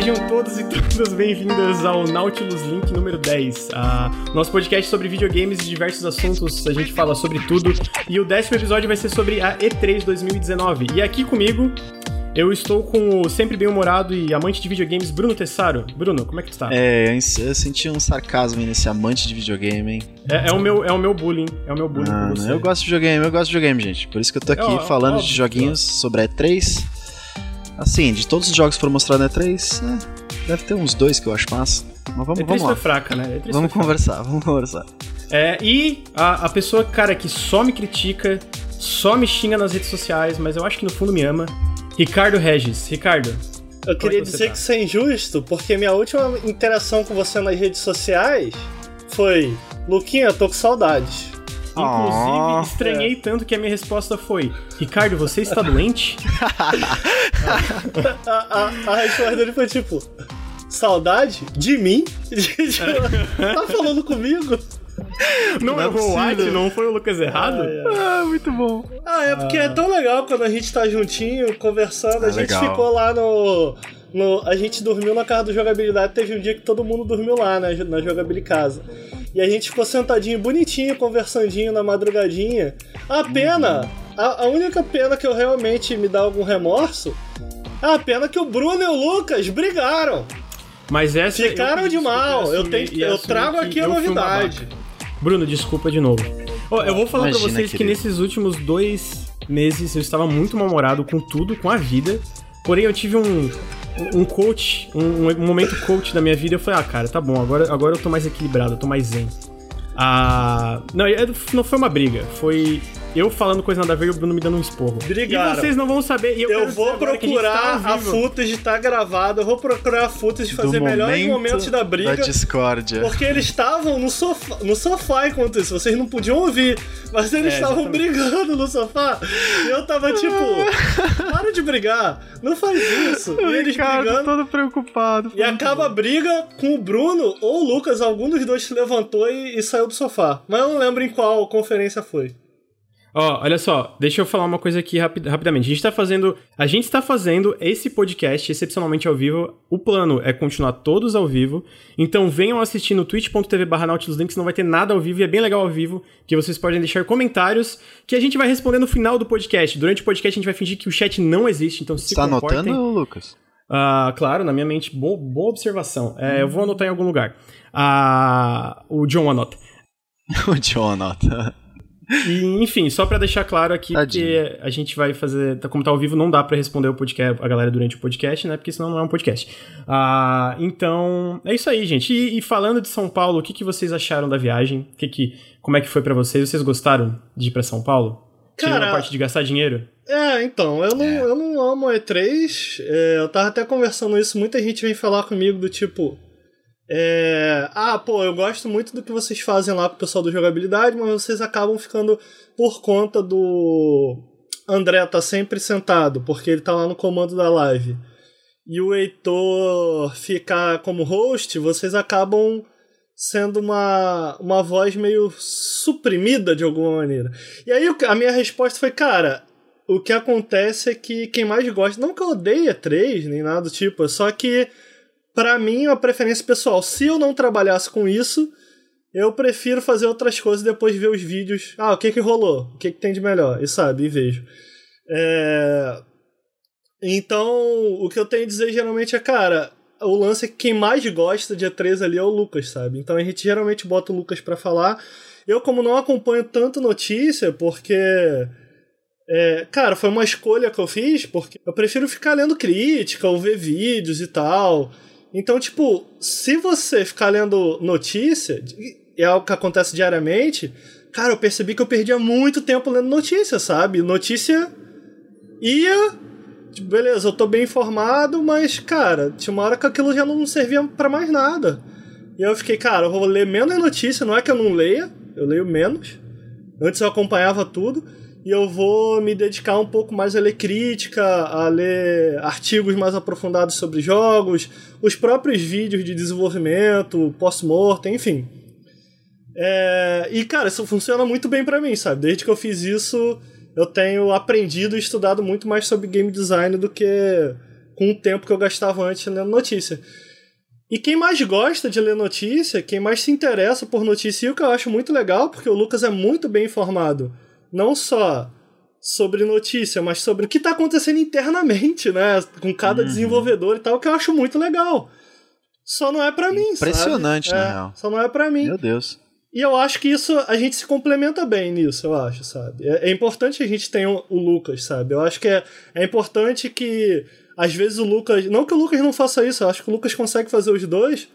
Sejam todos e todas bem-vindas ao Nautilus Link número 10, nosso podcast sobre videogames e diversos assuntos. A gente fala sobre tudo e o 10º episódio vai ser sobre a E3 2019. E aqui comigo eu estou com o sempre bem-humorado e amante de videogames Bruno Tessaro. Bruno, como é que tu tá? Eu senti um sarcasmo nesse amante de videogame, hein? É o meu bullying, com você. Eu gosto de videogame, gente. Por isso que eu tô aqui falando de joguinhos sobre a E3. Assim, de todos os jogos que foram mostrados na E3, deve ter uns 2 que eu acho massa. Mas vamos lá. Foi fraca, né? Vamos conversar. E a pessoa, cara, que só me critica, só me xinga nas redes sociais, mas eu acho que no fundo me ama, Ricardo Regis. Ricardo, eu queria dizer que isso é injusto, porque minha última interação com você nas redes sociais foi: Luquinha, tô com saudades. Inclusive, estranhei tanto que a minha resposta foi: Ricardo, você está doente? A resposta dele foi tipo: saudade? De mim? Tá falando comigo? Não é o White, não foi o Lucas errado? Muito bom. É porque é tão legal quando a gente tá juntinho, conversando. A gente legal. ficou lá a gente dormiu na casa do Jogabilidade. Teve um dia que todo mundo dormiu lá na Jogabilidade Casa. E a gente ficou sentadinho, bonitinho, conversandinho na madrugadinha. A única pena que eu realmente me dá algum remorso é a pena que o Bruno e o Lucas brigaram. Mas essa ficaram de mal. Eu trago aqui a novidade. Bruno, desculpa de novo. Eu vou falar pra vocês que nesses últimos 2 meses eu estava muito mal-humorado com tudo, com a vida. Porém, eu tive um coach, um momento coach da minha vida. Eu falei, cara, tá bom, agora eu tô mais equilibrado, eu tô mais zen. Não foi uma briga, foi eu falando coisa nada a ver e o Bruno me dando um esporro. Brigaram. E vocês não vão saber. Eu vou procurar a footage, tá gravada. Eu vou procurar a footage de fazer melhores momentos da briga. Da discórdia. Porque eles estavam no sofá enquanto isso. Vocês não podiam ouvir, mas eles estavam brigando no sofá. E eu tava tipo, para de brigar, não faz isso. E eles brigando. Todo preocupado. E acaba a briga com o Bruno ou o Lucas. Algum dos dois se levantou e saiu do sofá. Mas eu não lembro em qual conferência foi. Olha só, deixa eu falar uma coisa aqui rapidamente. A gente está fazendo esse podcast excepcionalmente ao vivo. O plano é continuar todos ao vivo. Então venham assistir no twitch.tv/NautilusLink, não vai ter nada ao vivo e é bem legal ao vivo, que vocês podem deixar comentários que a gente vai responder no final do podcast. Durante o podcast a gente vai fingir que o chat não existe, então se comportem. Tá anotando, Lucas? Claro, na minha mente. Boa observação. Eu vou anotar em algum lugar. O John anota. O John anota. E, enfim, só pra deixar claro aqui que a gente vai fazer, como tá ao vivo, não dá pra responder a galera durante o podcast, né? Porque senão não é um podcast. Então, é isso aí, gente. E falando de São Paulo, o que vocês acharam da viagem? Como é que foi pra vocês? Vocês gostaram de ir pra São Paulo? Tirando a parte de gastar dinheiro? Então, eu não amo a E3. Eu tava até conversando isso, muita gente vem falar comigo do tipo... eu gosto muito do que vocês fazem lá pro pessoal do Jogabilidade, mas vocês acabam ficando por conta do André tá sempre sentado, porque ele tá lá no comando da live, e o Heitor ficar como host, vocês acabam sendo uma voz meio suprimida de alguma maneira. E aí a minha resposta foi, cara, o que acontece é que quem mais gosta, não que eu odeie E3, nem nada do tipo, só que pra mim, é uma preferência pessoal. Se eu não trabalhasse com isso, eu prefiro fazer outras coisas e depois ver os vídeos. O que rolou? O que tem de melhor? E vejo. Então, o que eu tenho a dizer geralmente é, cara, o lance é que quem mais gosta de E3 ali é o Lucas, sabe? Então a gente geralmente bota o Lucas pra falar. Eu, como não acompanho tanto notícia, porque... cara, foi uma escolha que eu fiz, porque eu prefiro ficar lendo crítica ou ver vídeos e tal... Então, tipo, se você ficar lendo notícia, é algo que acontece diariamente, cara, eu percebi que eu perdia muito tempo lendo notícia, sabe? Notícia ia, tipo, beleza, eu tô bem informado, mas, cara, tinha uma hora que aquilo já não servia pra mais nada. E eu fiquei, cara, eu vou ler menos notícia, não é que eu não leia, eu leio menos. Antes eu acompanhava tudo. E eu vou me dedicar um pouco mais a ler crítica, a ler artigos mais aprofundados sobre jogos, os próprios vídeos de desenvolvimento, post-mortem, enfim. E, cara, isso funciona muito bem pra mim, sabe? Desde que eu fiz isso, eu tenho aprendido e estudado muito mais sobre game design do que com o tempo que eu gastava antes lendo notícia. E quem mais gosta de ler notícia, quem mais se interessa por notícia, e o que eu acho muito legal, porque o Lucas é muito bem informado, não só sobre notícia, mas sobre o que está acontecendo internamente, né? Com cada desenvolvedor e tal, que eu acho muito legal. Só não é pra mim, impressionante, sabe? na real. Só não é pra mim. Meu Deus. E eu acho que isso, a gente se complementa bem nisso, eu acho, sabe? É importante que a gente tenha o Lucas, sabe? Eu acho que é importante que, às vezes, o Lucas... Não que o Lucas não faça isso, eu acho que o Lucas consegue fazer os dois,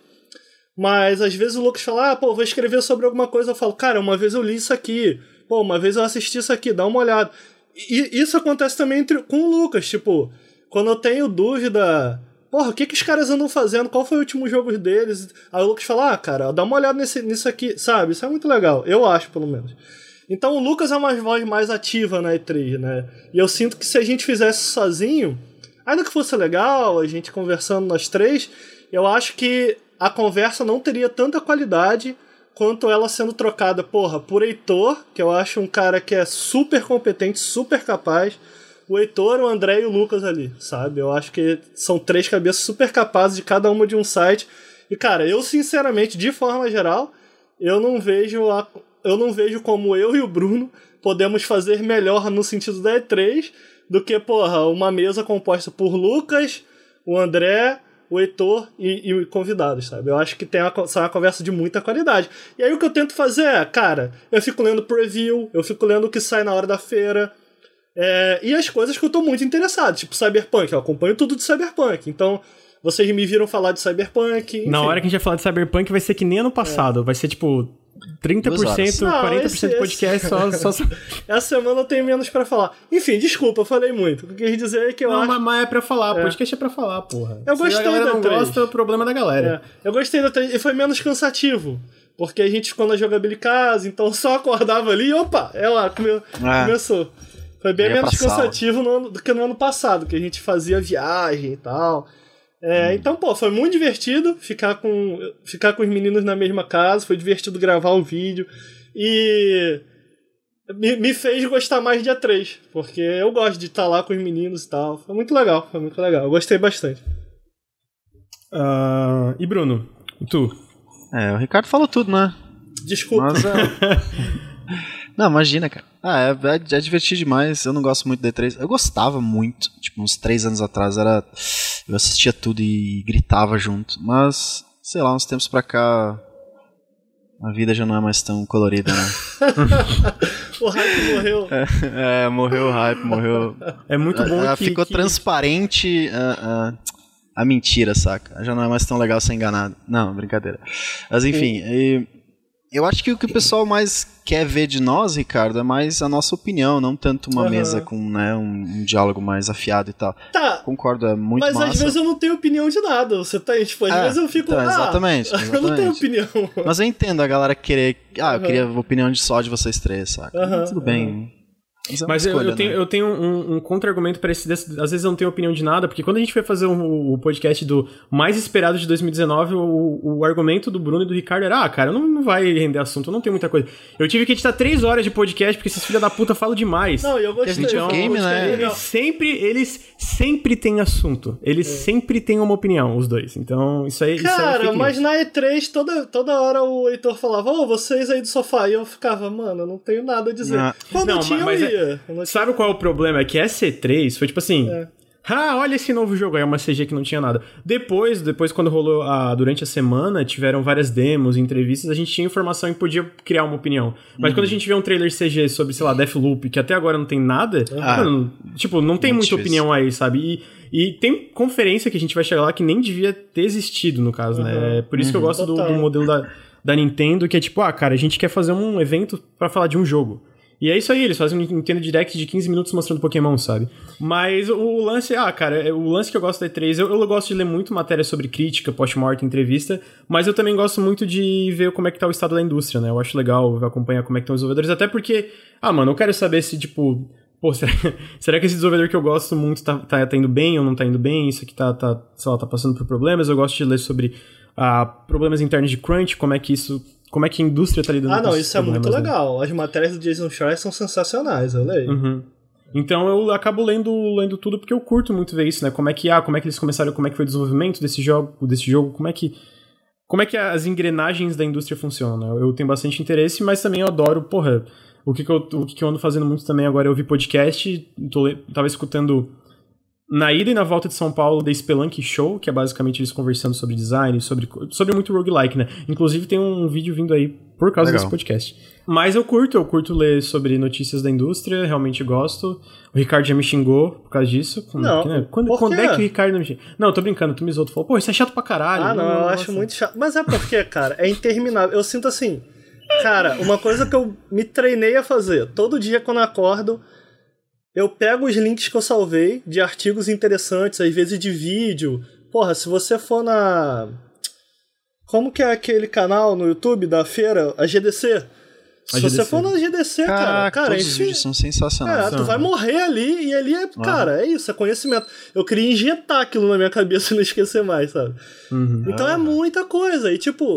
mas às vezes o Lucas fala, vou escrever sobre alguma coisa, eu falo, cara, uma vez eu li isso aqui, uma vez eu assisti isso aqui, dá uma olhada. E isso acontece também com o Lucas, tipo, quando eu tenho dúvida... o que os caras andam fazendo? Qual foi o último jogo deles? Aí o Lucas fala, cara, dá uma olhada nisso aqui, sabe? Isso é muito legal, eu acho, pelo menos. Então o Lucas é uma voz mais ativa na E3, né? E eu sinto que se a gente fizesse sozinho, ainda que fosse legal, a gente conversando nós três, eu acho que a conversa não teria tanta qualidade quanto ela sendo trocada, por Heitor, que eu acho um cara que é super competente, super capaz, o Heitor, o André e o Lucas ali, sabe? Eu acho que são 3 cabeças super capazes de cada uma de um site. E, cara, eu sinceramente, de forma geral, eu não vejo como eu e o Bruno podemos fazer melhor no sentido da E3 do que, uma mesa composta por Lucas, o André, o Heitor e convidados, sabe? Eu acho que tem uma conversa de muita qualidade. E aí o que eu tento fazer é, cara, eu fico lendo preview, eu fico lendo o que sai na hora da feira, e as coisas que eu tô muito interessado, tipo Cyberpunk, eu acompanho tudo de Cyberpunk, então vocês me viram falar de Cyberpunk, enfim. Na hora que a gente vai falar de Cyberpunk vai ser que nem ano passado, vai ser tipo 30%, 40% podcast só... Essa semana eu tenho menos pra falar. Enfim, desculpa, eu falei muito. O que eu quis dizer é que eu acho... Mas é pra falar, podcast é pra falar, porra. Eu gostei da 3. Se a galera não gosta, é o problema da galera. Eu gostei da 3 e foi menos cansativo. Porque a gente ficou na jogabilidade casa, então só acordava ali e opa, começou. Foi bem menos cansativo do que no ano passado, que a gente fazia viagem e tal. Então, foi muito divertido ficar com os meninos na mesma casa, foi divertido gravar o vídeo e me fez gostar mais de A3, porque eu gosto de estar lá com os meninos e tal. Foi muito legal, eu gostei bastante. E Bruno, tu? O Ricardo falou tudo, né? Desculpa. Mas, não, imagina, cara. É divertido demais. Eu não gosto muito da E3. Eu gostava muito. Tipo, uns 3 anos atrás eu assistia tudo e gritava junto. Mas, sei lá, uns tempos pra cá a vida já não é mais tão colorida, né? O hype morreu. Morreu o hype, morreu. É muito bom ficou transparente a mentira, saca? Já não é mais tão legal ser enganado. Não, brincadeira. Mas enfim, eu acho que o que o pessoal mais quer ver de nós, Ricardo, é mais a nossa opinião, não tanto uma mesa com um diálogo mais afiado e tal. Tá. Concordo, é muito massa. Mas às vezes eu não tenho opinião de nada. Você tá, tipo, às vezes eu fico... Então, exatamente. Eu não tenho opinião. Mas eu entendo a galera querer... eu queria a opinião só de vocês 3, saca? Tudo bem. Mas eu tenho um contra-argumento para esse... Às vezes eu não tenho opinião de nada, porque quando a gente foi fazer o podcast do mais esperado de 2019, o argumento do Bruno e do Ricardo era, cara, não vai render assunto, não tem muita coisa. Eu tive que editar 3 horas de podcast, porque esses filha da puta falam demais. Não, eu gostei. Videogame, né? Eles sempre têm assunto. Eles sempre têm uma opinião, os dois. Então, isso aí... Cara, isso mas na E3, toda hora o Heitor falava, vocês aí do sofá. E eu ficava, mano, eu não tenho nada a dizer. Quando tinha, eu ia. Sabe qual é o problema? É que essa E3 foi tipo assim... olha esse novo jogo. Aí é uma CG que não tinha nada. Depois quando rolou durante a semana, tiveram várias demos, entrevistas, a gente tinha informação e podia criar uma opinião. Mas quando a gente vê um trailer CG sobre, sei lá, Deathloop, que até agora não tem nada, não tem muita opinião aí, sabe? E tem conferência que a gente vai chegar lá que nem devia ter existido, no caso, né? É por isso que eu gosto do modelo da Nintendo, que é tipo, cara, a gente quer fazer um evento pra falar de um jogo. E é isso aí, eles fazem um Nintendo Direct de 15 minutos mostrando Pokémon, sabe? Mas o lance... o lance que eu gosto da E3... Eu gosto de ler muito matéria sobre crítica, post-mortem, entrevista, mas eu também gosto muito de ver como é que tá o estado da indústria, né? Eu acho legal acompanhar como é que estão os desenvolvedores, até porque... eu quero saber se, tipo... será que esse desenvolvedor que eu gosto muito tá indo bem ou não tá indo bem? Isso aqui tá passando por problemas? Eu gosto de ler sobre problemas internos de crunch, como é que a indústria tá lidando com isso é muito legal. As matérias do Jason Schreier são sensacionais, eu leio. Então eu acabo lendo tudo porque eu curto muito ver isso, né? Como é que eles começaram, como é que foi o desenvolvimento desse jogo, como é que as engrenagens da indústria funcionam, né? Eu tenho bastante interesse, mas também eu adoro, o que eu ando fazendo muito também agora é ouvir podcast, tava escutando na ida e na volta de São Paulo The Spelunky Show, que é basicamente eles conversando sobre design, sobre muito roguelike, né? Inclusive tem um vídeo vindo aí por causa desse podcast. Mas eu curto ler sobre notícias da indústria, realmente gosto. O Ricardo já me xingou por causa disso. Quando é que o Ricardo não me xingou? Não, eu tô brincando, tu me zoou, tu falou, isso é chato pra caralho. Eu acho muito chato. Mas é porque, cara, é interminável. Eu sinto assim, cara, uma coisa que eu me treinei a fazer, todo dia quando eu acordo, eu pego os links que eu salvei de artigos interessantes, às vezes de vídeo. Se você for na... Como que é aquele canal no YouTube da feira? A GDC. Se você for na GDC, cara, todos os vídeos são sensacionais. Tu vai morrer ali, e ali cara, é isso, é conhecimento. Eu queria injetar aquilo na minha cabeça e não esquecer mais, sabe? Então é muita coisa. E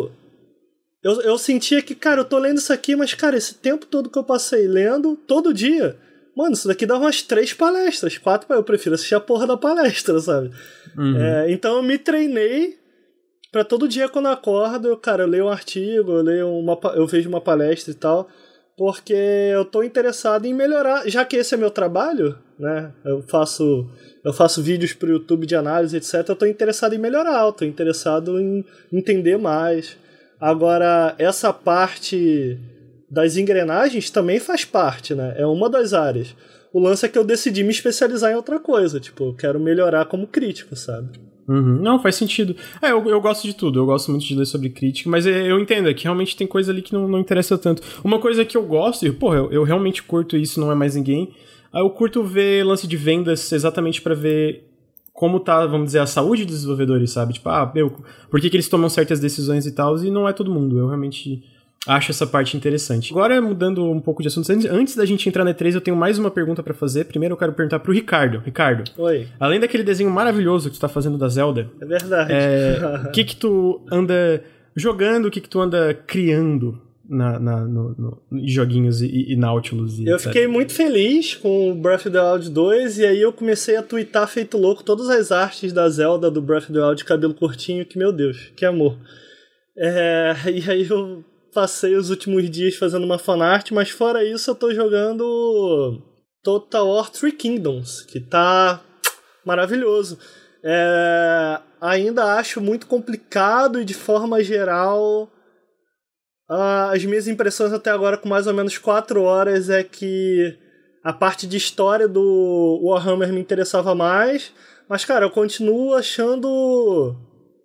eu sentia que, cara, eu tô lendo isso aqui, mas, cara, esse tempo todo que eu passei lendo, todo dia, mano, isso daqui dá umas 3 palestras, 4, eu prefiro assistir a porra da palestra, sabe? Então eu me treinei pra todo dia quando eu acordo, eu leio um artigo, eu vejo uma palestra e tal, porque eu tô interessado em melhorar, já que esse é meu trabalho, né? Eu faço vídeos pro YouTube de análise, etc. Eu tô interessado em melhorar, eu tô interessado em entender mais. Agora, essa parte das engrenagens também faz parte, né? É uma das áreas. O lance é que eu decidi me especializar em outra coisa, eu quero melhorar como crítico, sabe? Não, faz sentido. Eu gosto de tudo, eu gosto muito de ler sobre crítica, mas eu entendo que realmente tem coisa ali que não interessa tanto. Uma coisa que eu gosto, eu realmente curto isso, não é mais ninguém, eu curto ver lance de vendas exatamente pra ver como tá, vamos dizer, a saúde dos desenvolvedores, sabe? Por que eles tomam certas decisões e tal, e não é todo mundo, eu realmente acho essa parte interessante. Agora, mudando um pouco de assunto, antes da gente entrar na E3, eu tenho mais uma pergunta pra fazer. Primeiro eu quero perguntar pro Ricardo. Ricardo, oi. Além daquele desenho maravilhoso que tu tá fazendo da Zelda... É verdade. O que tu anda jogando, o que tu anda criando em joguinhos e Nautilus e Eu etc. fiquei muito feliz com o Breath of the Wild 2, e aí eu comecei a twittar feito louco todas as artes da Zelda do Breath of the Wild de cabelo curtinho, que, meu Deus, que amor. E aí eu passei os últimos dias fazendo uma fanart, mas fora isso eu tô jogando Total War Three Kingdoms, que tá maravilhoso. Ainda acho muito complicado e de forma geral as minhas impressões até agora, com mais ou menos 4 horas, é que a parte de história do Warhammer me interessava mais, mas cara, eu continuo achando...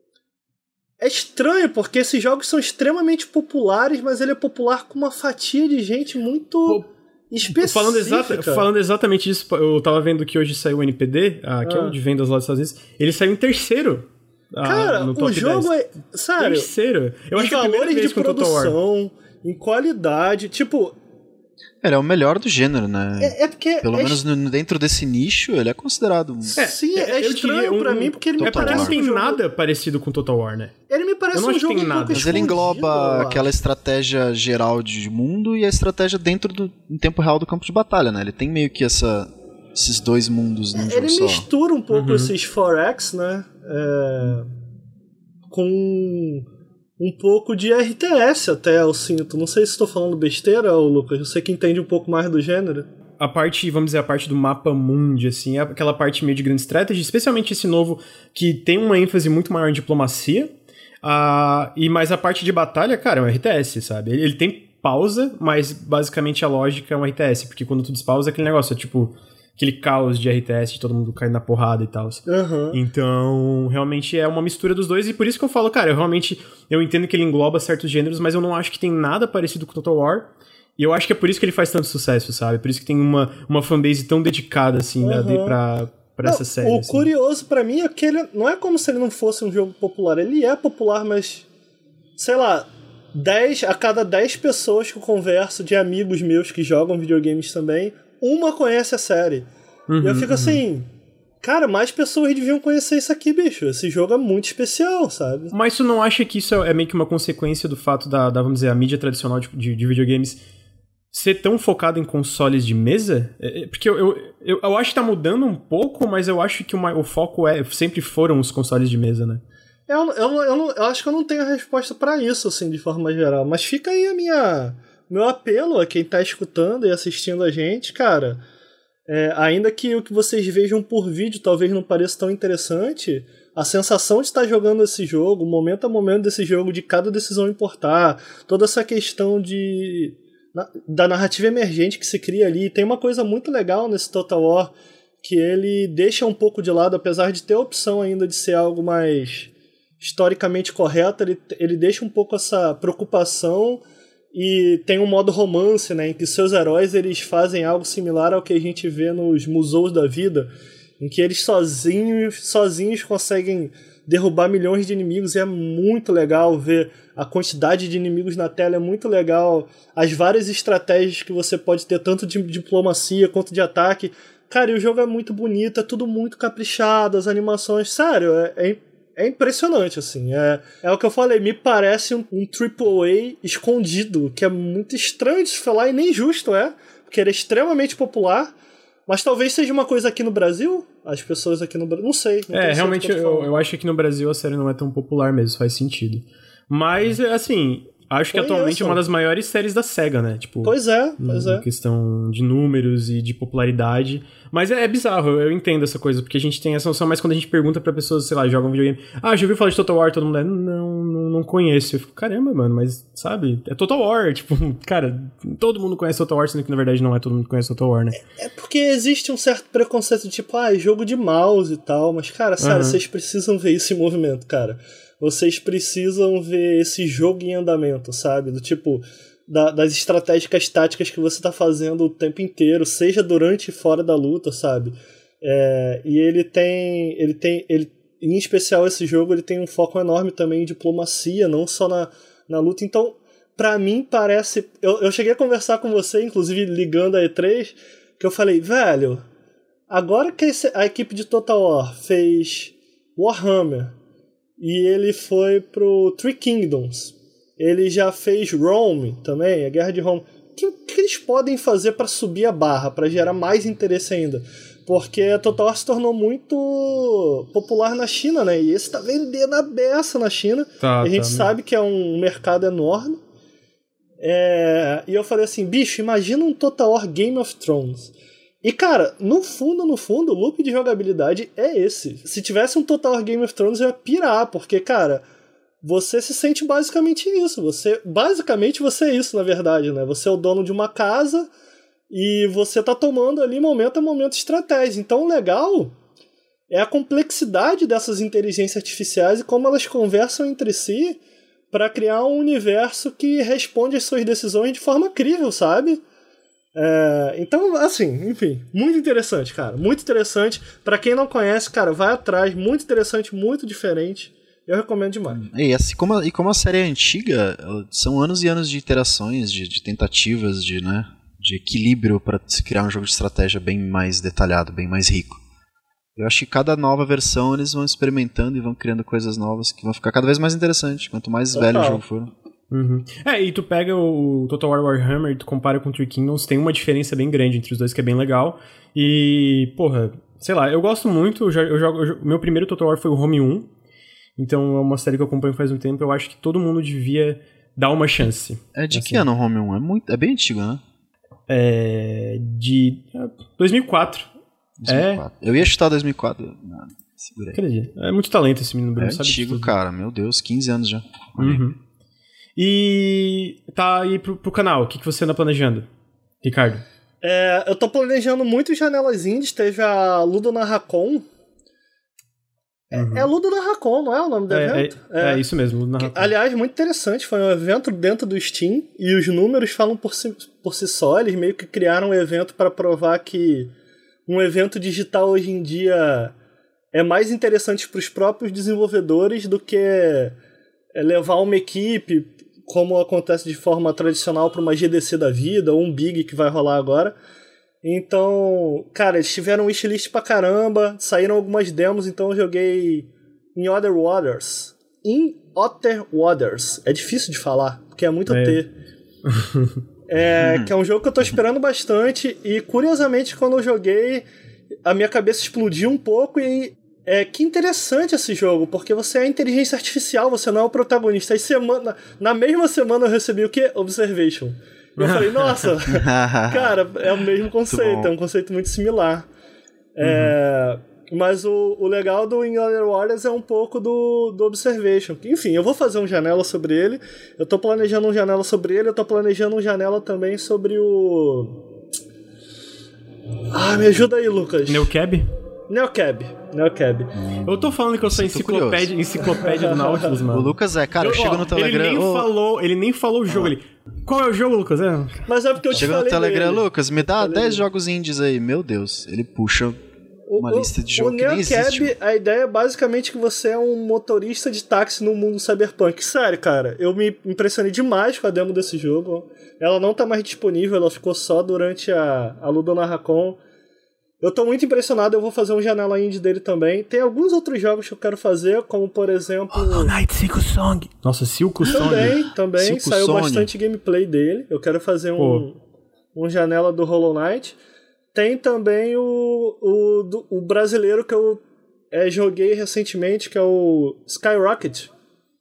É estranho, porque esses jogos são extremamente populares, mas ele é popular com uma fatia de gente muito específica. Falando exatamente disso, eu tava vendo que hoje saiu o NPD, que é o de vendas lá dos Estados Unidos, ele saiu em terceiro. Cara, no top o jogo 10. Sério. Terceiro. Eu acho que é a primeira valores vez de com Total War. produção, em qualidade, Ele é o melhor do gênero, né? Porque pelo menos dentro desse nicho, ele é considerado... É estranho pra mim, porque ele me parece... Não tem nada parecido com Total War, né? Ele me parece um jogo um pouco Mas ele engloba aquela estratégia geral de mundo e a estratégia em tempo real do campo de batalha, né? Ele tem meio que esses dois mundos num jogo só. Ele mistura um pouco esses 4X, né? Com um pouco de RTS até, eu sinto. Não sei se estou falando besteira, Lucas. Você que entende um pouco mais do gênero. A parte, vamos dizer, a parte do mapa mundi, assim, é aquela parte meio de grande strategy, especialmente esse novo, que tem uma ênfase muito maior em diplomacia, mas a parte de batalha, cara, é um RTS, sabe? Ele tem pausa, mas basicamente a lógica é um RTS, porque quando tu despausa é aquele negócio, aquele caos de RTS, de todo mundo caindo na porrada e tal. Então, realmente é uma mistura dos dois, e por isso que eu falo, cara, eu entendo que ele engloba certos gêneros, mas eu não acho que tem nada parecido com Total War, e eu acho que é por isso que ele faz tanto sucesso, sabe? Por isso que tem uma fanbase tão dedicada, assim, pra essa série. O assim. curioso pra mim é que ele não é como se ele não fosse um jogo popular. Ele é popular, mas, sei lá, 10 a cada 10 pessoas que eu converso, de amigos meus que jogam videogames também, uma conhece a série. E eu fico assim, cara, mais pessoas deviam conhecer isso aqui, bicho. Esse jogo é muito especial, sabe? Mas tu não acha que isso é meio que uma consequência do fato vamos dizer, a mídia tradicional de videogames ser tão focado em consoles de mesa? Porque eu acho que tá mudando um pouco, mas eu acho que o foco sempre foram os consoles de mesa, né? Eu acho que eu não tenho a resposta pra isso, assim, de forma geral. Mas fica aí meu apelo a quem tá escutando e assistindo a gente, cara. Ainda que o que vocês vejam por vídeo talvez não pareça tão interessante, a sensação de estar jogando esse jogo, momento a momento desse jogo, de cada decisão importar, toda essa questão da narrativa emergente que se cria ali. Tem uma coisa muito legal nesse Total War, que ele deixa um pouco de lado, apesar de ter a opção ainda de ser algo mais historicamente correto, ele deixa um pouco essa preocupação e tem um modo romance, né, em que seus heróis eles fazem algo similar ao que a gente vê nos museus da vida, em que eles sozinhos conseguem derrubar milhões de inimigos, e é muito legal ver a quantidade de inimigos na tela, é muito legal as várias estratégias que você pode ter, tanto de diplomacia quanto de ataque. Cara, e o jogo é muito bonito, é tudo muito caprichado, as animações, sério, é impressionante, assim. É o que eu falei, me parece um AAA escondido, que é muito estranho de se falar e nem justo, porque ele é extremamente popular, mas talvez seja uma coisa aqui no Brasil, as pessoas aqui no Brasil, não sei. Realmente eu acho que aqui no Brasil a série não é tão popular mesmo, faz sentido. Mas, assim, acho que atualmente é uma das maiores séries da SEGA, né? Tipo, pois é. Em questão de números e de popularidade. Mas é bizarro, eu entendo essa coisa, porque a gente tem essa noção, mas quando a gente pergunta pra pessoas, sei lá, jogam videogame, já ouviu falar de Total War? Todo mundo não conheço. Eu fico, caramba, mano, mas, sabe, é Total War, tipo, cara, todo mundo conhece Total War, sendo que na verdade não é todo mundo que conhece Total War, né? É porque existe um certo preconceito de tipo, jogo de mouse e tal, mas, cara, sério, vocês precisam ver isso em movimento, cara. Vocês precisam ver esse jogo em andamento, sabe? Do tipo, das estratégicas táticas que você tá fazendo o tempo inteiro, seja durante e fora da luta, sabe? E ele em especial esse jogo, ele tem um foco enorme também em diplomacia, não só na luta. Então, pra mim parece... Eu cheguei a conversar com você, inclusive ligando a E3, que eu falei, velho, agora que a equipe de Total War fez Warhammer, e ele foi pro Three Kingdoms, ele já fez Rome também, a Guerra de Rome. O que eles podem fazer para subir a barra, para gerar mais interesse ainda? Porque a Total War se tornou muito popular na China, né? E esse tá vendendo a beça na China. A gente sabe que é um mercado enorme. E eu falei assim, bicho, imagina um Total War Game of Thrones. E, cara, no fundo, o loop de jogabilidade é esse. Se tivesse um Total War Game of Thrones, eu ia pirar, porque, cara, você se sente basicamente isso. Basicamente você é isso, na verdade, né? Você é o dono de uma casa e você tá tomando ali momento a momento estratégia. Então, o legal é a complexidade dessas inteligências artificiais e como elas conversam entre si para criar um universo que responde às suas decisões de forma crível, sabe? Então, assim, enfim, muito interessante, cara. Muito interessante. Pra quem não conhece, cara, vai atrás. Muito interessante, muito diferente. Eu recomendo demais. E como a série é antiga, são anos e anos de iterações, de tentativas de equilíbrio para se criar um jogo de estratégia bem mais detalhado, bem mais rico. Eu acho que cada nova versão eles vão experimentando e vão criando coisas novas que vão ficar cada vez mais interessantes, quanto mais velho o jogo for. Uhum. E tu pega o Total War Warhammer e tu compara com o Three Kingdoms, tem uma diferença bem grande entre os dois que é bem legal. E, porra, sei lá, eu gosto muito, meu primeiro Total War foi o Rome 1, então é uma série que eu acompanho faz um tempo, eu acho que todo mundo devia dar uma chance. De que ano o Rome 1? É bem antigo, né? De 2004. 2004. Eu ia chutar 2004. Não, segura aí. Acredito. É muito talento esse menino, Bruno. É antigo, cara, meu Deus, 15 anos já. Uhum. E tá aí pro canal, o que você anda planejando, Ricardo? Eu tô planejando muito janelas indies, teve a Ludo Narracon. É Ludo Narracon, não é o nome do evento? É isso mesmo, Ludo Narracon. Aliás, muito interessante, foi um evento dentro do Steam e os números falam por si só, eles meio que criaram um evento para provar que um evento digital hoje em dia é mais interessante para os próprios desenvolvedores do que levar uma equipe, como acontece de forma tradicional para uma GDC da vida, ou um Big que vai rolar agora. Então, cara, eles tiveram um wishlist pra caramba, saíram algumas demos, então eu joguei In Other Waters. In Other Waters. É difícil de falar, porque é muito T. Que é um jogo que eu tô esperando bastante. E, curiosamente, quando eu joguei, a minha cabeça explodiu um pouco. E que interessante esse jogo, porque você é a inteligência artificial, você não é o protagonista. Aí, na mesma semana, eu recebi o quê? Observation. Eu falei, nossa, cara, é o mesmo conceito, é um conceito muito similar. Mas o legal do In Other Warriors é um pouco do Observation. Enfim, eu vou fazer um janela sobre ele. Eu tô planejando um janela sobre ele. Eu tô planejando um janela também sobre o... me ajuda aí, Lucas. Neocab? Neocab. Eu tô falando que eu sou enciclopédia do Nautilus, mano. O Lucas chega no Telegram... Ele nem falou o jogo. Qual é o jogo, Lucas? Mas é porque eu te falei no Telegram, dele. Lucas, me dá 10 jogos indies aí. Meu Deus, ele puxa uma lista de jogos que nem existe. O Neocab, a ideia é basicamente que você é um motorista de táxi no mundo cyberpunk. Sério, cara, eu me impressionei demais com a demo desse jogo. Ela não tá mais disponível, ela ficou só durante a Ludonarracon. Eu tô muito impressionado, eu vou fazer um janela indie dele também. Tem alguns outros jogos que eu quero fazer, como por exemplo... Hollow Knight Silk Song. Nossa, Silk Song. Também. Silk Saiu Song. bastante gameplay dele. Eu quero fazer um janela do Hollow Knight. Tem também o brasileiro que eu joguei recentemente, que é o Skyrocket.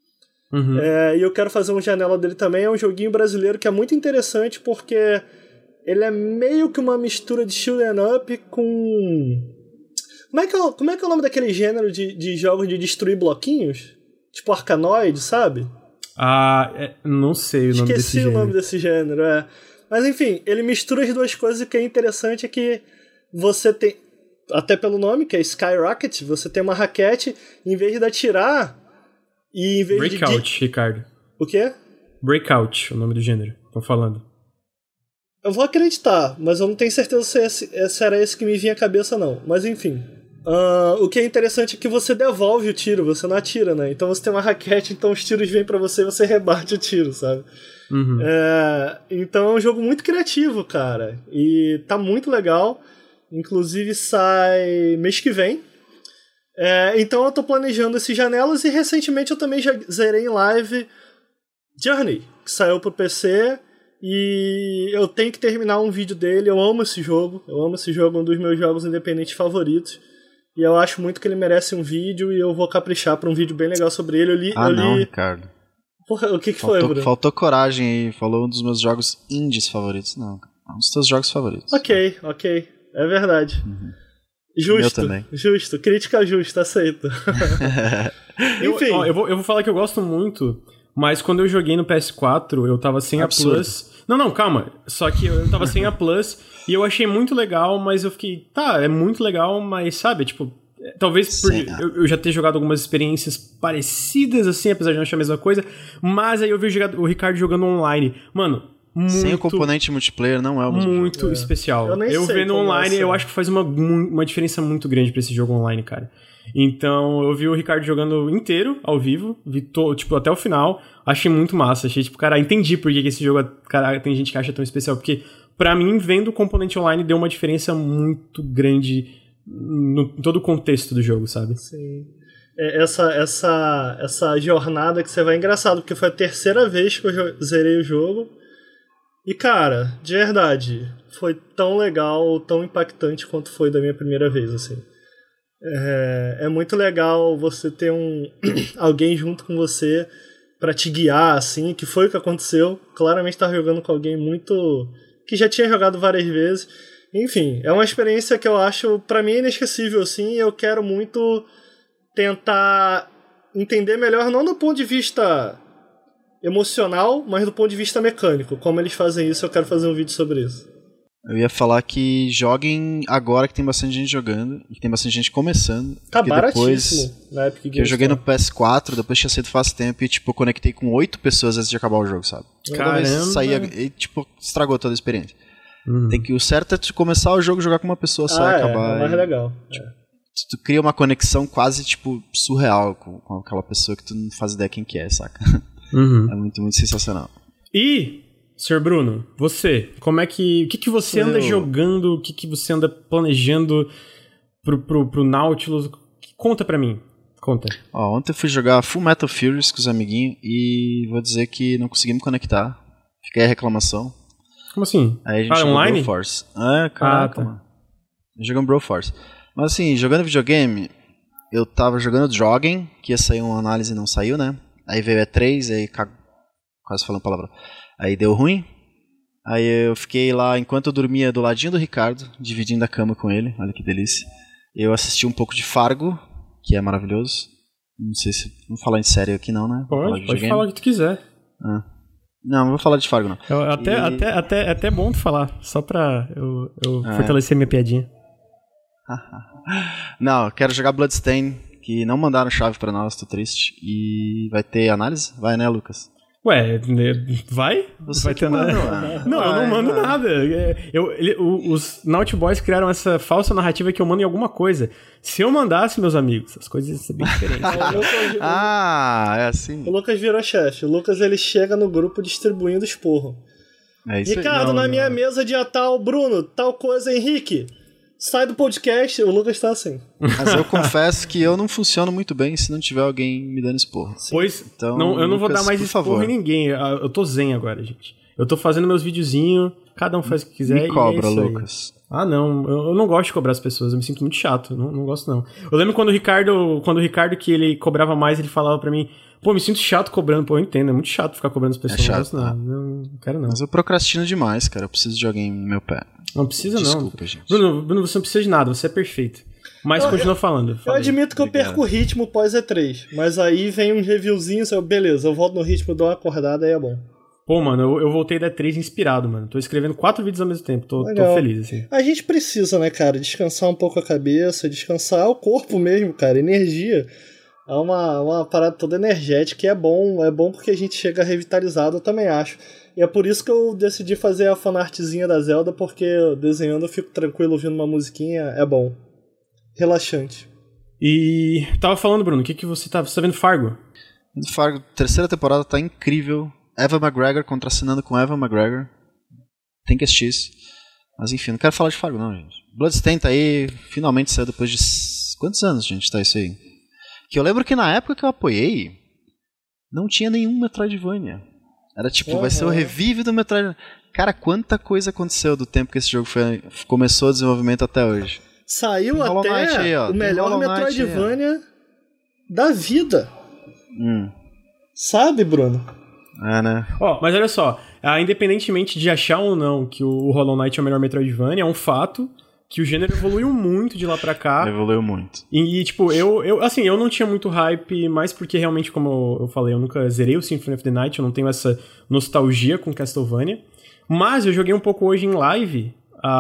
E eu quero fazer um janela dele também. É um joguinho brasileiro que é muito interessante porque... ele é meio que uma mistura de shoot'em up com... Como é que é o nome daquele gênero de jogos de destruir bloquinhos? Tipo Arkanoid, sabe? Não sei o nome desse gênero. Esqueci o nome desse gênero, Mas enfim, ele mistura as duas coisas e o que é interessante é que você tem... Até pelo nome, que é Skyrocket, você tem uma raquete, em vez de atirar... e em vez Breakout, Ricardo. O quê? Breakout, o nome do gênero. Tô falando. Eu vou acreditar, mas eu não tenho certeza se era esse que me vinha à cabeça, não. Mas enfim. O que é interessante é que você devolve o tiro, você não atira, né? Então você tem uma raquete, então os tiros vêm pra você e você rebate o tiro, sabe? Então é um jogo muito criativo, cara. E tá muito legal. Inclusive sai mês que vem. Então eu tô planejando esses janelas e recentemente eu também já zerei em live Journey, que saiu pro PC... e eu tenho que terminar um vídeo dele. Eu amo esse jogo, é um dos meus jogos independentes favoritos. E eu acho muito que ele merece um vídeo. E eu vou caprichar pra um vídeo bem legal sobre ele. Eu li... não, Ricardo. Porra, o que foi, Bruno? Faltou coragem aí. Falou um dos meus jogos indies favoritos. Não, é um dos teus jogos favoritos. Ok. É verdade. Justo. Meu também. Justo. Crítica justa, aceito. Enfim. Eu vou falar que eu gosto muito... Mas quando eu joguei no PS4, eu tava sem Absurdo. a Plus. Não, calma. Só que eu tava sem a Plus e eu achei muito legal, mas eu fiquei... Tá, é muito legal, mas sabe, tipo... Talvez por eu já ter jogado algumas experiências parecidas, assim, apesar de não achar a mesma coisa. Mas aí eu vi o Ricardo jogando online. Mano, muito... Sem o componente multiplayer não é o mesmo muito jogo. especial. Eu vendo online, eu acho que faz uma diferença muito grande pra esse jogo online, cara. Então, eu vi o Ricardo jogando inteiro, ao vivo, tipo, até o final, achei muito massa, achei, tipo, cara, entendi por que esse jogo, cara, tem gente que acha tão especial, porque, pra mim, vendo o componente online, deu uma diferença muito grande em todo o contexto do jogo, sabe? Sim. Essa jornada que você vai, engraçado, porque foi a terceira vez que eu zerei o jogo, e, cara, de verdade, foi tão legal, tão impactante quanto foi da minha primeira vez, assim. É muito legal você ter alguém junto com você pra te guiar, assim, que foi o que aconteceu. Claramente tava jogando com alguém que já tinha jogado várias vezes. Enfim, é uma experiência que eu acho, pra mim, inesquecível, assim. Eu quero muito tentar entender melhor, não do ponto de vista emocional, mas do ponto de vista mecânico. Como eles fazem isso, eu quero fazer um vídeo sobre isso. Eu ia falar joguem agora que tem bastante gente jogando, e que tem bastante gente começando. Tá baratíssimo na Epic Games. Eu joguei no PS4, depois tinha saído faz tempo e, tipo, conectei com 8 pessoas antes de acabar o jogo, sabe? Caramba! Saía e, tipo, estragou toda a experiência. O certo é tu começar o jogo, jogar com uma pessoa só e acabar. É mais legal. Tipo, tu cria uma conexão quase, tipo, surreal com aquela pessoa que tu não faz ideia quem que é, saca? É muito, muito sensacional. E... Sr. Bruno, você, o que você anda jogando, o que você anda planejando pro Nautilus? Conta pra mim, conta. Ontem eu fui jogar Full Metal Furious com os amiguinhos e vou dizer que não consegui me conectar, fiquei a reclamação. Como assim? Aí a gente jogou online? Broforce. Caraca, mano. Jogamos Broforce. Mas assim, jogando videogame, eu tava jogando Jogging, que ia sair uma análise e não saiu, né? Aí veio E3, aí quase falando palavra. Aí deu ruim. Aí eu fiquei lá, enquanto eu dormia do ladinho do Ricardo, dividindo a cama com ele, olha que delícia. Eu assisti um pouco de Fargo, que é maravilhoso. Não sei se... Vamos falar em série aqui não, né? Pode falar o que tu quiser. Não vou falar de Fargo não. É até bom tu falar, só pra eu fortalecer minha piadinha. Não, eu quero jogar Bloodstain, que não mandaram chave pra nós, tô triste. E vai ter análise? Vai, né, Lucas? Ué, vai? Você vai ter análise? Não, eu não mando nada. Os Naughty Boys criaram essa falsa narrativa que eu mando em alguma coisa. Se eu mandasse, meus amigos, as coisas iam ser bem diferentes. É assim. O Lucas virou chefe. O Lucas, ele chega no grupo distribuindo esporro. É isso Ricardo, aí. minha mesa dia tal, Bruno, tal coisa, Henrique. Sai do podcast, o Lucas tá assim. Mas eu confesso que eu não funciono muito bem se não tiver alguém me dando esporro. Pois, então, eu não vou Lucas, dar mais esporro em ninguém. Eu tô zen agora, gente. Eu tô fazendo meus videozinhos, cada um faz o que quiser. Me cobra, e é isso Lucas. Aí. Não, eu não gosto de cobrar as pessoas, eu me sinto muito chato, não gosto não. Eu lembro quando o Ricardo, que ele cobrava mais, ele falava pra mim, pô, me sinto chato cobrando, pô, eu entendo, é muito chato ficar cobrando as pessoas, chato, não quero não. Mas eu procrastino demais, cara, eu preciso de alguém no meu pé. Não precisa Desculpa, não. gente. Bruno, você não precisa de nada, você é perfeito. Mas continua falando. Eu admito que eu perco o ritmo pós E3, mas aí vem um reviewzinho, beleza, eu volto no ritmo, dou uma acordada, aí é bom. Pô, mano, eu voltei da E3 inspirado, mano. Tô escrevendo 4 vídeos ao mesmo tempo, tô feliz, assim. A gente precisa, né, cara, descansar um pouco a cabeça, descansar o corpo mesmo, cara, energia. É uma parada toda energética e é bom porque a gente chega revitalizado, eu também acho. E é por isso que eu decidi fazer a fanartzinha da Zelda, porque desenhando eu fico tranquilo, ouvindo uma musiquinha, é bom. Relaxante. E tava falando, Bruno, o que você tá vendo Fargo? Fargo, terceira temporada tá incrível. Evan McGregor contracenando com Evan McGregor. Tem que assistir isso. Mas enfim, não quero falar de Fargo não, gente. Bloodstain tá aí, finalmente saiu depois de... Quantos anos, gente, tá isso aí? Que eu lembro que na época que eu apoiei, não tinha nenhum Metroidvania. Era tipo, vai ser o revive do Metroidvania. Cara, quanta coisa aconteceu do tempo que esse jogo começou o desenvolvimento até hoje. Saiu até aí, o melhor Metroidvania da vida. Sabe, Bruno? É, né? Mas olha só, independentemente de achar ou não que o Hollow Knight é o melhor Metroidvania, é um fato que o gênero evoluiu muito de lá pra cá. Evoluiu muito. E tipo, eu não tinha muito hype, mais porque realmente, como eu falei, eu nunca zerei o Symphony of the Night, eu não tenho essa nostalgia com Castlevania. Mas eu joguei um pouco hoje em live,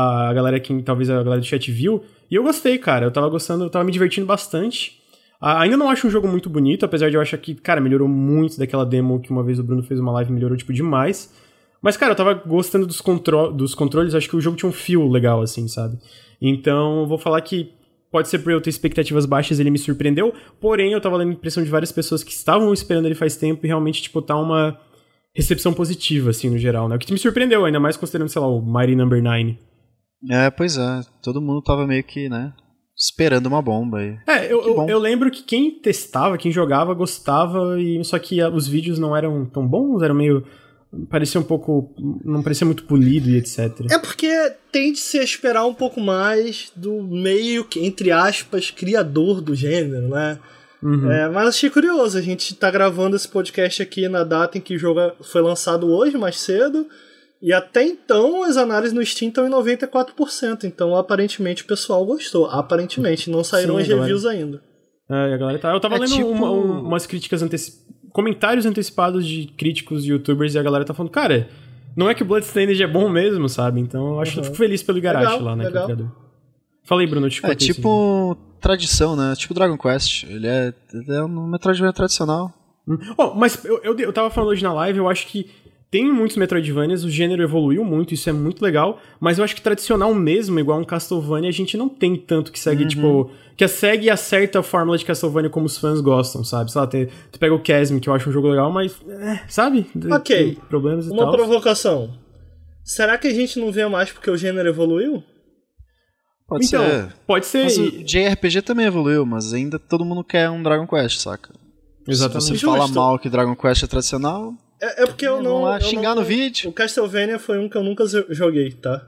talvez a galera do chat viu, e eu gostei, cara. Eu tava gostando, eu tava me divertindo bastante. Ainda não acho um jogo muito bonito, apesar de eu achar que, cara, melhorou muito daquela demo que uma vez o Bruno fez uma live, melhorou, tipo, demais. Mas, cara, eu tava gostando dos controles, acho que o jogo tinha um feel legal, assim, sabe? Então, eu vou falar que pode ser por eu ter expectativas baixas, ele me surpreendeu, porém, eu tava dando a impressão de várias pessoas que estavam esperando ele faz tempo e realmente, tipo, tá uma recepção positiva, assim, no geral, né? O que me surpreendeu, ainda mais considerando, sei lá, o Mighty Number 9. Pois é, todo mundo tava meio que, né, esperando uma bomba aí. Eu lembro que quem testava, quem jogava, gostava, só que os vídeos não eram tão bons, eram meio... parecia um pouco... não parecia muito polido e etc. É porque tende-se a esperar um pouco mais do meio que, entre aspas, criador do gênero, né? Mas achei curioso, a gente tá gravando esse podcast aqui na data em que o jogo foi lançado hoje, mais cedo, e até então as análises no Steam estão em 94%, então aparentemente o pessoal gostou. Aparentemente, não saíram as reviews ainda. A galera tá... Eu tava lendo umas críticas comentários antecipados de críticos e youtubers e a galera tá falando, cara, não é que o Bloodstained é bom mesmo, sabe? Então eu acho que eu fico feliz pelo Igarashi lá, né, que é o criador. Fala aí, Bruno, É tipo tradição, né? Tipo Dragon Quest. Ele é um Metroidvania tradicional. Mas eu tava falando hoje na live, eu acho que tem muitos Metroidvanias, o gênero evoluiu muito, isso é muito legal, mas eu acho que tradicional mesmo, igual um Castlevania, a gente não tem tanto que segue, tipo... que segue e acerta a fórmula de Castlevania como os fãs gostam, sabe? Sei lá, tu pega o Chasm, que eu acho um jogo legal, mas... sabe? Ok. Tem problemas e tal. Uma provocação. Será que a gente não vê mais porque o gênero evoluiu? Pode ser. Pode ser. Mas o JRPG também evoluiu, mas ainda todo mundo quer um Dragon Quest, saca? Exatamente. Se você fala mal que Dragon Quest é tradicional... É porque eu não... Vamos lá xingar no vídeo. O Castlevania foi um que eu nunca joguei, tá?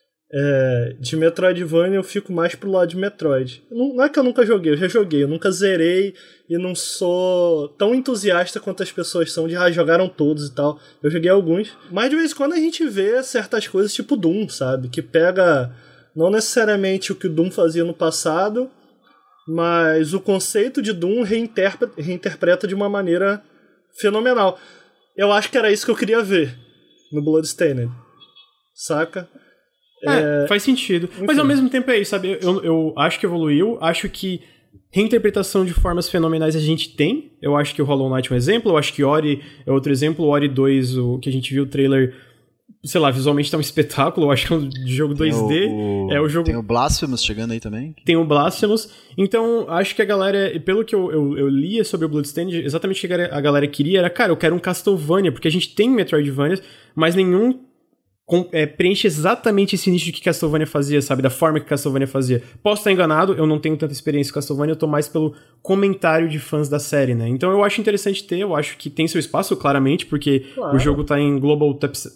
De Metroidvania eu fico mais pro lado de Metroid. Não é que eu nunca joguei, eu já joguei. Eu nunca zerei e não sou tão entusiasta quanto as pessoas são de jogaram todos e tal. Eu joguei alguns. Mas de vez em quando a gente vê certas coisas tipo Doom, sabe? Que pega não necessariamente o que o Doom fazia no passado, mas o conceito de Doom reinterpreta de uma maneira fenomenal. Eu acho que era isso que eu queria ver no Bloodstained, saca? Faz sentido. Enfim. Mas ao mesmo tempo é isso, sabe? Eu acho que evoluiu, acho que reinterpretação de formas fenomenais a gente tem. Eu acho que o Hollow Knight é um exemplo, eu acho que Ori é outro exemplo. O Ori 2, o que a gente viu o trailer, sei lá, visualmente tá um espetáculo. Eu acho que é um jogo 2D. É o jogo... Tem o Blasphemous chegando aí também. Tem o Blasphemous. Então, acho que a galera, pelo que eu lia sobre o Bloodstained, exatamente o que a galera queria era, cara, eu quero um Castlevania, porque a gente tem Metroidvanias, mas nenhum preenche exatamente esse nicho de que Castlevania fazia, sabe? Da forma que Castlevania fazia. Posso estar enganado, eu não tenho tanta experiência com Castlevania, eu tô mais pelo comentário de fãs da série, né? Então eu acho interessante ter, eu acho que tem seu espaço, claramente, porque o jogo tá em Global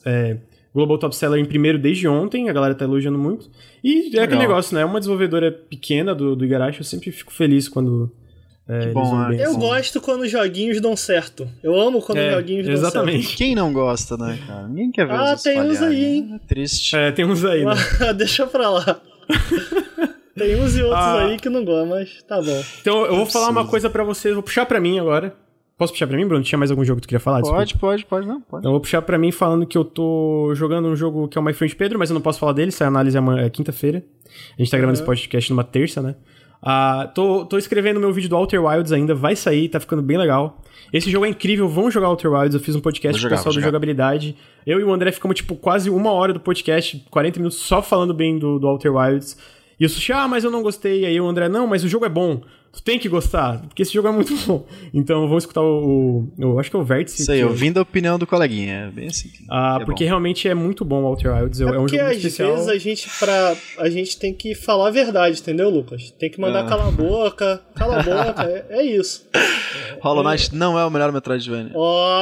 Top Seller em primeiro desde ontem, a galera tá elogiando muito. E aquele negócio, né? É uma desenvolvedora pequena do Igarashi, eu sempre fico feliz quando... Eu gosto quando joguinhos dão certo. Eu amo quando joguinhos dão certo. Exatamente. Quem não gosta, né, cara? Ninguém quer ver os tem uns aí, hein? É triste. Tem uns aí, né? Deixa pra lá. Tem uns e outros aí que não gostam, mas tá bom. Então eu vou falar uma coisa pra vocês, vou puxar pra mim agora. Posso puxar pra mim, Bruno? Tinha mais algum jogo que tu queria falar? Pode. Eu vou puxar pra mim falando que eu tô jogando um jogo que é o My Friend Pedro, mas eu não posso falar dele, sai a análise é quinta-feira. A gente tá gravando esse podcast numa terça, né? Tô escrevendo meu vídeo do Outer Wilds ainda, vai sair, tá ficando bem legal. Esse jogo é incrível, vão jogar Outer Wilds, eu fiz um podcast com o pessoal do Jogabilidade. Eu e o André ficamos, quase 1 hora do podcast, 40 minutos só falando bem do Outer Wilds. E o Sushi, mas eu não gostei. E aí o André, não, mas o jogo é bom. Tu tem que gostar, porque esse jogo é muito bom. Então vamos escutar eu acho que é o Vértice. Isso aí, ouvindo a opinião do coleguinha, é bem assim. Porque realmente é muito bom o Outer Wilds. É um jogo muito especial. Porque às vezes a gente tem que falar a verdade, entendeu, Lucas? Tem que mandar cala a boca, é isso. Hollow Knight não é o melhor Metroidvania.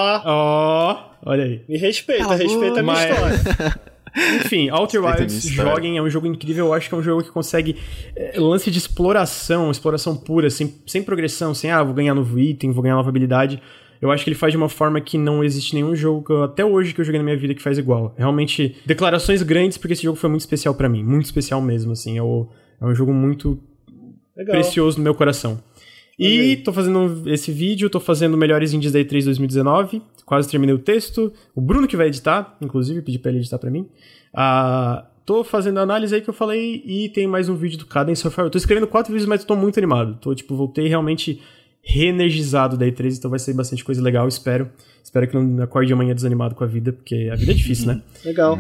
Olha aí. Me respeita a minha história. Enfim, Outer Wilds, joguem, é um jogo incrível. Eu acho que é um jogo que consegue lance de exploração pura, sem progressão, vou ganhar novo item, vou ganhar nova habilidade. Eu acho que ele faz de uma forma que não existe nenhum jogo até hoje que eu joguei na minha vida que faz igual. Realmente, declarações grandes, porque esse jogo foi muito especial pra mim, muito especial mesmo, assim. É um jogo muito precioso no meu coração. E tô fazendo esse vídeo, tô fazendo Melhores Indies da E3 2019, quase terminei o texto. O Bruno que vai editar, inclusive, pedi pra ele editar pra mim. Tô fazendo a análise aí que eu falei e tem mais um vídeo do Cadence of Hyrule. Eu tô escrevendo 4 vídeos, mas tô muito animado. Voltei realmente reenergizado da E3, então vai ser bastante coisa legal, espero. Espero que não acorde amanhã desanimado com a vida, porque a vida é difícil, né? Legal.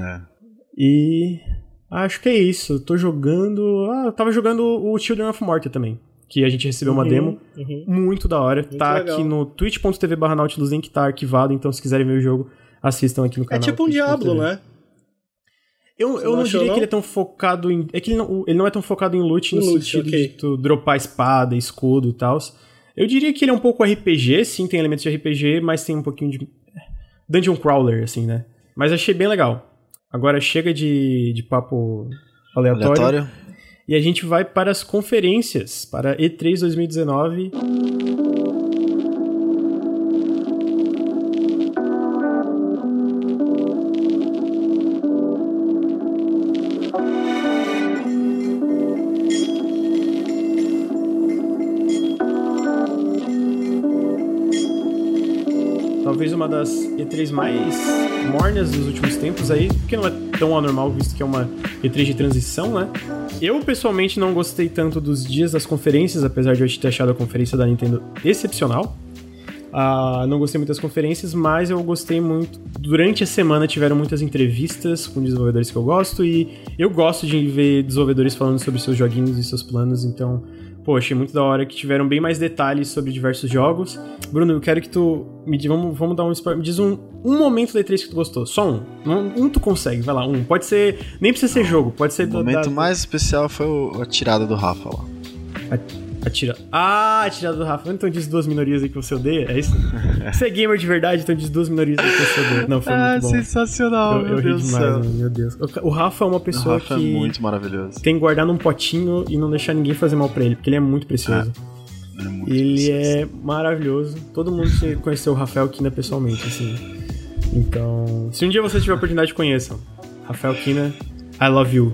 E acho que é isso. Tô jogando... eu tava jogando o Children of Morta também, que a gente recebeu uma demo muito da hora. Muito legal. Aqui no twitch.tv/Nautilus, link tá arquivado, então se quiserem ver o jogo, assistam aqui no canal. É tipo um Diablo, né? Eu não diria que ele é tão focado em... É que ele não é tão focado em loot no sentido de tu dropar espada, escudo e tal. Eu diria que ele é um pouco RPG, sim, tem elementos de RPG, mas tem um pouquinho de dungeon crawler, assim, né? Mas achei bem legal. Agora chega de papo aleatório. E a gente vai para as conferências, para E3 2019. Talvez uma das E3 mais mornas dos últimos tempos aí, porque não é tão anormal, visto que é uma E3 de transição, né? Eu, pessoalmente, não gostei tanto dos dias das conferências, apesar de eu ter achado a conferência da Nintendo excepcional. Não gostei muito das conferências, mas eu gostei muito. Durante a semana tiveram muitas entrevistas com desenvolvedores que eu gosto, e eu gosto de ver desenvolvedores falando sobre seus joguinhos e seus planos, então... achei muito da hora que tiveram bem mais detalhes sobre diversos jogos. Bruno, eu quero que tu me diz, vamos dar um spoiler, me diz um momento da E3 que tu gostou. Só um tu consegue, vai lá, um. Pode ser, nem precisa ser jogo, pode ser... O momento mais especial foi a tirada do Rafa lá. A tirada do Rafa. Então diz 2 minorias aí que você odeia, é isso? Você é gamer de verdade, então diz duas minorias do torcedor. Não, foi muito bom. Sensacional, eu ri demais, meu Deus. O Rafa é uma pessoa que... é muito maravilhoso. Tem que guardar num potinho e não deixar ninguém fazer mal pra ele, porque ele é muito precioso. Ele é maravilhoso. Todo mundo conheceu o Rafael Kina pessoalmente, assim. Então, se um dia você tiver a oportunidade, conheçam. Rafael Kina, I love you.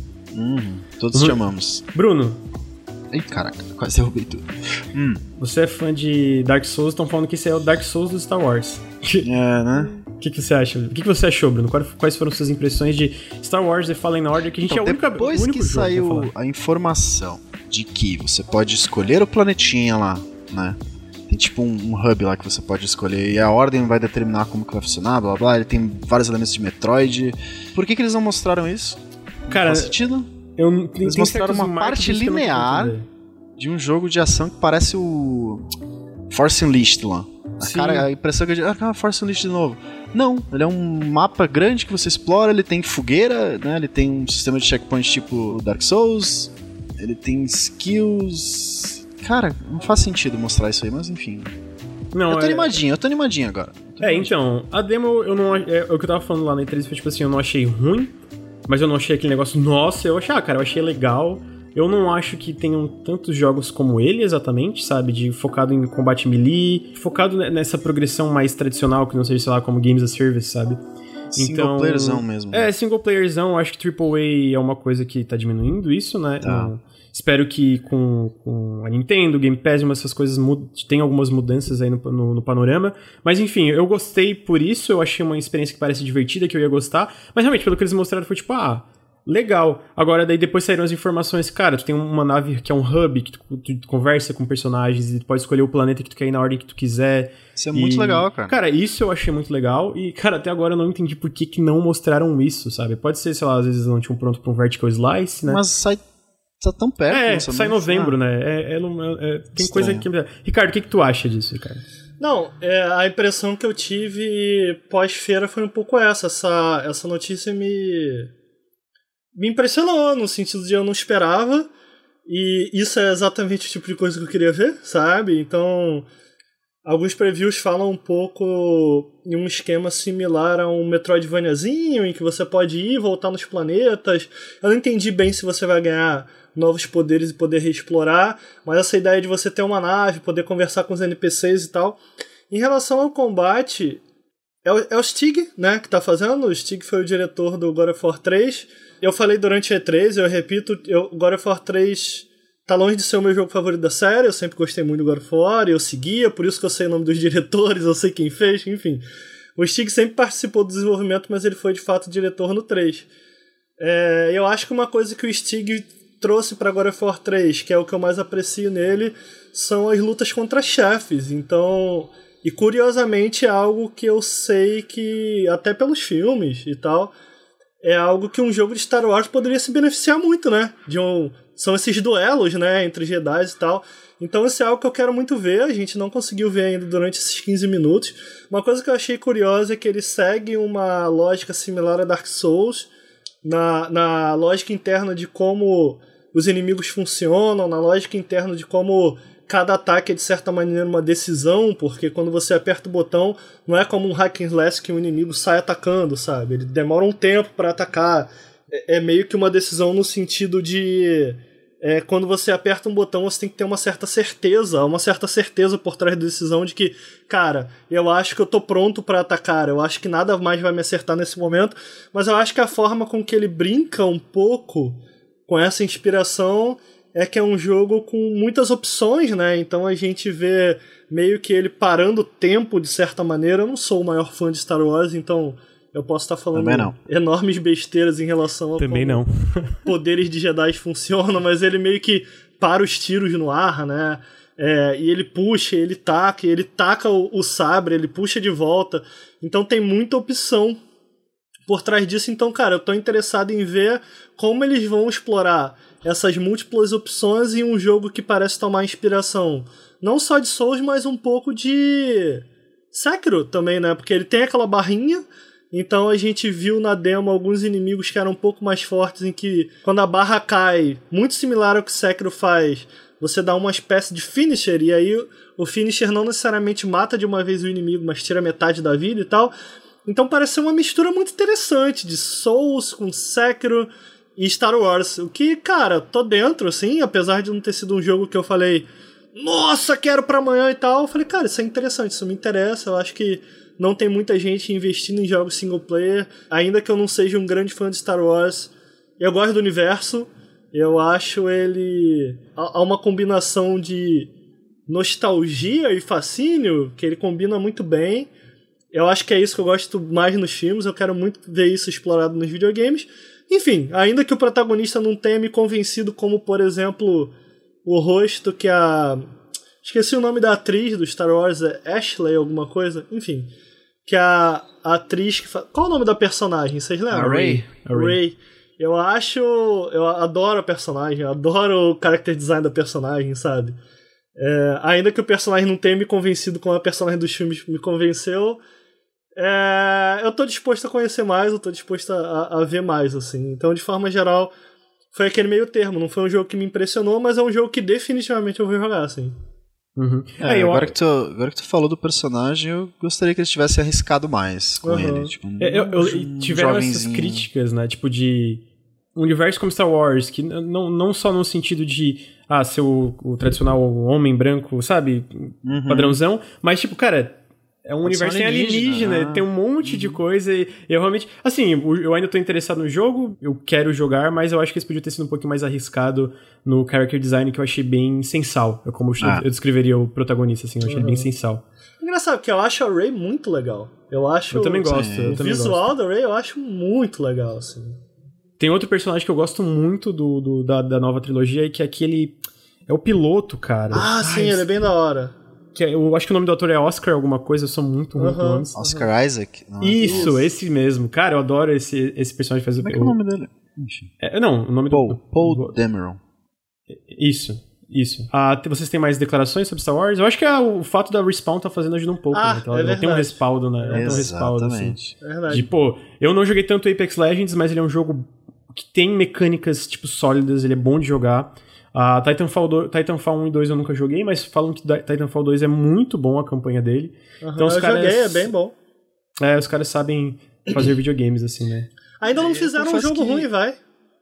Todos te amamos. Bruno. Ih, caraca, quase derrubei tudo. Você é fã de Dark Souls, estão falando que esse é o Dark Souls do Star Wars. Né? O que você acha? O que você achou, Bruno? Quais foram suas impressões de Star Wars The Fallen Order? Que a gente então, é o único depois que saiu a informação de que você pode escolher o planetinha lá, né? Tem tipo um hub lá que você pode escolher e a ordem vai determinar como que vai funcionar, blá blá. Ele tem vários elementos de Metroid. Por que eles não mostraram isso? Cara, não faz sentido? Eles mostraram uma parte linear de um jogo de ação que parece o Force Unleashed lá. A impressão que eu digo, Force Unleashed de novo. Não, ele é um mapa grande que você explora, ele tem fogueira, né? Ele tem um sistema de checkpoint tipo Dark Souls, ele tem skills... Cara, não faz sentido mostrar isso aí, mas enfim. Não, eu tô animadinho agora. Então, a demo, eu não... É o que eu tava falando lá na entrevista, foi tipo assim, eu não achei ruim, mas eu não achei aquele negócio, nossa, eu achei legal. Eu não acho que tenham tantos jogos como ele, exatamente, sabe? Focado em combate melee, focado nessa progressão mais tradicional, que não seja, sei lá, como Games as a Service, sabe? Single playerzão mesmo. Single playerzão, acho que AAA é uma coisa que tá diminuindo isso, né? Espero que com a Nintendo, Game Pass, essas coisas tem algumas mudanças aí no panorama. Mas enfim, eu gostei por isso, eu achei uma experiência que parece divertida, que eu ia gostar. Mas realmente, pelo que eles mostraram, foi tipo, legal. Agora, daí depois saíram as informações. Cara, tu tem uma nave que é um hub, que tu conversa com personagens e tu pode escolher o planeta que tu quer ir na ordem que tu quiser. Isso é muito legal, cara. Cara, isso eu achei muito legal. E, cara, até agora eu não entendi por que não mostraram isso, sabe? Pode ser, sei lá, às vezes não tinham pronto pra um vertical slice, né? Mas tá tão perto. Sai em novembro, né? Tem coisa que... Ricardo, o que tu acha disso, Ricardo? Não, a impressão que eu tive pós-feira foi um pouco essa. Essa notícia me impressionou, no sentido de eu não esperava, e isso é exatamente o tipo de coisa que eu queria ver, sabe? Então, alguns previews falam um pouco em um esquema similar a um Metroidvaniazinho, em que você pode ir e voltar nos planetas. Eu não entendi bem se você vai ganhar novos poderes e poder reexplorar, mas essa ideia de você ter uma nave, poder conversar com os NPCs e tal. Em relação ao combate, é o Stig, né, que tá fazendo. O Stig foi o diretor do God of War 3. Eu falei durante a E3, eu repito, God of War 3 tá longe de ser o meu jogo favorito da série, eu sempre gostei muito do God of War, eu seguia, por isso que eu sei o nome dos diretores, eu sei quem fez, enfim. O Stig sempre participou do desenvolvimento, mas ele foi de fato diretor no 3. Eu acho que uma coisa que o Stig trouxe pra God of War 3, que é o que eu mais aprecio nele, são as lutas contra chefes. Então, e curiosamente é algo que eu sei que, até pelos filmes e tal, é algo que um jogo de Star Wars poderia se beneficiar muito, né? São esses duelos, né, entre Jedi e tal. Então isso é algo que eu quero muito ver, a gente não conseguiu ver ainda durante esses 15 minutos. Uma coisa que eu achei curiosa é que ele segue uma lógica similar a Dark Souls, na lógica interna de como os inimigos funcionam, na lógica interna de como cada ataque é de certa maneira uma decisão, porque quando você aperta o botão, não é como um hack and slash que o inimigo sai atacando, sabe? Ele demora um tempo para atacar. É meio que uma decisão no sentido de... quando você aperta um botão, você tem que ter uma certa certeza por trás da decisão de que, cara, eu acho que eu tô pronto para atacar, eu acho que nada mais vai me acertar nesse momento, mas eu acho que a forma com que ele brinca um pouco com essa inspiração é que é um jogo com muitas opções, né? Então a gente vê meio que ele parando o tempo de certa maneira. Eu não sou o maior fã de Star Wars, então eu posso estar falando enormes besteiras em relação a como poderes de Jedi funcionam, mas ele meio que para os tiros no ar, né? E ele puxa, ele taca o sabre, ele puxa de volta. Então tem muita opção por trás disso. Então, cara, eu tô interessado em ver como eles vão explorar essas múltiplas opções em um jogo que parece tomar inspiração não só de Souls, mas um pouco de Sekiro também, né? Porque ele tem aquela barrinha, então a gente viu na demo alguns inimigos que eram um pouco mais fortes, em que quando a barra cai, muito similar ao que Sekiro faz, você dá uma espécie de finisher, e aí o finisher não necessariamente mata de uma vez o inimigo, mas tira metade da vida e tal. Então parece ser uma mistura muito interessante de Souls com Sekiro e Star Wars. O que, cara, tô dentro, assim, apesar de não ter sido um jogo que eu falei, nossa, quero pra amanhã e tal. Eu falei, cara, isso é interessante, isso me interessa. Eu acho que não tem muita gente investindo em jogos single player. Ainda que eu não seja um grande fã de Star Wars, eu gosto do universo. Eu acho ele... Há uma combinação de nostalgia e fascínio que ele combina muito bem. Eu acho que é isso que eu gosto mais nos filmes. Eu quero muito ver isso explorado nos videogames. Enfim, ainda que o protagonista não tenha me convencido, como, por exemplo, o rosto que a... Esqueci o nome da atriz do Star Wars, é Ashley alguma coisa? Enfim, que a atriz que faz... Qual é o nome da personagem? Vocês lembram? A Rey. Rey. Eu adoro a personagem, eu adoro o character design da personagem, sabe? Ainda que o personagem não tenha me convencido como a personagem dos filmes me convenceu, eu tô disposto a conhecer mais, eu tô disposto a ver mais, assim. Então, de forma geral, foi aquele meio termo. Não foi um jogo que me impressionou, mas é um jogo que definitivamente eu vou jogar, assim. Uhum. Agora que tu falou do personagem, eu gostaria que eles tivessem arriscado mais com ele. Tipo, tiveram essas críticas, né? Tipo, de um universo como Star Wars, que não só no sentido de ser o tradicional homem branco, sabe? Padrãozão, mas tipo, cara, é um universo sem alienígena, tem um monte de coisa e eu realmente... Assim, eu ainda tô interessado no jogo, eu quero jogar, mas eu acho que eles podiam ter sido um pouquinho mais arriscado no character design, que eu achei bem sensal. Como eu descreveria o protagonista, assim, eu achei bem sensal. Engraçado, porque eu acho a Rey muito legal. Eu também gosto. O visual da Rey eu acho muito legal, assim. Tem outro personagem que eu gosto muito da nova trilogia, que é aquele... É o piloto, cara. Sim, ele é bem da hora. Eu acho que o nome do ator é Oscar alguma coisa, eu sou muito ruim com nomes. Oscar Isaac? Isso, esse mesmo. Cara, eu adoro esse personagem que faz Como é que é o nome dele? O nome Paul Dameron. Isso. Vocês têm mais declarações sobre Star Wars? Eu acho que o fato da Respawn tá fazendo ajuda um pouco, né? Então, ela tem um respaldo, né? Ela tem um respaldo, assim. É verdade. De, eu não joguei tanto Apex Legends, mas ele é um jogo que tem mecânicas, tipo, sólidas, ele é bom de jogar. Titanfall 1 e 2 eu nunca joguei, mas falam que Titanfall 2 é muito bom a campanha dele. Então, os caras, joguei, é bem bom. Os caras sabem fazer videogames, assim, né? Ainda não fizeram um jogo ruim, vai.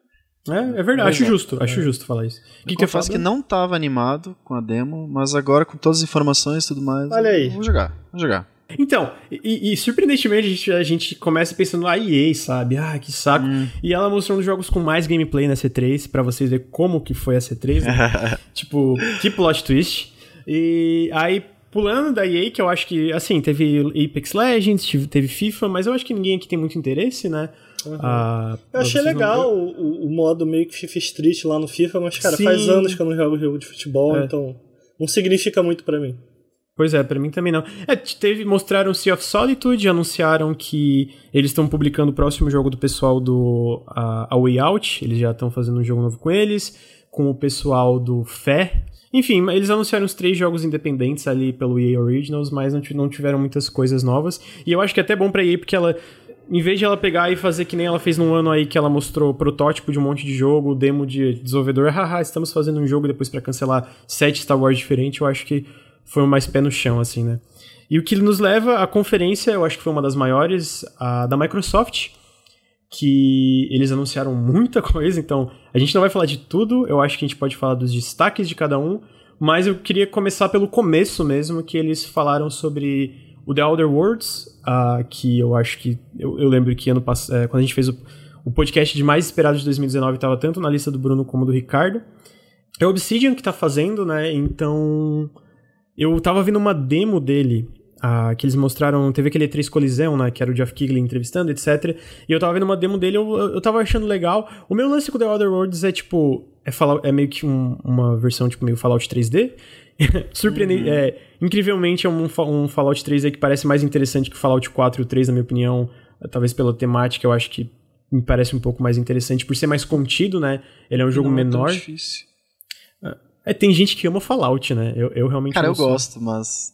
É verdade, acho justo falar isso. Eu faço que não tava animado com a demo, mas agora com todas as informações e tudo mais, olha aí. Vamos jogar. Então, e surpreendentemente a gente começa pensando na EA, sabe? Que saco. E ela mostrando jogos com mais gameplay na C3, pra vocês verem como que foi a C3, né? Tipo, que plot twist. E aí, pulando da EA, que eu acho que, assim, teve Apex Legends, teve FIFA, mas eu acho que ninguém aqui tem muito interesse, né? Eu achei legal o modo meio que FIFA Street lá no FIFA, mas, cara, faz anos que eu não jogo jogo de futebol, então não significa muito pra mim. Pois é, pra mim também não. Mostraram Sea of Solitude, anunciaram que eles estão publicando o próximo jogo do pessoal do A Way Out, eles já estão fazendo um jogo novo com eles, com o pessoal do Fé. Enfim, eles anunciaram os 3 jogos independentes ali pelo EA Originals, mas não tiveram muitas coisas novas. E eu acho que é até bom pra EA, porque ela, em vez de ela pegar e fazer que nem ela fez num ano aí, que ela mostrou protótipo de um monte de jogo, demo de desenvolvedor, estamos fazendo um jogo depois pra cancelar 7 Star Wars diferentes, eu acho que foi mais pé no chão, assim, né? E o que nos leva à conferência, eu acho que foi uma das maiores, da Microsoft, que eles anunciaram muita coisa, então a gente não vai falar de tudo, eu acho que a gente pode falar dos destaques de cada um, mas eu queria começar pelo começo mesmo, que eles falaram sobre o The Outer Worlds, que eu acho que... Eu lembro que quando a gente fez o podcast de mais esperado de 2019, estava tanto na lista do Bruno como do Ricardo. É o Obsidian que tá fazendo, né? Então... Eu tava vendo uma demo dele, que eles mostraram, teve aquele E3 Coliseu, né, que era o Geoff Keighley entrevistando, etc. E eu tava vendo uma demo dele, eu tava achando legal. O meu lance com The Outer Worlds é tipo, é meio que uma versão tipo meio Fallout 3D. Surpreendente, incrivelmente é um Fallout 3D que parece mais interessante que o Fallout 4 e o 3, na minha opinião. Talvez pela temática, eu acho que me parece um pouco mais interessante, por ser mais contido, né? Ele é um jogo menor. É tão difícil. Tem gente que ama Fallout, né? Eu realmente eu gosto, mas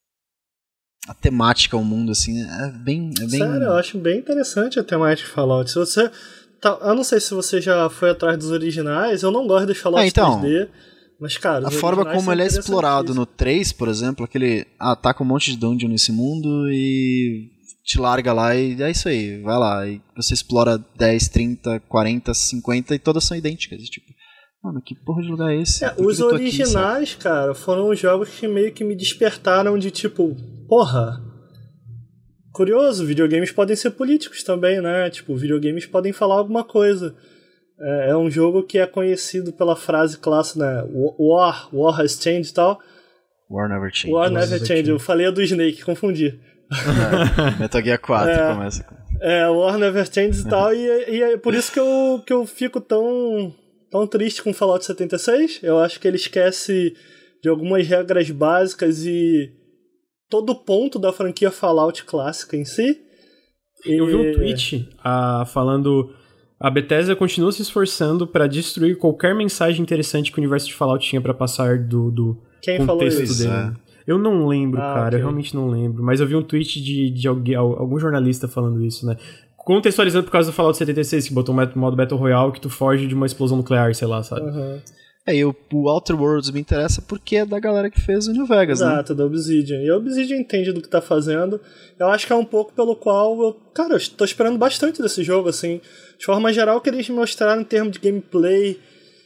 a temática, o mundo, assim, é bem... Sério, eu acho bem interessante a temática de Fallout. Se você... eu não sei se você já foi atrás dos originais, eu não gosto dos Fallout 3D, Mas, cara, a forma como ele é explorado no 3, por exemplo, aquele ataca um monte de dungeon nesse mundo e te larga lá e é isso aí, vai lá. E você explora 10, 30, 40, 50 e todas são idênticas. Tipo, mano, que porra de lugar é esse? Os originais, aqui, cara, foram os jogos que meio que me despertaram de tipo, porra, curioso, videogames podem ser políticos também, né? Tipo, videogames podem falar alguma coisa. É um jogo que é conhecido pela frase clássica, né? War has changed e tal. War never changed. War never changed. Eu falei a do Snake, confundi. Metal Gear 4 começa com... War never changed e tal. E é por isso que eu fico tão triste com Fallout 76. Eu acho que ele esquece de algumas regras básicas e todo o ponto da franquia Fallout clássica em si. Eu vi um tweet falando... A Bethesda continua se esforçando para destruir qualquer mensagem interessante que o universo de Fallout tinha para passar do Quem contexto falou isso? dele. Eu não lembro, cara. Okay. Eu realmente não lembro. Mas eu vi um tweet de algum jornalista falando isso, né? Contextualizando por causa do Fallout 76, que botou um modo Battle Royale que tu foge de uma explosão nuclear, sei lá, sabe? Uhum. E o Outer Worlds me interessa porque é da galera que fez o New Vegas, Exato, né? da Obsidian. E a Obsidian entende do que tá fazendo. Eu acho que é um pouco pelo qual eu tô esperando bastante desse jogo, assim. De forma geral, que eles mostraram em termos de gameplay.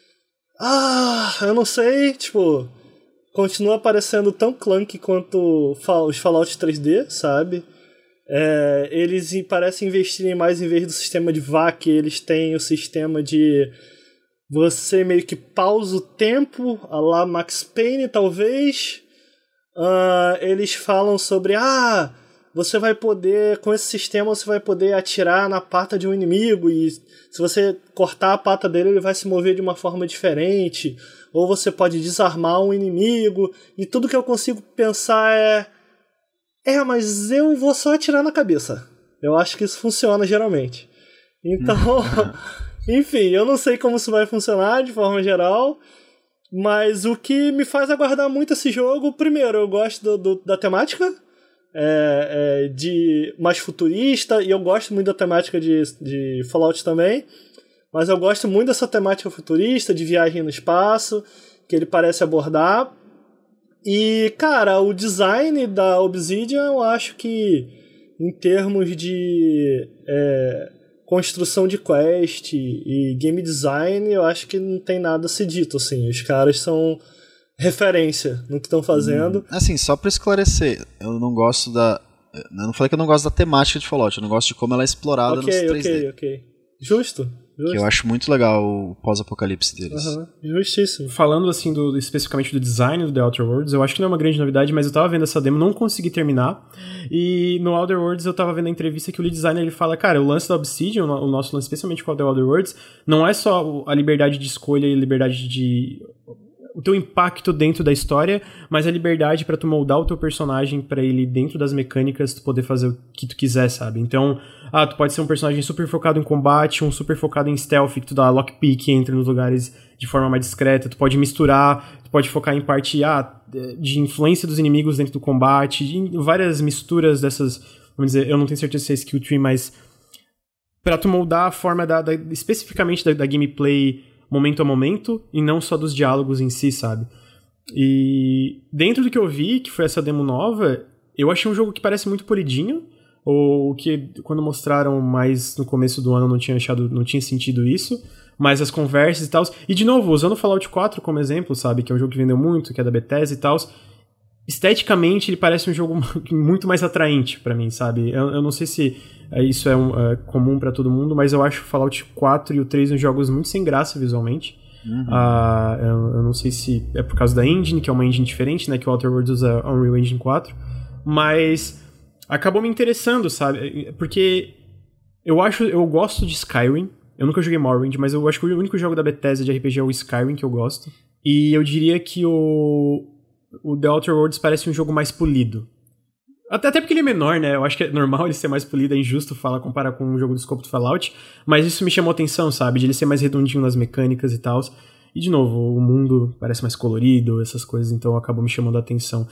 Eu não sei, tipo... Continua parecendo tão clunky quanto os Fallout 3D, sabe? Eles parecem investirem mais em vez do sistema de VAC, eles têm o sistema de... Você meio que pausa o tempo, a lá Max Payne, talvez. Eles falam sobre... você vai poder... Com esse sistema, você vai poder atirar na pata de um inimigo. E se você cortar a pata dele, ele vai se mover de uma forma diferente. Ou você pode desarmar um inimigo. E tudo que eu consigo pensar mas eu vou só atirar na cabeça. Eu acho que isso funciona, geralmente. Então... Enfim, eu não sei como isso vai funcionar de forma geral, mas o que me faz aguardar muito esse jogo, primeiro, eu gosto da temática, de mais futurista, e eu gosto muito da temática de Fallout também, mas eu gosto muito dessa temática futurista, de viagem no espaço, que ele parece abordar. E, cara, o design da Obsidian, eu acho que, em termos de... construção de quest e game design, eu acho que não tem nada a ser dito, assim. Os caras são referência no que estão fazendo. Assim, só pra esclarecer, eu não gosto da... Eu não falei que eu não gosto da temática de Fallout, eu não gosto de como ela é explorada nos 3D. Ok. Justo. Que eu acho muito legal o pós-apocalipse deles. Justíssimo. Falando assim especificamente do design do The Outer Worlds, eu acho que não é uma grande novidade, mas eu tava vendo essa demo, não consegui terminar. E no Outer Worlds eu tava vendo a entrevista que o lead designer ele fala, cara, o lance da Obsidian, o nosso lance especialmente com o The Outer Worlds, não é só a liberdade de escolha e a liberdade de... o teu impacto dentro da história, mas a liberdade pra tu moldar o teu personagem pra ele dentro das mecânicas, tu poder fazer o que tu quiser, sabe? Então, tu pode ser um personagem super focado em combate, um super focado em stealth, que tu dá lockpick, entra nos lugares de forma mais discreta, tu pode misturar, tu pode focar em parte de influência dos inimigos dentro do combate, de várias misturas dessas, vamos dizer, eu não tenho certeza se é skill tree, mas pra tu moldar a forma especificamente da gameplay momento a momento, e não só dos diálogos em si, sabe? E dentro do que eu vi, que foi essa demo nova, eu achei um jogo que parece muito polidinho, ou que quando mostraram mais no começo do ano não tinha sentido isso, mas as conversas e tal. E de novo, usando Fallout 4 como exemplo, sabe? Que é um jogo que vendeu muito, que é da Bethesda e tal. Esteticamente, ele parece um jogo muito mais atraente pra mim, sabe? Eu não sei se isso é comum pra todo mundo, mas eu acho o Fallout 4 e o 3 uns jogos muito sem graça visualmente. Eu não sei se é por causa da engine, que é uma engine diferente, né? Que o Outer Worlds usa a Unreal Engine 4. Mas acabou me interessando, sabe? Porque eu gosto de Skyrim. Eu nunca joguei Morrowind, mas eu acho que o único jogo da Bethesda de RPG é o Skyrim que eu gosto. E eu diria que o The Outer Worlds parece um jogo mais polido. Até porque ele é menor, né? Eu acho que é normal ele ser mais polido, é injusto comparar com um jogo do escopo do Fallout. Mas isso me chamou atenção, sabe? De ele ser mais redondinho nas mecânicas e tal. E, de novo, o mundo parece mais colorido, essas coisas, então acabou me chamando a atenção.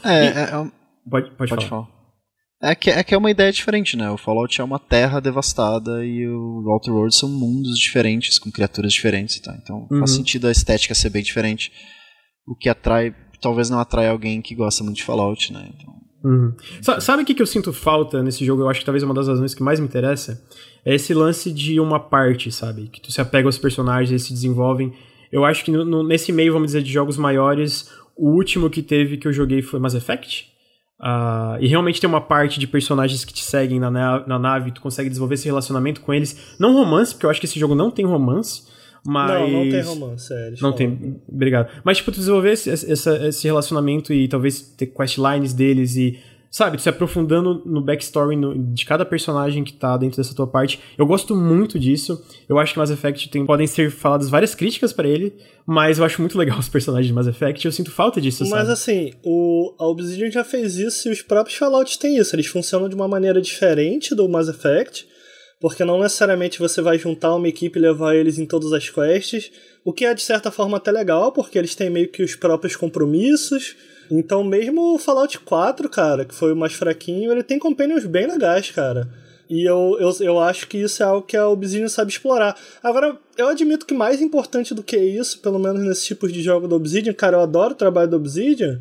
Pode falar. É que é uma ideia diferente, né? O Fallout é uma terra devastada e o Outer Worlds são mundos diferentes, com criaturas diferentes e tal. Então faz sentido a estética ser bem diferente. o que talvez não atrai alguém que gosta muito de Fallout, né? Então... Sabe o que eu sinto falta nesse jogo? Eu acho que talvez uma das razões que mais me interessa é esse lance de uma parte, sabe? Que tu se apega aos personagens, eles se desenvolvem. Eu acho que nesse meio, vamos dizer, de jogos maiores, o último que eu joguei foi Mass Effect. E realmente tem uma parte de personagens que te seguem na nave, tu consegue desenvolver esse relacionamento com eles. Não romance, porque eu acho que esse jogo não tem romance. Mas... Não tem romance, sério. Não tem, obrigado. Mas, tipo, tu desenvolver esse relacionamento e talvez ter questlines deles e, sabe, tu se aprofundando no backstory de cada personagem que tá dentro dessa tua parte. Eu gosto muito disso. Eu acho que Mass Effect podem ser faladas várias críticas pra ele, mas eu acho muito legal os personagens de Mass Effect e eu sinto falta disso, mas, sabe? Mas, assim, a Obsidian já fez isso e os próprios Fallout têm isso. Eles funcionam de uma maneira diferente do Mass Effect, porque não necessariamente você vai juntar uma equipe e levar eles em todas as quests, o que é de certa forma até legal, porque eles têm meio que os próprios compromissos. Então mesmo o Fallout 4, cara, que foi o mais fraquinho, ele tem companions bem legais, cara. E eu acho que isso é algo que a Obsidian sabe explorar. Agora, eu admito que mais importante do que isso, pelo menos nesses tipos de jogo da Obsidian, cara, eu adoro o trabalho da Obsidian,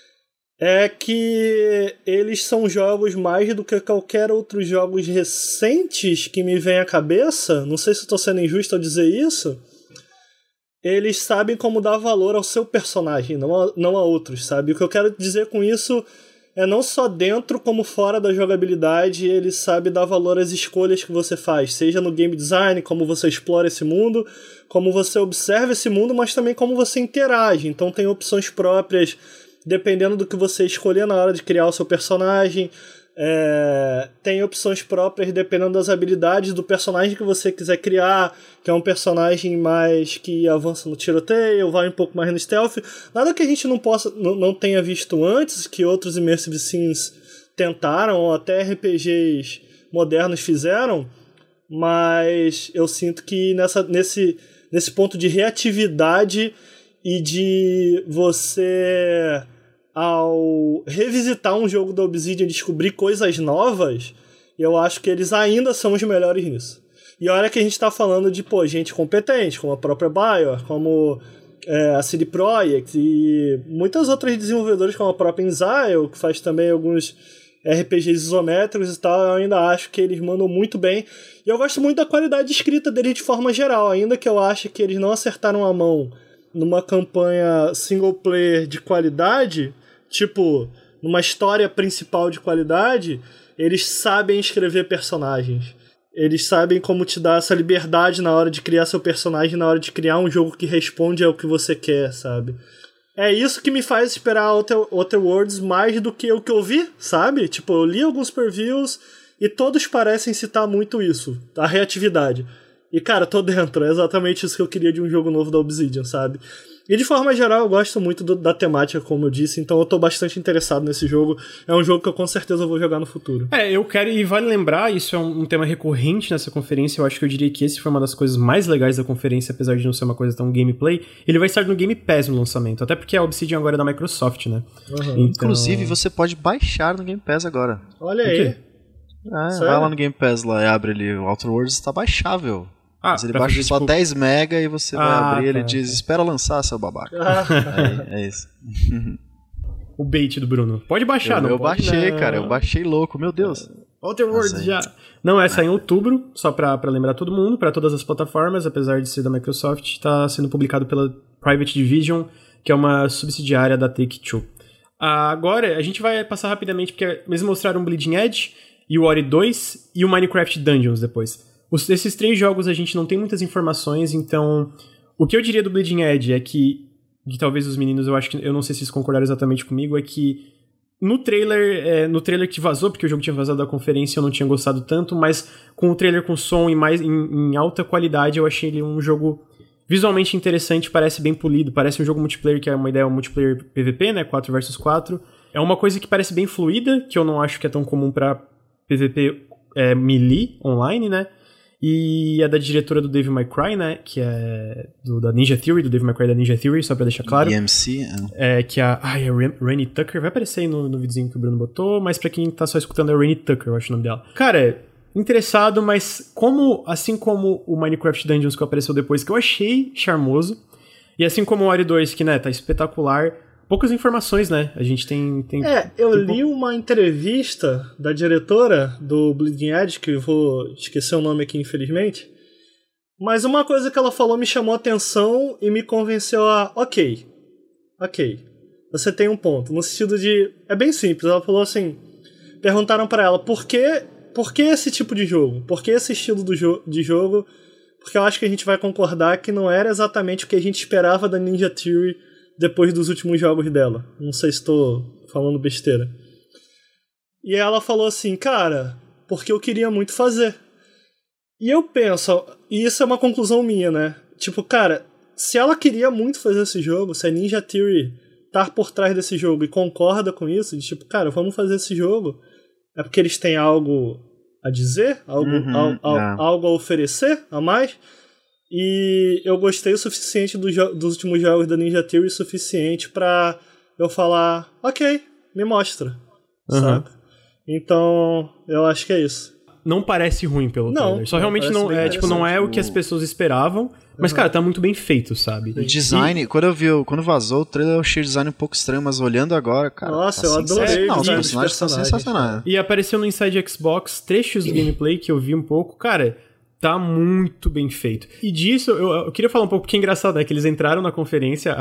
é que eles são jogos mais do que qualquer outros jogos recentes que me vem à cabeça. Não sei se eu tô sendo injusto ao dizer isso. Eles sabem como dar valor ao seu personagem, não a outros, sabe? O que eu quero dizer com isso é não só dentro como fora da jogabilidade, ele sabe dar valor às escolhas que você faz, seja no game design, como você explora esse mundo, como você observa esse mundo, mas também como você interage. Então tem opções próprias dependendo do que você escolher na hora de criar o seu personagem. Tem opções próprias dependendo das habilidades do personagem que você quiser criar, que é um personagem mais que avança no tiroteio, vai um pouco mais no stealth. Nada que a gente não tenha visto antes, que outros Immersive Sims tentaram, ou até RPGs modernos fizeram, mas eu sinto que nesse ponto de reatividade e de você, ao revisitar um jogo da Obsidian, descobrir coisas novas, eu acho que eles ainda são os melhores nisso. E olha que a gente tá falando de, gente competente, como a própria Bioware, como a CD Projekt e muitas outras desenvolvedoras, como a própria Inzile, que faz também alguns RPGs isométricos e tal. Eu ainda acho que eles mandam muito bem. E eu gosto muito da qualidade de escrita deles de forma geral, ainda que eu ache que eles não acertaram a mão numa campanha single player de qualidade, tipo, numa história principal de qualidade. Eles sabem escrever personagens. Eles sabem como te dar essa liberdade na hora de criar seu personagem, na hora de criar um jogo que responde ao que você quer, sabe? É isso que me faz esperar Outer Worlds mais do que o que eu vi, sabe? Tipo, eu li alguns previews e todos parecem citar muito isso, a reatividade. E, cara, tô dentro. É exatamente isso que eu queria de um jogo novo da Obsidian, sabe? E, de forma geral, eu gosto muito da temática, como eu disse. Então, eu tô bastante interessado nesse jogo. É um jogo que eu, com certeza, vou jogar no futuro. Eu quero... E vale lembrar, isso é um tema recorrente nessa conferência. Eu acho que eu diria que esse foi uma das coisas mais legais da conferência, apesar de não ser uma coisa tão gameplay. Ele vai estar no Game Pass no lançamento. Até porque a Obsidian agora é da Microsoft, né? Então... Inclusive, você pode baixar no Game Pass agora. Olha aí. Vai lá no Game Pass lá e abre ali. O Outer Worlds está baixável. Mas ele baixa só 10 mega e você vai abrir, ele diz, espera lançar, seu babaca. É isso. O bait do Bruno. Pode baixar, eu baixei, cara, eu baixei louco, meu Deus. Outer Worlds já. Não, essa é em outubro, só pra lembrar todo mundo, pra todas as plataformas, apesar de ser da Microsoft, tá sendo publicado pela Private Division, que é uma subsidiária da Take-Two. Agora, a gente vai passar rapidamente, porque eles mostraram o Bleeding Edge, e o Ori 2, e o Minecraft Dungeons depois. Esses 3 jogos a gente não tem muitas informações, então o que eu diria do Bleeding Edge é que talvez os meninos, eu não sei se eles concordaram exatamente comigo, é que no trailer que vazou, porque o jogo tinha vazado da conferência, eu não tinha gostado tanto, mas com o trailer com som e mais em alta qualidade, eu achei ele um jogo visualmente interessante, parece bem polido, parece um jogo multiplayer, que é uma ideia, um multiplayer PVP, né, 4 vs 4. É uma coisa que parece bem fluida, que eu não acho que é tão comum pra PVP melee online, né? E é da diretora do Devil May Cry, né? Que é da Ninja Theory, do Devil May Cry da Ninja Theory, só pra deixar claro. DMC, que é a Rainy Tucker. Vai aparecer aí no videozinho que o Bruno botou, mas pra quem tá só escutando é a Rainy Tucker, eu acho o nome dela. Cara, interessado, mas assim como o Minecraft Dungeons que apareceu depois, que eu achei charmoso, E assim como o Ori 2, que, né, tá espetacular, poucas informações, né? A gente tem eu li uma entrevista da diretora do Bleeding Edge, que eu vou esquecer o nome aqui, infelizmente, mas uma coisa que ela falou me chamou a atenção e me convenceu a... Ok, você tem um ponto, no sentido de... É bem simples, ela falou assim... Perguntaram pra ela, por que esse tipo de jogo? Por que esse estilo de jogo? Porque eu acho que a gente vai concordar que não era exatamente o que a gente esperava da Ninja Theory depois dos últimos jogos dela. Não sei se estou falando besteira. E ela falou assim, cara, porque eu queria muito fazer. E eu penso, e isso é uma conclusão minha, né? Tipo, cara, se ela queria muito fazer esse jogo, se a Ninja Theory tá por trás desse jogo e concorda com isso, de tipo, cara, vamos fazer esse jogo, é porque eles têm algo a dizer, algo a oferecer a mais, e eu gostei o suficiente dos últimos jogos da Ninja Theory, o suficiente pra eu falar, ok, me mostra, saca? Então, eu acho que é isso. Não parece ruim pelo trailer. Só realmente não é, tipo, não é o que as pessoas esperavam, mas, cara, tá muito bem feito, sabe? O design, quando vazou o trailer, eu achei o design um pouco estranho, mas olhando agora, cara... Nossa, eu adorei. Não, os personagens são sensacionais. E apareceu no Inside Xbox trechos do gameplay que eu vi um pouco, cara... Tá muito bem feito. E disso, eu queria falar um pouco, porque é engraçado, né? Que eles entraram na conferência,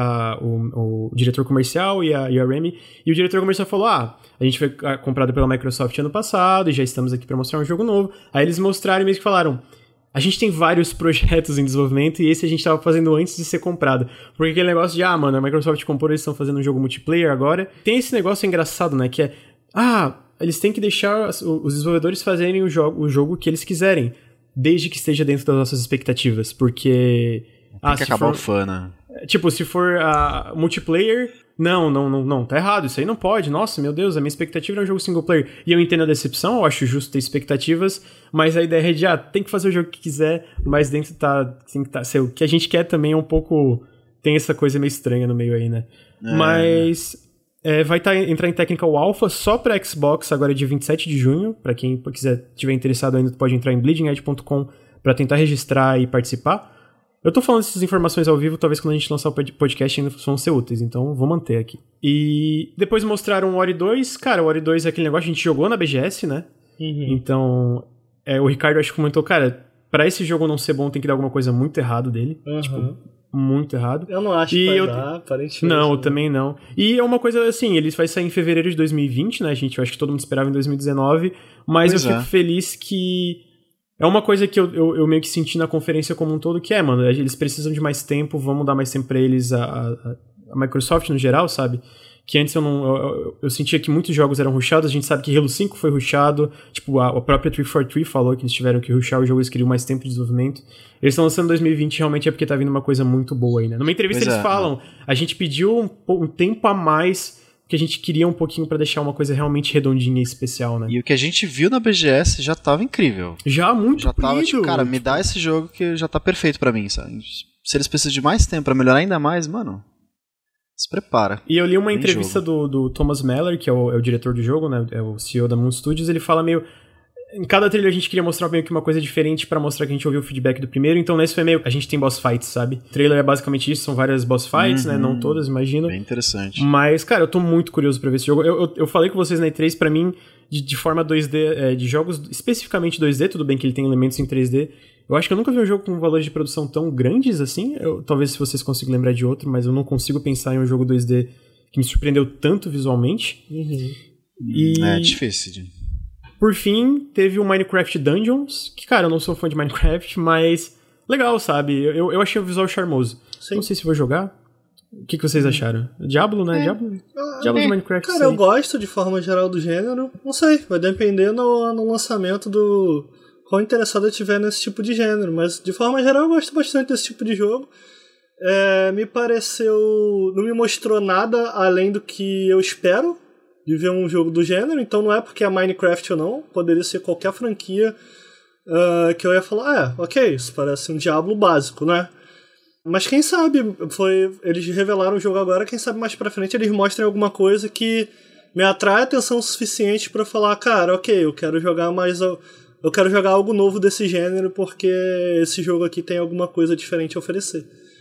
o diretor comercial e a Remy, e o diretor comercial falou, a gente foi comprado pela Microsoft ano passado, e já estamos aqui pra mostrar um jogo novo. Aí eles mostraram e meio que falaram, a gente tem vários projetos em desenvolvimento, e esse a gente tava fazendo antes de ser comprado. Porque aquele negócio de, mano, a Microsoft comprou, eles estão fazendo um jogo multiplayer agora. Tem esse negócio engraçado, né? Que é, eles têm que deixar os desenvolvedores fazerem o jogo que eles quiserem. Desde que esteja dentro das nossas expectativas, porque... Tem que acabar o fã, né? Tipo, se for multiplayer, não, tá errado, isso aí não pode. Nossa, meu Deus, a minha expectativa era um jogo single player. E eu entendo a decepção, eu acho justo ter expectativas, mas a ideia é de, tem que fazer o jogo que quiser, mas dentro tem que ser o que a gente quer também é um pouco... Tem essa coisa meio estranha no meio aí, né? Mas... vai entrar em Technical Alpha só pra Xbox agora dia 27 de junho. Pra quem tiver interessado ainda, pode entrar em bleedingedge.com pra tentar registrar e participar. Eu tô falando essas informações ao vivo, talvez quando a gente lançar o podcast ainda vão ser úteis, então vou manter aqui. E depois mostraram o Ori 2. Cara, o Ori 2 é aquele negócio que a gente jogou na BGS, né? Então, o Ricardo acho que comentou, cara, pra esse jogo não ser bom tem que dar alguma coisa muito errado dele. Tipo, muito errado. Eu não acho que vai dar, aparentemente. Não, eu também não. E é uma coisa assim, ele vai sair em fevereiro de 2020, né, gente? Eu acho que todo mundo esperava em 2019, mas eu fico feliz que... É uma coisa que eu meio que senti na conferência como um todo, que mano, eles precisam de mais tempo, vamos dar mais tempo pra eles, a Microsoft no geral, sabe? Que antes eu sentia que muitos jogos eram rushados, a gente sabe que Halo 5 foi rushado, tipo, a própria 343 falou que eles tiveram que rushar o jogo, eles queriam mais tempo de desenvolvimento. Eles estão lançando 2020, realmente é porque tá vindo uma coisa muito boa aí, né? Numa entrevista eles falam, a gente pediu um tempo a mais, que a gente queria um pouquinho pra deixar uma coisa realmente redondinha e especial, né? E o que a gente viu na BGS já tava incrível. Já tava tipo, cara, me dá esse jogo que já tá perfeito pra mim, sabe? Se eles precisam de mais tempo pra melhorar ainda mais, mano... Se prepara. E eu li uma entrevista do Thomas Meller, que é o diretor do jogo, né? É o CEO da Moon Studios. Ele fala meio... Em cada trailer a gente queria mostrar meio que uma coisa diferente pra mostrar que a gente ouviu o feedback do primeiro. Então nesse foi meio... A gente tem boss fights, sabe? O trailer é basicamente isso. São várias boss fights, né? Não todas, imagino. Bem interessante. Mas, cara, eu tô muito curioso pra ver esse jogo. Eu falei com vocês na E3, pra mim, de forma 2D... de jogos especificamente 2D. Tudo bem que ele tem elementos em 3D. Eu acho que eu nunca vi um jogo com valores de produção tão grandes assim. Talvez se vocês consigam lembrar de outro, mas eu não consigo pensar em um jogo 2D que me surpreendeu tanto visualmente. É difícil. Por fim, teve o Minecraft Dungeons, que, cara, eu não sou fã de Minecraft, mas legal, sabe? Eu achei o visual charmoso. Sim. Não sei se vou jogar. O que vocês acharam? Diablo, né? Diablo de Minecraft. Cara, eu gosto de forma geral do gênero. Não sei, vai depender no lançamento do... Quão interessado eu estiver nesse tipo de gênero, mas de forma geral eu gosto bastante desse tipo de jogo. Me pareceu... Não me mostrou nada além do que eu espero de ver um jogo do gênero, então não é porque é Minecraft ou não, poderia ser qualquer franquia que eu ia falar, ok, isso parece um Diablo básico, né? Mas quem sabe, eles revelaram o jogo agora, quem sabe mais pra frente eles mostrem alguma coisa que me atrai a atenção suficiente pra falar, cara, ok, eu quero jogar mais... Eu quero jogar algo novo desse gênero porque esse jogo aqui tem alguma coisa diferente a oferecer.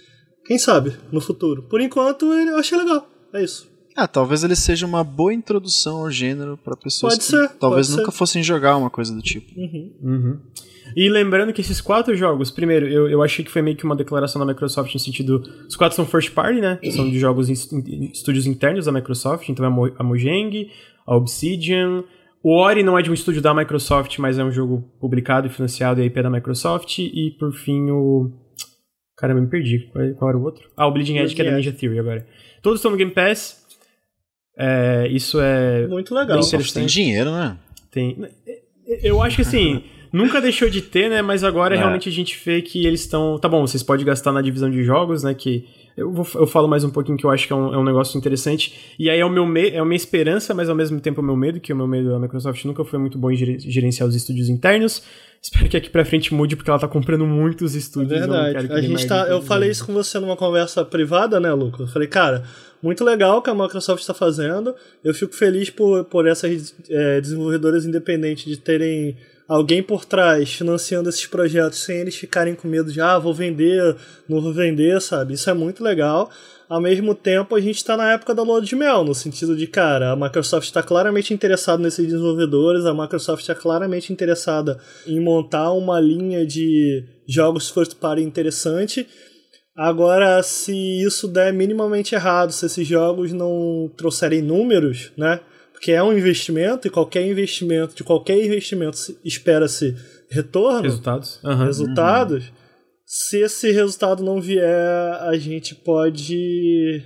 Quem sabe, no futuro. Por enquanto, eu achei legal. É isso. Talvez ele seja uma boa introdução ao gênero para pessoas talvez nunca fossem jogar uma coisa do tipo. E lembrando que esses 4 jogos, primeiro, eu achei que foi meio que uma declaração da Microsoft no sentido... Os 4 são first party, né? São de jogos em estúdios internos da Microsoft. Então é a Mojang, a Obsidian... O Ori não é de um estúdio da Microsoft, mas é um jogo publicado e financiado e IP da Microsoft. E, por fim, o... Caramba, me perdi. Qual era o outro? O Bleeding Edge, que é da Ninja Theory agora. Todos estão no Game Pass. Isso é... Muito legal. Tem dinheiro, né? Tem. Eu acho que, assim... Nunca deixou de ter, né? Mas agora realmente a gente vê que eles estão... Tá bom, vocês podem gastar na divisão de jogos, né? Que eu falo mais um pouquinho que eu acho que é um negócio interessante. E aí é a minha esperança, mas ao mesmo tempo é o meu medo, que o meu medo da Microsoft nunca foi muito bom em gerenciar os estúdios internos. Espero que aqui pra frente mude, porque ela tá comprando muitos estúdios. É verdade. Eu falei isso com você numa conversa privada, né, Lucas? Eu falei, cara, muito legal o que a Microsoft está fazendo. Eu fico feliz por essas desenvolvedoras independentes de terem alguém por trás financiando esses projetos sem eles ficarem com medo de vou vender, não vou vender, sabe? Isso é muito legal. Ao mesmo tempo, a gente está na época da lua de mel, no sentido de, cara, a Microsoft está claramente interessada nesses desenvolvedores, a Microsoft está claramente interessada em montar uma linha de jogos first party interessante. Agora, se isso der minimamente errado, se esses jogos não trouxerem números, né? Porque é um investimento e de qualquer investimento espera-se retorno. Resultados. Resultados. Se esse resultado não vier, a gente pode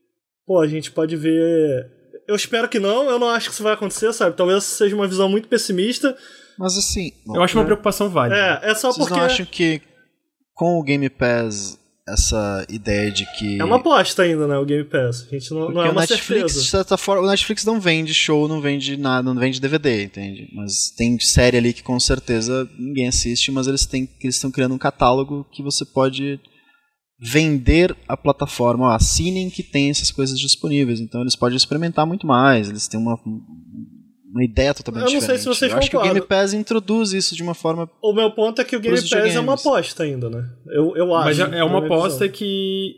ver... Eu espero que não, eu não acho que isso vai acontecer, sabe? Talvez seja uma visão muito pessimista. Mas assim... Eu acho uma preocupação válida. É só Vocês porque... não acham que com o Game Pass... essa ideia de que... É uma aposta ainda, né, o Game Pass. A gente não é uma Netflix, certeza. de certa forma, o Netflix não vende show, não vende nada, não vende DVD, entende? Mas tem série ali que com certeza ninguém assiste, mas eles estão criando um catálogo que você pode vender a plataforma. Assinem que tem essas coisas disponíveis. Então eles podem experimentar muito mais, eles têm uma ideia totalmente diferente. Eu não sei se vocês concordam. Acho que o Game Pass introduz isso de uma forma... O meu ponto é que o Game Pass é uma aposta ainda, né? Eu acho. Mas é uma aposta que,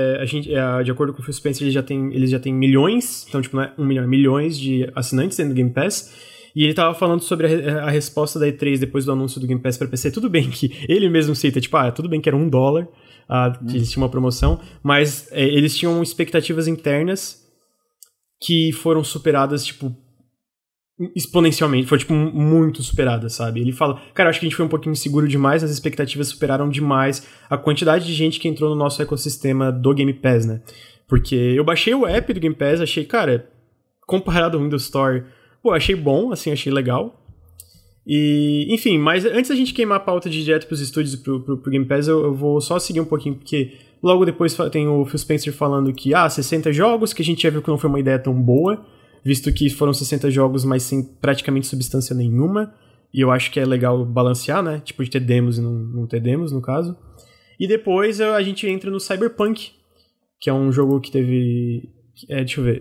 de acordo com o Phil Spencer, eles já têm milhões, então tipo, não é 1 milhão, é milhões de assinantes dentro do Game Pass. E ele tava falando sobre a resposta da E3 depois do anúncio do Game Pass pra PC. Tudo bem que ele mesmo cita, tipo, tudo bem que era $1, que eles tinham uma promoção, mas eles tinham expectativas internas que foram superadas, tipo, exponencialmente, foi tipo muito superada, sabe? Ele fala, cara, acho que a gente foi um pouquinho inseguro demais, as expectativas superaram demais a quantidade de gente que entrou no nosso ecossistema do Game Pass, né? Porque eu baixei o app do Game Pass, achei, cara, comparado ao Windows Store, achei bom, assim, achei legal. E, enfim, mas antes da gente queimar a pauta de direto pros estúdios e pro Game Pass, eu vou só seguir um pouquinho, porque logo depois tem o Phil Spencer falando que, 60 jogos, que a gente já viu que não foi uma ideia tão boa, visto que foram 60 jogos, mas sem praticamente substância nenhuma, e eu acho que é legal balancear, né? Tipo, de ter demos e não ter demos, no caso. E depois a gente entra no Cyberpunk, que é um jogo que teve... deixa eu ver.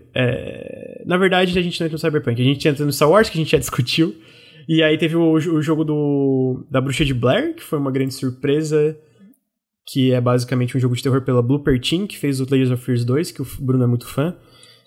Na verdade, a gente não entra no Cyberpunk, a gente entra no Star Wars, que a gente já discutiu, e aí teve o jogo da Bruxa de Blair, que foi uma grande surpresa, que é basicamente um jogo de terror pela Blooper Team, que fez o Layers of Fear 2, que o Bruno é muito fã.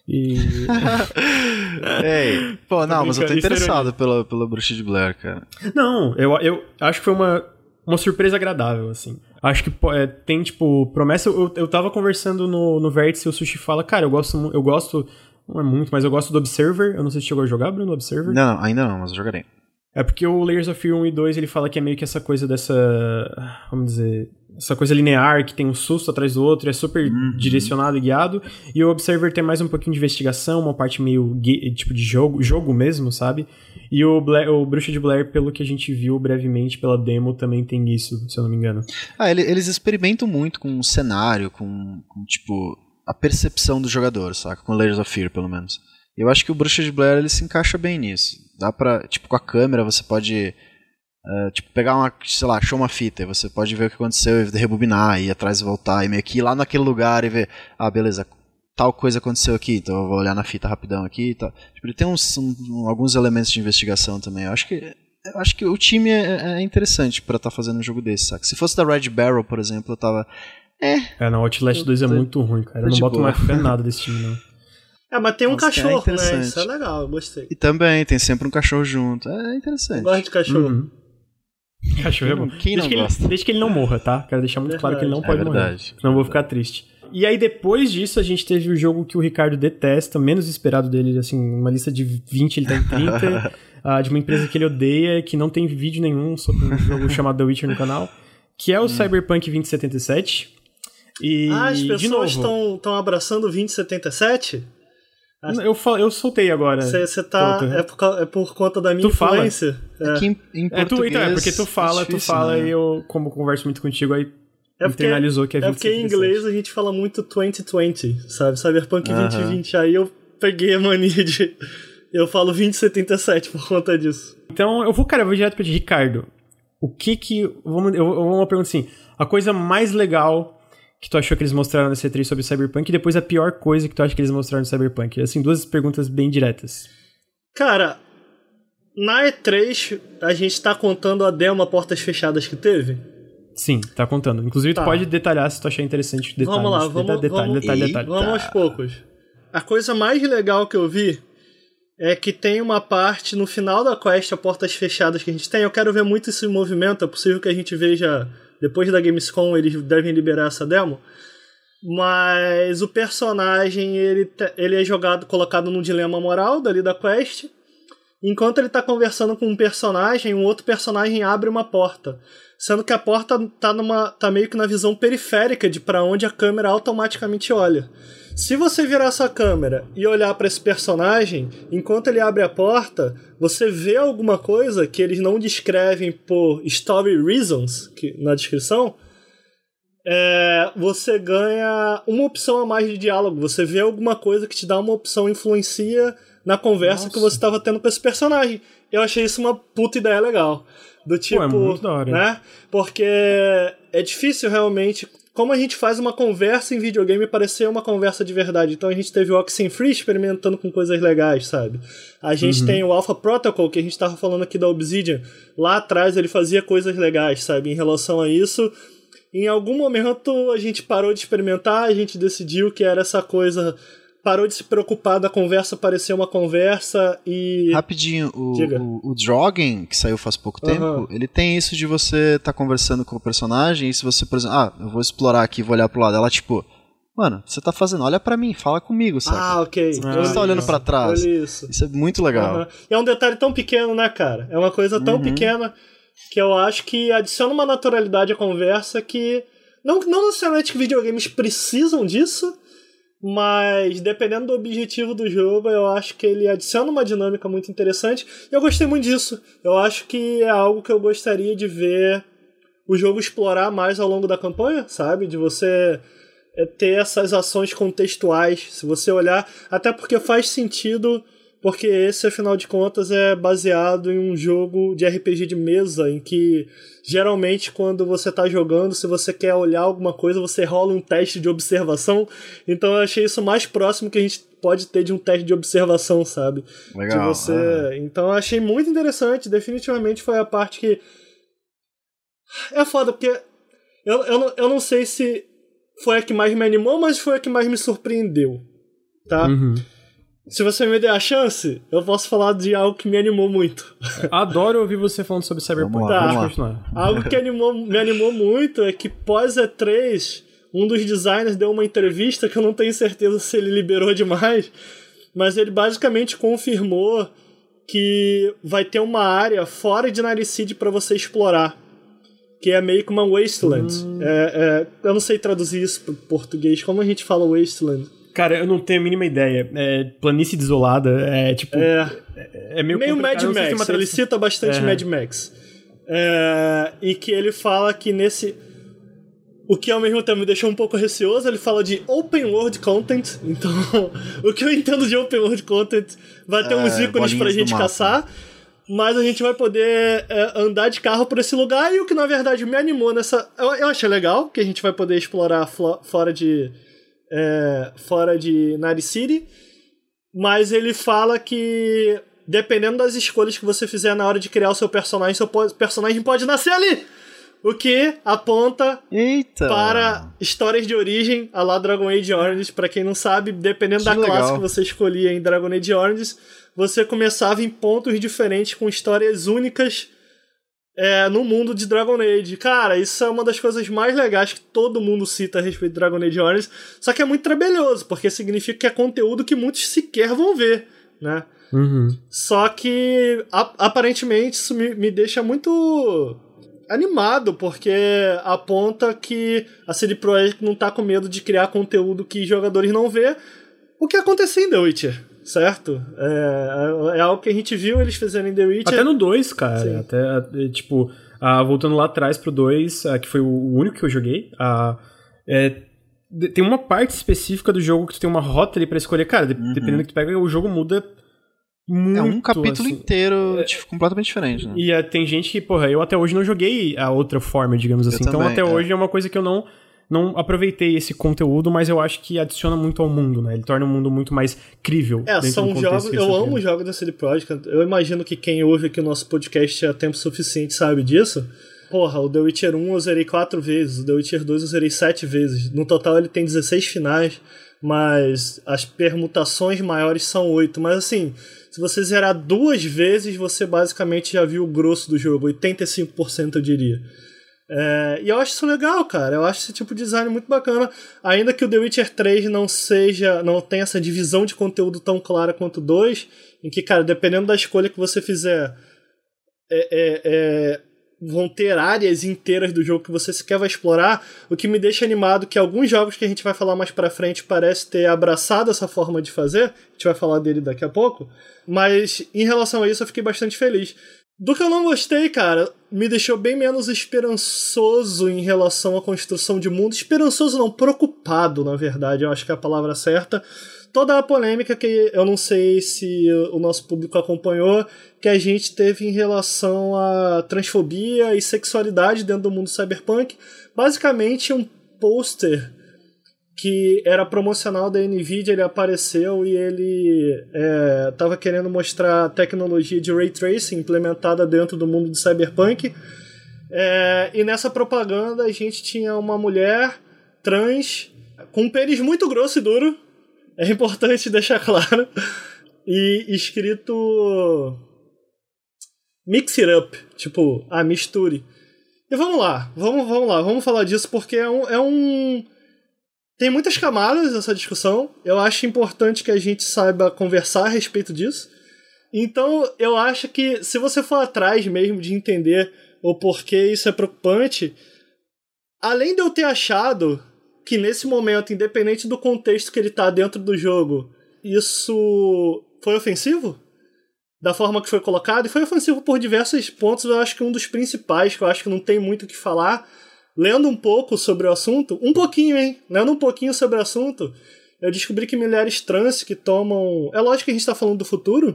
Mas eu tô interessado pela Bruxa de Blair, cara. Não, eu acho que foi uma surpresa agradável, assim. Acho que tem, tipo, promessa... Eu tava conversando no Vértice e o Sushi fala, cara, eu gosto, não é muito, mas eu gosto do Observer. Eu não sei se chegou a jogar, Bruno, Observer? Não, ainda não, mas eu jogarei. É porque o Layers of Fear 1 e 2, ele fala que é meio que essa coisa vamos dizer, essa coisa linear, que tem um susto atrás do outro, é super direcionado e guiado, e o Observer tem mais um pouquinho de investigação, uma parte meio tipo de jogo mesmo, sabe? E o Bruxa de Blair, pelo que a gente viu brevemente pela demo, também tem isso, se eu não me engano. Eles experimentam muito com o cenário, com tipo, a percepção do jogador, saca? Com Layers of Fear, pelo menos. Eu acho que o Bruxa de Blair, ele se encaixa bem nisso. Dá pra, tipo, com a câmera você pode, pegar achou uma fita, e você pode ver o que aconteceu e rebobinar, ir atrás e voltar, e meio que ir lá naquele lugar e ver, beleza, tal coisa aconteceu aqui, então eu vou olhar na fita rapidão aqui e tal. Tipo, ele tem alguns elementos de investigação também. Eu acho que o time é interessante pra estar fazendo um jogo desse, saca? Se fosse da Red Barrel, por exemplo, eu tava Não, Outlast 2 é muito ruim, cara. Eu não boto mais fé em nada desse time, não. Mas tem um cachorro, né? Isso é legal, eu gostei. E também, tem sempre um cachorro junto. É interessante. Eu gosto de cachorro. Cachorro é bom. Quem não gosta? Desde que ele não morra, tá? Quero deixar muito claro que ele não pode morrer. Senão eu vou ficar triste. E aí, depois disso, a gente teve o jogo que o Ricardo detesta, menos esperado dele, assim, uma lista de 20, ele tá em 30, de uma empresa que ele odeia, que não tem vídeo nenhum sobre um jogo chamado The Witcher no canal, que é o Cyberpunk 2077. E, as pessoas de novo, estão abraçando o 2077? Eu soltei agora. Você tá... É por conta da minha influência? Em português, então, porque tu fala, né? E eu, como converso muito contigo, aí internalizou que é 2077. É porque em inglês a gente fala muito 2020, sabe? Cyberpunk 2020. Aí eu peguei a mania de... Eu falo 2077 por conta disso. Então, eu vou direto pra Ricardo. O que... Eu vou uma pergunta assim. A coisa mais legal que tu achou que eles mostraram na C3 sobre Cyberpunk e depois a pior coisa que tu acha que eles mostraram no Cyberpunk? Assim, duas perguntas bem diretas. Cara, na E3 a gente tá contando a demo a portas fechadas que teve? Sim, tá contando. Inclusive tu pode detalhar se tu achar interessante. Vamos lá, detalhe. Vamos aos poucos. A coisa mais legal que eu vi é que tem uma parte no final da quest, a portas fechadas que a gente tem. Eu quero ver muito esse movimento, é possível que a gente veja... Depois da Gamescom eles devem liberar essa demo. Mas o personagem ele é colocado num dilema moral dali da quest. Enquanto ele tá conversando com um personagem, um outro personagem abre uma porta. Sendo que a porta tá meio que na visão periférica de pra onde a câmera automaticamente olha. Se você virar essa câmera e olhar para esse personagem, enquanto ele abre a porta, você vê alguma coisa que eles não descrevem por story reasons na descrição, você ganha uma opção a mais de diálogo. Você vê alguma coisa que te dá uma opção, influencia na conversa que você estava tendo com esse personagem. Eu achei isso uma puta ideia legal. Do tipo, é muito da hora, né? Porque é difícil realmente... Como a gente faz uma conversa em videogame parecer uma conversa de verdade. Então a gente teve o Oxenfree experimentando com coisas legais, sabe? A gente tem o Alpha Protocol, que a gente tava falando aqui da Obsidian. Lá atrás ele fazia coisas legais, sabe? Em relação a isso. Em algum momento a gente parou de experimentar, a gente decidiu que era essa coisa... Parou de se preocupar da conversa parecer uma conversa e... Rapidinho, o Drogen, que saiu faz pouco tempo, ele tem isso de você tá conversando com o personagem e se você, por exemplo, eu vou explorar aqui, vou olhar pro lado, ela tipo, mano, o que você tá fazendo? Olha pra mim, fala comigo, sabe? Ok. Você tá olhando pra trás. Isso é muito legal. E é um detalhe tão pequeno, né, cara? É uma coisa tão pequena que eu acho que adiciona uma naturalidade à conversa que... Não necessariamente que videogames precisam disso, mas dependendo do objetivo do jogo, eu acho que ele adiciona uma dinâmica muito interessante e eu gostei muito disso. Eu acho que é algo que eu gostaria de ver o jogo explorar mais ao longo da campanha, sabe? De você ter essas ações contextuais, se você olhar, até porque faz sentido, porque esse, afinal de contas, é baseado em um jogo de RPG de mesa, em que geralmente quando você tá jogando, se você quer olhar alguma coisa, você rola um teste de observação. Então eu achei isso mais próximo que a gente pode ter de um teste de observação, sabe? Legal. De você... Então eu achei muito interessante, definitivamente foi a parte que... É foda, porque eu não sei se foi a que mais me animou, mas foi a que mais me surpreendeu, tá? Se você me der a chance, eu posso falar de algo que me animou muito. Adoro ouvir você falando sobre Cyberpunk. Vamos lá. Algo que me animou muito é que pós E3, um dos designers deu uma entrevista que eu não tenho certeza se ele liberou demais, mas ele basicamente confirmou que vai ter uma área fora de Night City pra você explorar, que é meio que uma wasteland. Eu não sei traduzir isso para português. Como a gente fala wasteland? Cara, eu não tenho a mínima ideia. É planície desolada, é tipo... É meio Mad Max, ele cita bastante Mad Max. E que ele fala que nesse... O que ao mesmo tempo me deixou um pouco receoso, ele fala de Open World Content. Então, o que eu entendo de Open World Content, vai ter uns ícones pra gente caçar, mas a gente vai poder andar de carro por esse lugar, e o que na verdade me animou nessa... Eu achei legal, que a gente vai poder explorar fora de Night City, mas ele fala que dependendo das escolhas que você fizer na hora de criar o seu personagem pode nascer ali! O que aponta Eita. para histórias de origem a lá Dragon Age Origins. Pra quem não sabe, dependendo da classe que você escolhia em Dragon Age Origins, você começava em pontos diferentes com histórias únicas no mundo de Dragon Age. Cara, isso é uma das coisas mais legais que todo mundo cita a respeito de Dragon Age Origins, só que é muito trabalhoso, porque significa que é conteúdo que muitos sequer vão ver, né? Só que, aparentemente, isso me deixa muito animado, porque aponta que a CD Projekt não tá com medo de criar conteúdo que jogadores não vê, o que aconteceu em The Witcher, certo? É algo que a gente viu eles fazerem em The Witcher. Até no 2, cara. Sim. Até, tipo, voltando lá atrás pro 2, que foi o único que eu joguei, tem uma parte específica do jogo que tu tem uma rota ali pra escolher. Cara, dependendo do que tu pega, o jogo muda muito. É um capítulo assim, inteiro completamente diferente, né? E tem gente que, porra, eu até hoje não joguei a outra forma, digamos assim. Então até hoje é uma coisa que eu não aproveitei esse conteúdo, mas eu acho que adiciona muito ao mundo, né? Ele torna o mundo muito mais crível. São jogos. Eu amo os jogos da CD Projekt. Eu imagino que quem ouve aqui o nosso podcast há tempo suficiente sabe disso. Porra, o The Witcher 1 eu zerei 4 vezes, o The Witcher 2 eu zerei 7 vezes. No total ele tem 16 finais, mas as permutações maiores são 8. Mas assim, se você zerar 2 vezes, você basicamente já viu o grosso do jogo, 85% eu diria. E eu acho isso legal, cara. Eu acho esse tipo de design muito bacana. Ainda que o The Witcher 3 não tenha essa divisão de conteúdo tão clara quanto o 2, em que, cara, dependendo da escolha que você fizer, vão ter áreas inteiras do jogo que você sequer vai explorar, o que me deixa animado que alguns jogos que a gente vai falar mais pra frente parece ter abraçado essa forma de fazer. A gente vai falar dele daqui a pouco. Mas em relação a isso eu fiquei bastante feliz. Do que eu não gostei, cara, me deixou bem menos esperançoso em relação à construção de mundo. Esperançoso não, preocupado, na verdade, eu acho que é a palavra certa. Toda a polêmica que eu não sei se o nosso público acompanhou, que a gente teve em relação à transfobia e sexualidade dentro do mundo cyberpunk. Basicamente, um pôster que era promocional da NVIDIA, ele apareceu e ele estava querendo mostrar a tecnologia de Ray Tracing implementada dentro do mundo de cyberpunk. E nessa propaganda a gente tinha uma mulher trans com um pênis muito grosso e duro. É importante deixar claro. E escrito Mix it up, tipo, misture. E vamos lá, vamos falar disso, porque tem muitas camadas essa discussão. Eu acho importante que a gente saiba conversar a respeito disso. Então, eu acho que se você for atrás mesmo de entender o porquê isso é preocupante, além de eu ter achado que nesse momento, independente do contexto que ele tá dentro do jogo, isso foi ofensivo da forma que foi colocado, e foi ofensivo por diversos pontos. Eu acho que um dos principais, que eu acho que não tem muito o que falar, lendo um pouco sobre o assunto, lendo um pouquinho sobre o assunto, eu descobri que mulheres trans que tomam... É lógico que a gente tá falando do futuro,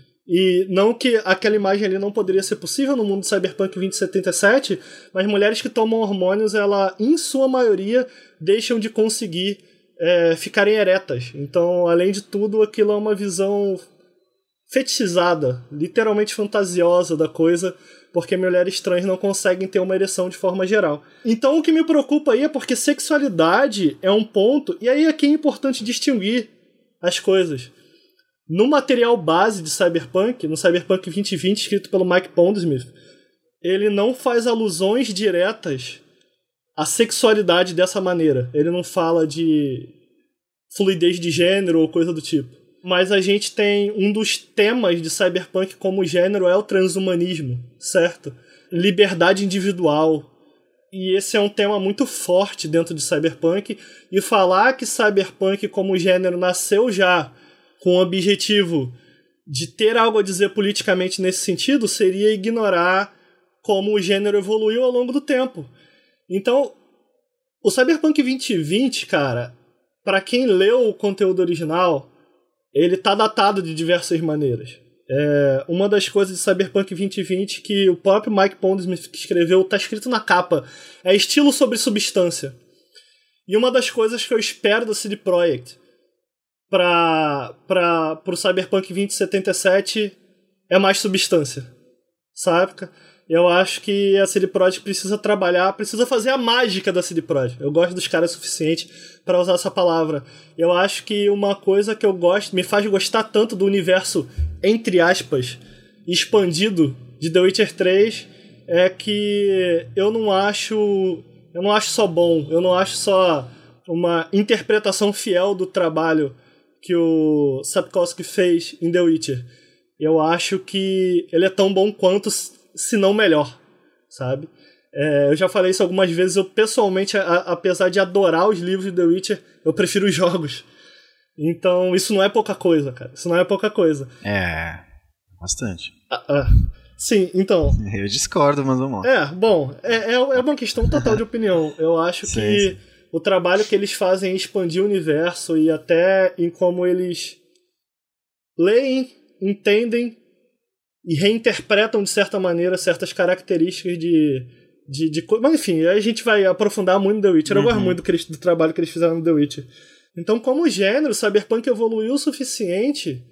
e não que aquela imagem ali não poderia ser possível no mundo Cyberpunk 2077, mas mulheres que tomam hormônios, ela, em sua maioria, deixam de conseguir ficarem eretas. Então, além de tudo, aquilo é uma visão fetichizada, literalmente fantasiosa da coisa, porque mulheres trans não conseguem ter uma ereção de forma geral. Então, o que me preocupa aí é porque sexualidade é um ponto, e aí aqui é importante distinguir as coisas. No material base de Cyberpunk, no Cyberpunk 2020, escrito pelo Mike Pondsmith, ele não faz alusões diretas à sexualidade dessa maneira. Ele não fala de fluidez de gênero ou coisa do tipo. Mas a gente tem um dos temas de Cyberpunk como gênero é o transhumanismo, certo? Liberdade individual. E esse é um tema muito forte dentro de Cyberpunk. E falar que Cyberpunk como gênero nasceu já com o objetivo de ter algo a dizer politicamente nesse sentido seria ignorar como o gênero evoluiu ao longo do tempo. Então, o Cyberpunk 2020, cara, pra quem leu o conteúdo original, ele tá datado de diversas maneiras. Uma das coisas de Cyberpunk 2020 que o próprio Mike Pondsmith escreveu, tá escrito na capa, é estilo sobre substância. E uma das coisas que eu espero da CD Projekt pro Cyberpunk 2077 é mais substância, saca? eu acho que a CD Projekt precisa trabalhar, precisa fazer a mágica da CD Projekt. Eu gosto dos caras o suficiente para usar essa palavra. Eu acho que uma coisa que eu gosto, me faz gostar tanto do universo, entre aspas, expandido de The Witcher 3, é que eu não acho só bom, eu não acho só uma interpretação fiel do trabalho que o Sapkowski fez em The Witcher. Eu acho que ele é tão bom quanto, se não melhor, sabe? Eu já falei isso algumas vezes, eu pessoalmente, apesar de adorar os livros de The Witcher, eu prefiro os jogos. Então, isso não é pouca coisa, cara. Isso não é pouca coisa. Bastante. Sim, então... Eu discordo, mas vamos lá. Bom, é uma questão total de opinião. Eu acho que o trabalho que eles fazem em expandir o universo e até em como eles leem, entendem e reinterpretam de certa maneira certas características mas enfim, aí a gente vai aprofundar muito no The Witcher. Eu gosto muito do trabalho que eles fizeram no The Witcher. Então, como gênero, Cyberpunk evoluiu o suficiente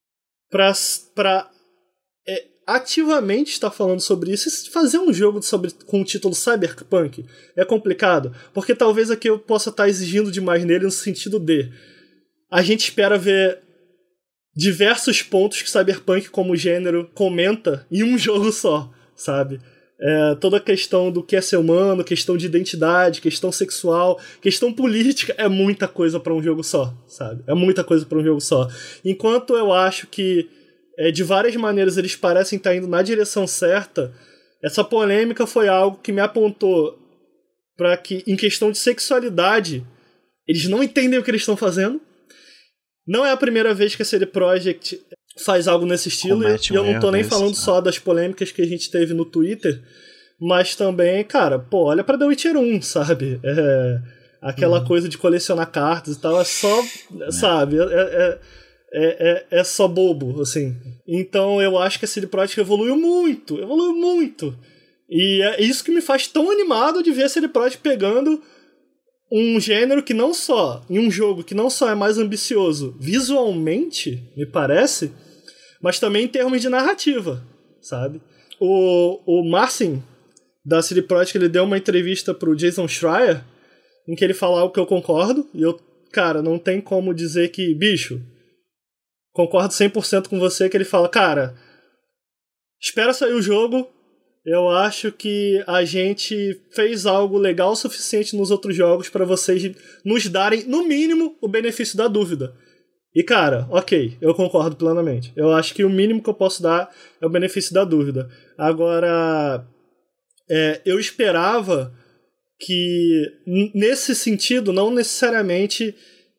pra ativamente estar falando sobre isso. E fazer um jogo com o título Cyberpunk é complicado, porque talvez aqui eu possa estar exigindo demais nele no sentido de a gente espera ver diversos pontos que Cyberpunk como gênero comenta em um jogo só, sabe? Toda a questão do que é ser humano, questão de identidade, questão sexual, questão política, é muita coisa pra um jogo só, sabe? É muita coisa pra um jogo só. Enquanto eu acho que de várias maneiras eles parecem estar indo na direção certa, essa polêmica foi algo que me apontou para que, em questão de sexualidade, eles não entendem o que eles estão fazendo. Não é a primeira vez que a CD Projekt faz algo nesse estilo, e eu não tô nem falando só das polêmicas que a gente teve no Twitter, mas também, cara, olha pra The Witcher 1, sabe? Aquela coisa de colecionar cartas e tal, é só, sabe? É só bobo, assim. Então eu acho que a CD Projekt evoluiu muito. E é isso que me faz tão animado de ver a CD Projekt pegando um gênero que não só, em um jogo que não só é mais ambicioso visualmente, me parece, mas também em termos de narrativa, sabe? O Marcin, da CD Projekt, ele deu uma entrevista pro Jason Schreier, em que ele fala algo que eu concordo, e eu, cara, não tem como dizer que, bicho, concordo 100% com você, que ele fala, cara, espera sair o jogo, eu acho que a gente fez algo legal o suficiente nos outros jogos para vocês nos darem, no mínimo, o benefício da dúvida. E, cara, ok, eu concordo plenamente. Eu acho que o mínimo que eu posso dar é o benefício da dúvida. Agora, eu esperava que, nesse sentido, não necessariamente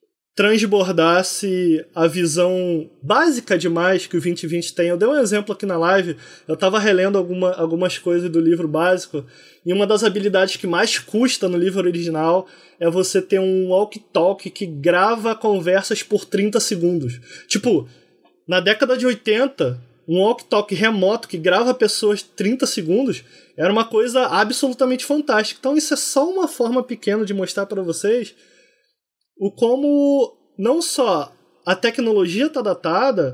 transbordasse a visão básica demais que o 2020 tem. Eu dei um exemplo aqui na live, eu tava relendo algumas coisas do livro básico, e uma das habilidades que mais custa no livro original é você ter um walkie-talkie que grava conversas por 30 segundos. Tipo, na década de 80, um walkie-talkie remoto que grava pessoas 30 segundos era uma coisa absolutamente fantástica. Então isso é só uma forma pequena de mostrar para vocês o como não só a tecnologia tá datada,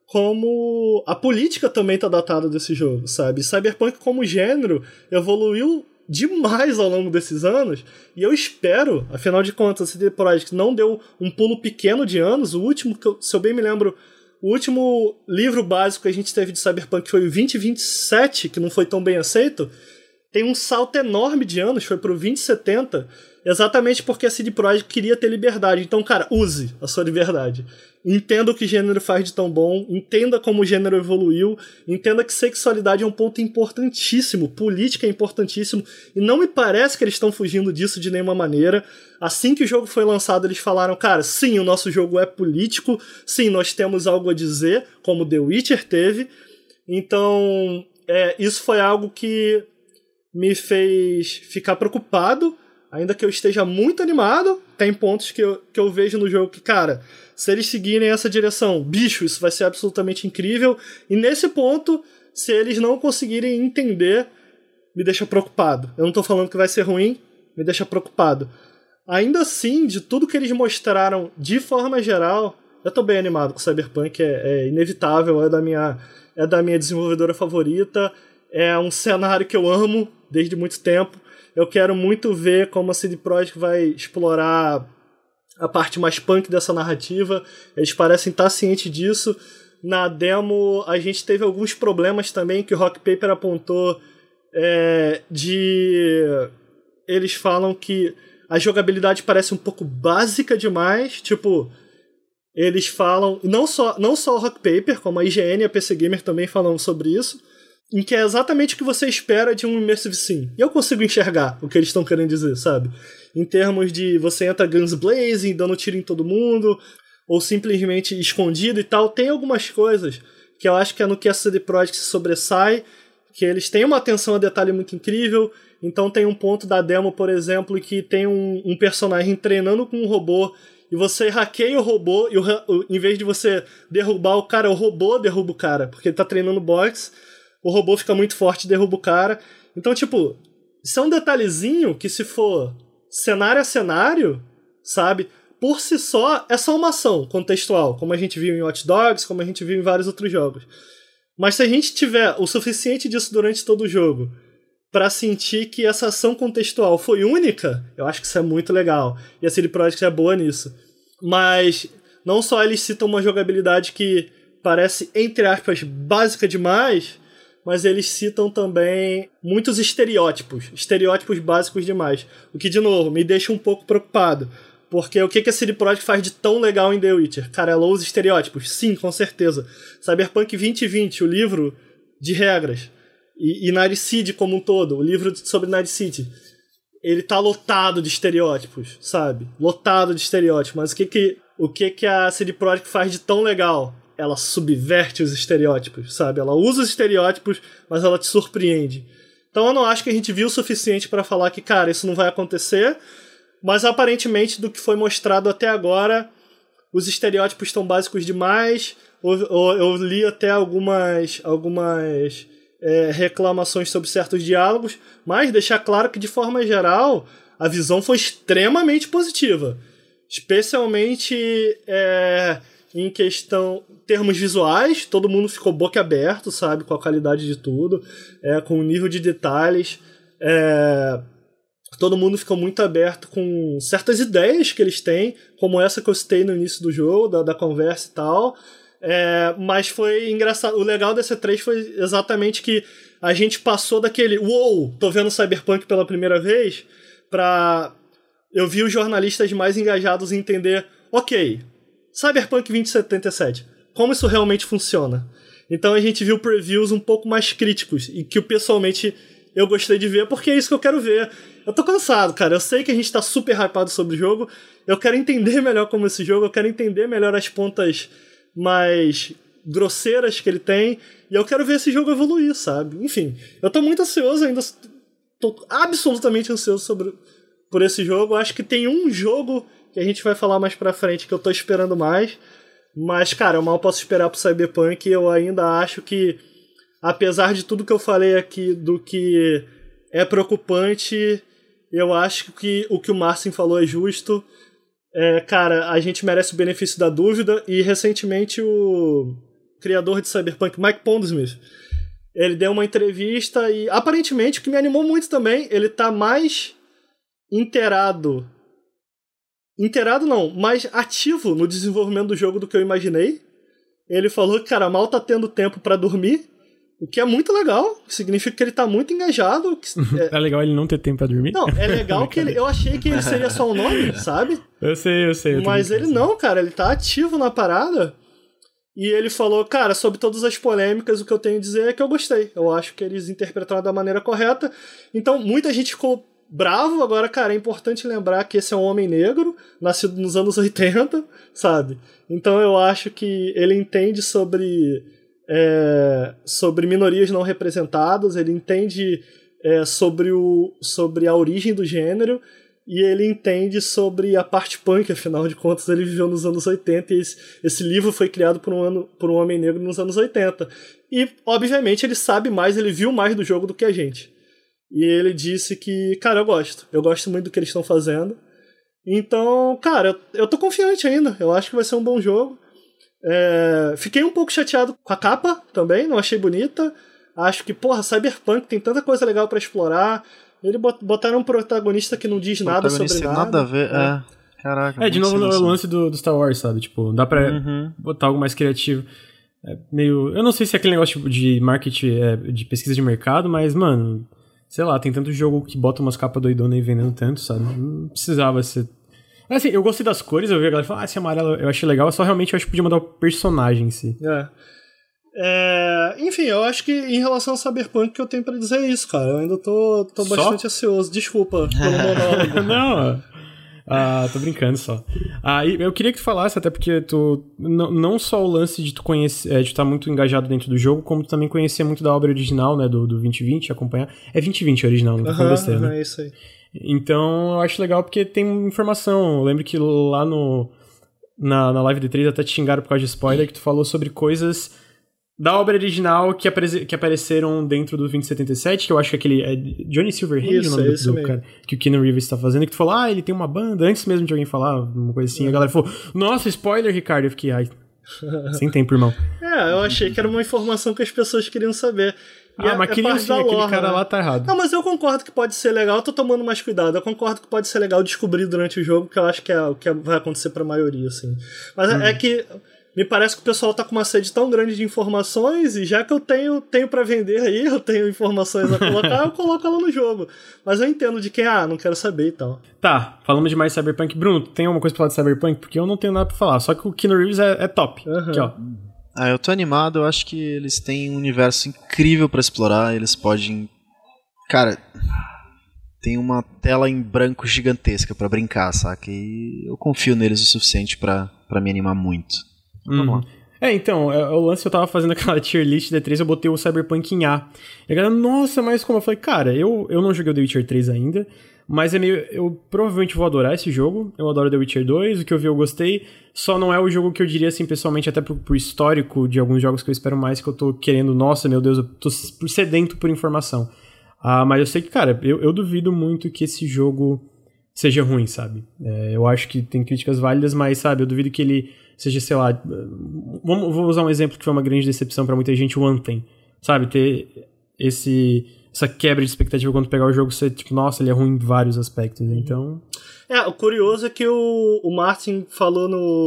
como a política também tá datada desse jogo, sabe? Cyberpunk como gênero evoluiu demais ao longo desses anos, e eu espero, afinal de contas, a CD Projekt não deu um pulo pequeno de anos. O último, se eu bem me lembro, o último livro básico que a gente teve de Cyberpunk foi o 2027, que não foi tão bem aceito. Tem um salto enorme de anos, foi pro 2070, exatamente porque a CD Projekt queria ter liberdade. Então, cara, use a sua liberdade. Entenda o que o gênero faz de tão bom, entenda como o gênero evoluiu, entenda que sexualidade é um ponto importantíssimo, política é importantíssimo, e não me parece que eles estão fugindo disso de nenhuma maneira. Assim que o jogo foi lançado, eles falaram, cara, sim, o nosso jogo é político, sim, nós temos algo a dizer, como The Witcher teve. Então, isso foi algo que me fez ficar preocupado, ainda que eu esteja muito animado. Tem pontos que eu vejo no jogo que, cara, se eles seguirem essa direção, bicho, isso vai ser absolutamente incrível. E nesse ponto, se eles não conseguirem entender, me deixa preocupado. Eu não tô falando que vai ser ruim, me deixa preocupado. Ainda assim, de tudo que eles mostraram de forma geral, eu tô bem animado com Cyberpunk, é inevitável, é da minha desenvolvedora favorita. é um cenário que eu amo desde muito tempo. Eu quero muito ver como a CD Projekt vai explorar a parte mais punk dessa narrativa. Eles parecem estar cientes disso. Na demo, a gente teve alguns problemas também que o Rock Paper apontou. Eles falam que a jogabilidade parece um pouco básica demais. Tipo, eles falam... Não só o Rock Paper, como a IGN e a PC Gamer também falam sobre isso. Em que é exatamente o que você espera de um Immersive Sim. E eu consigo enxergar o que eles estão querendo dizer, sabe? Em termos de você entra guns blazing, dando tiro em todo mundo, ou simplesmente escondido e tal. Tem algumas coisas que eu acho que é no que a CD Projekt se sobressai, que eles têm uma atenção a detalhe muito incrível. Então tem um ponto da demo, por exemplo, que tem um personagem treinando com um robô, e você hackeia o robô, e em vez de você derrubar o cara, o robô derruba o cara, porque ele tá treinando boxe. O robô fica muito forte e derruba o cara. Então, tipo, isso é um detalhezinho que, se for cenário a cenário, sabe? Por si só, é só uma ação contextual, como a gente viu em Watch Dogs, como a gente viu em vários outros jogos. Mas se a gente tiver o suficiente disso durante todo o jogo pra sentir que essa ação contextual foi única, eu acho que isso é muito legal. E a CD Projekt é boa nisso. Mas não só eles citam uma jogabilidade que parece, entre aspas, básica demais, mas eles citam também muitos estereótipos básicos demais. O que, de novo, me deixa um pouco preocupado. Porque o que a CD Projekt faz de tão legal em The Witcher? Cara, ela usa estereótipos. Sim, com certeza. Cyberpunk 2020, o livro de regras, e Night City como um todo, o livro sobre Night City, ele tá lotado de estereótipos, sabe? Lotado de estereótipos. Mas o que a CD Projekt faz de tão legal? Ela subverte os estereótipos, sabe? Ela usa os estereótipos, mas ela te surpreende. Então eu não acho que a gente viu o suficiente pra falar que, cara, isso não vai acontecer, mas aparentemente do que foi mostrado até agora, os estereótipos estão básicos demais. Eu li até algumas reclamações sobre certos diálogos, mas deixar claro que, de forma geral, a visão foi extremamente positiva. Especialmente em termos visuais, todo mundo ficou boquiaberto, sabe, com a qualidade de tudo, com o nível de detalhes, todo mundo ficou muito aberto com certas ideias que eles têm, como essa que eu citei no início do jogo, da conversa e tal, mas foi engraçado. O legal dessa E3 foi exatamente que a gente passou daquele uou, tô vendo Cyberpunk pela primeira vez, pra eu vi os jornalistas mais engajados em entender, ok, Cyberpunk 2077, como isso realmente funciona? Então a gente viu previews um pouco mais críticos, e que pessoalmente eu gostei de ver, porque é isso que eu quero ver. Eu tô cansado, cara, eu sei que a gente tá super hypado sobre o jogo, eu quero entender melhor como esse jogo, eu quero entender melhor as pontas mais grosseiras que ele tem, e eu quero ver esse jogo evoluir, sabe? Enfim, eu tô muito ansioso ainda, tô absolutamente ansioso por esse jogo. Eu acho que tem um jogo que a gente vai falar mais pra frente que eu tô esperando mais, mas, cara, eu mal posso esperar pro Cyberpunk. Eu ainda acho que, apesar de tudo que eu falei aqui do que é preocupante, eu acho que o que o Marcin falou é justo. Cara, a gente merece o benefício da dúvida, e recentemente o criador de Cyberpunk, Mike Pondsmith, ele deu uma entrevista e, aparentemente, o que me animou muito também, ele tá mais inteirado não, mais ativo no desenvolvimento do jogo do que eu imaginei. Ele falou que, cara, mal tá tendo tempo pra dormir, o que é muito legal, significa que ele tá muito engajado. É legal ele não ter tempo pra dormir? Não, é legal que eu achei que ele seria só um nome, sabe? Eu sei. Mas ele não, cara, ele tá ativo na parada. E ele falou, cara, sobre todas as polêmicas, o que eu tenho a dizer é que eu gostei. Eu acho que eles interpretaram da maneira correta. Então, muita gente ficou bravo. Agora, cara, é importante lembrar que esse é um homem negro, nascido nos anos 80, sabe? Então eu acho que ele entende sobre minorias não representadas, ele entende sobre a origem do gênero, e ele entende sobre a parte punk. Afinal de contas, ele viveu nos anos 80, e esse livro foi criado por um homem negro nos anos 80. E, obviamente, ele sabe mais, ele viu mais do jogo do que a gente. E ele disse que, cara, eu gosto muito do que eles estão fazendo. Então, cara, eu tô confiante ainda, eu acho que vai ser um bom jogo. Fiquei um pouco chateado com a capa também, não achei bonita, Acho que, porra, Cyberpunk tem tanta coisa legal pra explorar. Ele botaram um protagonista que não diz nada sobre nada. Nada a ver, Caraca. De novo, o lance do Star Wars, sabe? Tipo, dá pra botar algo mais criativo. É meio... Eu não sei se é aquele negócio tipo, de marketing, de pesquisa de mercado, mas, mano, sei lá, tem tanto jogo que bota umas capas doidonas e vendendo tanto, sabe? Não precisava ser... Assim, eu gostei das cores, eu vi a galera falar, esse amarelo eu achei legal, só realmente eu acho que podia mudar o personagem em si. Enfim, eu acho que em relação ao Cyberpunk que eu tenho pra dizer é isso, cara. Eu ainda tô bastante ansioso. Desculpa pelo monólogo. Não, tô brincando só. Eu queria que tu falasse, até porque tu não só o lance de tu conhecer, de estar muito engajado dentro do jogo, como tu também conhecer muito da obra original, né, do 2020, acompanhar. É 2020 original, não tô falando besteira, né? É isso aí. Então, eu acho legal porque tem informação. Eu lembro que lá na live D3 até te xingaram por causa de spoiler, que tu falou sobre coisas da obra original que apareceram dentro do 2077, que eu acho que aquele Johnny Silverhand, o nome do cara, que o Keanu Reeves tá fazendo, que tu falou, ele tem uma banda, antes mesmo de alguém falar, uma coisa assim, a galera falou, nossa, spoiler, Ricardo, eu fiquei, sem tempo, irmão. Eu achei que era uma informação que as pessoas queriam saber. Mas aquele cara lá tá errado. Não, mas eu concordo que pode ser legal, eu tô tomando mais cuidado, eu concordo que pode ser legal descobrir durante o jogo, que eu acho que é o que vai acontecer pra maioria, assim. Mas é que me parece que o pessoal tá com uma sede tão grande de informações, e já que eu tenho pra vender aí, eu tenho informações a colocar, eu coloco ela no jogo. Mas eu entendo de quem, não quero saber e tal. Tá, falamos demais de Cyberpunk. Bruno, tem alguma coisa pra falar de Cyberpunk? Porque eu não tenho nada pra falar, só que o Keanu Reeves é top. Aqui, ó. Eu tô animado, eu acho que eles têm um universo incrível pra explorar, eles podem... Cara, tem uma tela em branco gigantesca pra brincar, saca? E eu confio neles o suficiente pra me animar muito. Vamos lá. Então, o lance eu tava fazendo aquela tier list D3, eu botei o Cyberpunk em A. E a galera, nossa, mas como? Eu falei, cara, eu não joguei o The Witcher 3 ainda, mas eu provavelmente vou adorar esse jogo. Eu adoro The Witcher 2, o que eu vi eu gostei. Só não é o jogo que eu diria, assim, pessoalmente, até pro histórico de alguns jogos que eu espero mais, que eu tô querendo, nossa, meu Deus, eu tô sedento por informação. Mas eu sei que, cara, eu duvido muito que esse jogo seja ruim, sabe? Eu acho que tem críticas válidas, mas, sabe, eu duvido que ele seja, sei lá... Vou usar um exemplo que foi uma grande decepção pra muita gente, o Anthem. Sabe, ter essa quebra de expectativa quando pegar o jogo, ser tipo, nossa, ele é ruim em vários aspectos, então... O curioso é que o Martin falou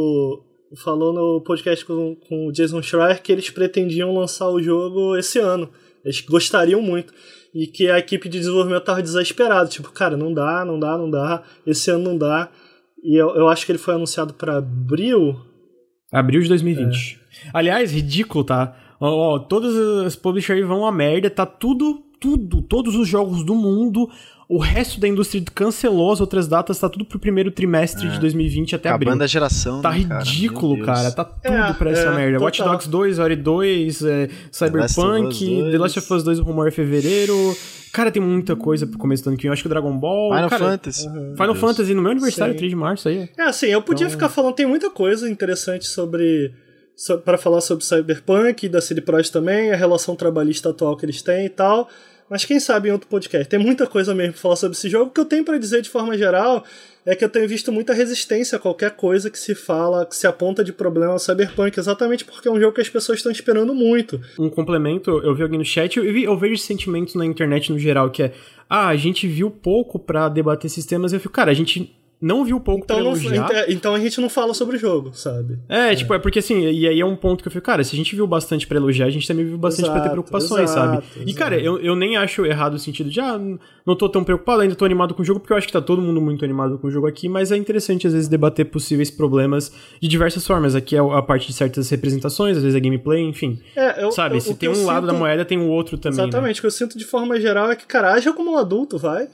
no podcast com o Jason Schreier que eles pretendiam lançar o jogo esse ano. Eles gostariam muito. E que a equipe de desenvolvimento tava desesperada. Tipo, cara, não dá. Esse ano não dá. E eu acho que ele foi anunciado pra abril. Abril de 2020. Aliás, ridículo, tá? Todas as publishers aí vão a merda. Tá todos os jogos do mundo... O resto da indústria cancelou as outras datas, tá tudo pro primeiro trimestre de 2020 até abril. Acabando a geração, tá ridículo, cara. Tá tudo pra essa merda. Watch Dogs 2, Ori 2, Cyberpunk, The Last of Us 2, o rumor é fevereiro. Cara, tem muita coisa pro começo do ano que vem. Eu acho que o Dragon Ball... Final Fantasy no meu aniversário, 3 de março, aí. Assim, eu podia ficar falando, tem muita coisa interessante pra falar sobre Cyberpunk, da CD Projekt também, a relação trabalhista atual que eles têm e tal... Mas quem sabe em outro podcast. Tem muita coisa mesmo pra falar sobre esse jogo. O que eu tenho pra dizer de forma geral é que eu tenho visto muita resistência a qualquer coisa que se fala, que se aponta de problema ao Cyberpunk, exatamente porque é um jogo que as pessoas estão esperando muito. Um complemento, eu vi alguém no chat, eu vejo sentimentos na internet no geral, que a gente viu pouco pra debater esses temas, e eu fico, cara, a gente... não viu pouco pra elogiar. Então a gente não fala sobre o jogo, sabe? Tipo, é porque assim, e aí é um ponto que eu fico, cara, se a gente viu bastante pra elogiar, a gente também viu bastante pra ter preocupações, sabe? E, cara, eu nem acho errado o sentido de, não tô tão preocupado, ainda tô animado com o jogo, porque eu acho que tá todo mundo muito animado com o jogo aqui, mas é interessante, às vezes, debater possíveis problemas de diversas formas. Aqui é a parte de certas representações, às vezes é gameplay, enfim. Sabe, se tem um lado da moeda, tem o outro também. Exatamente, o que eu sinto de forma geral é que, cara, haja como um adulto, vai.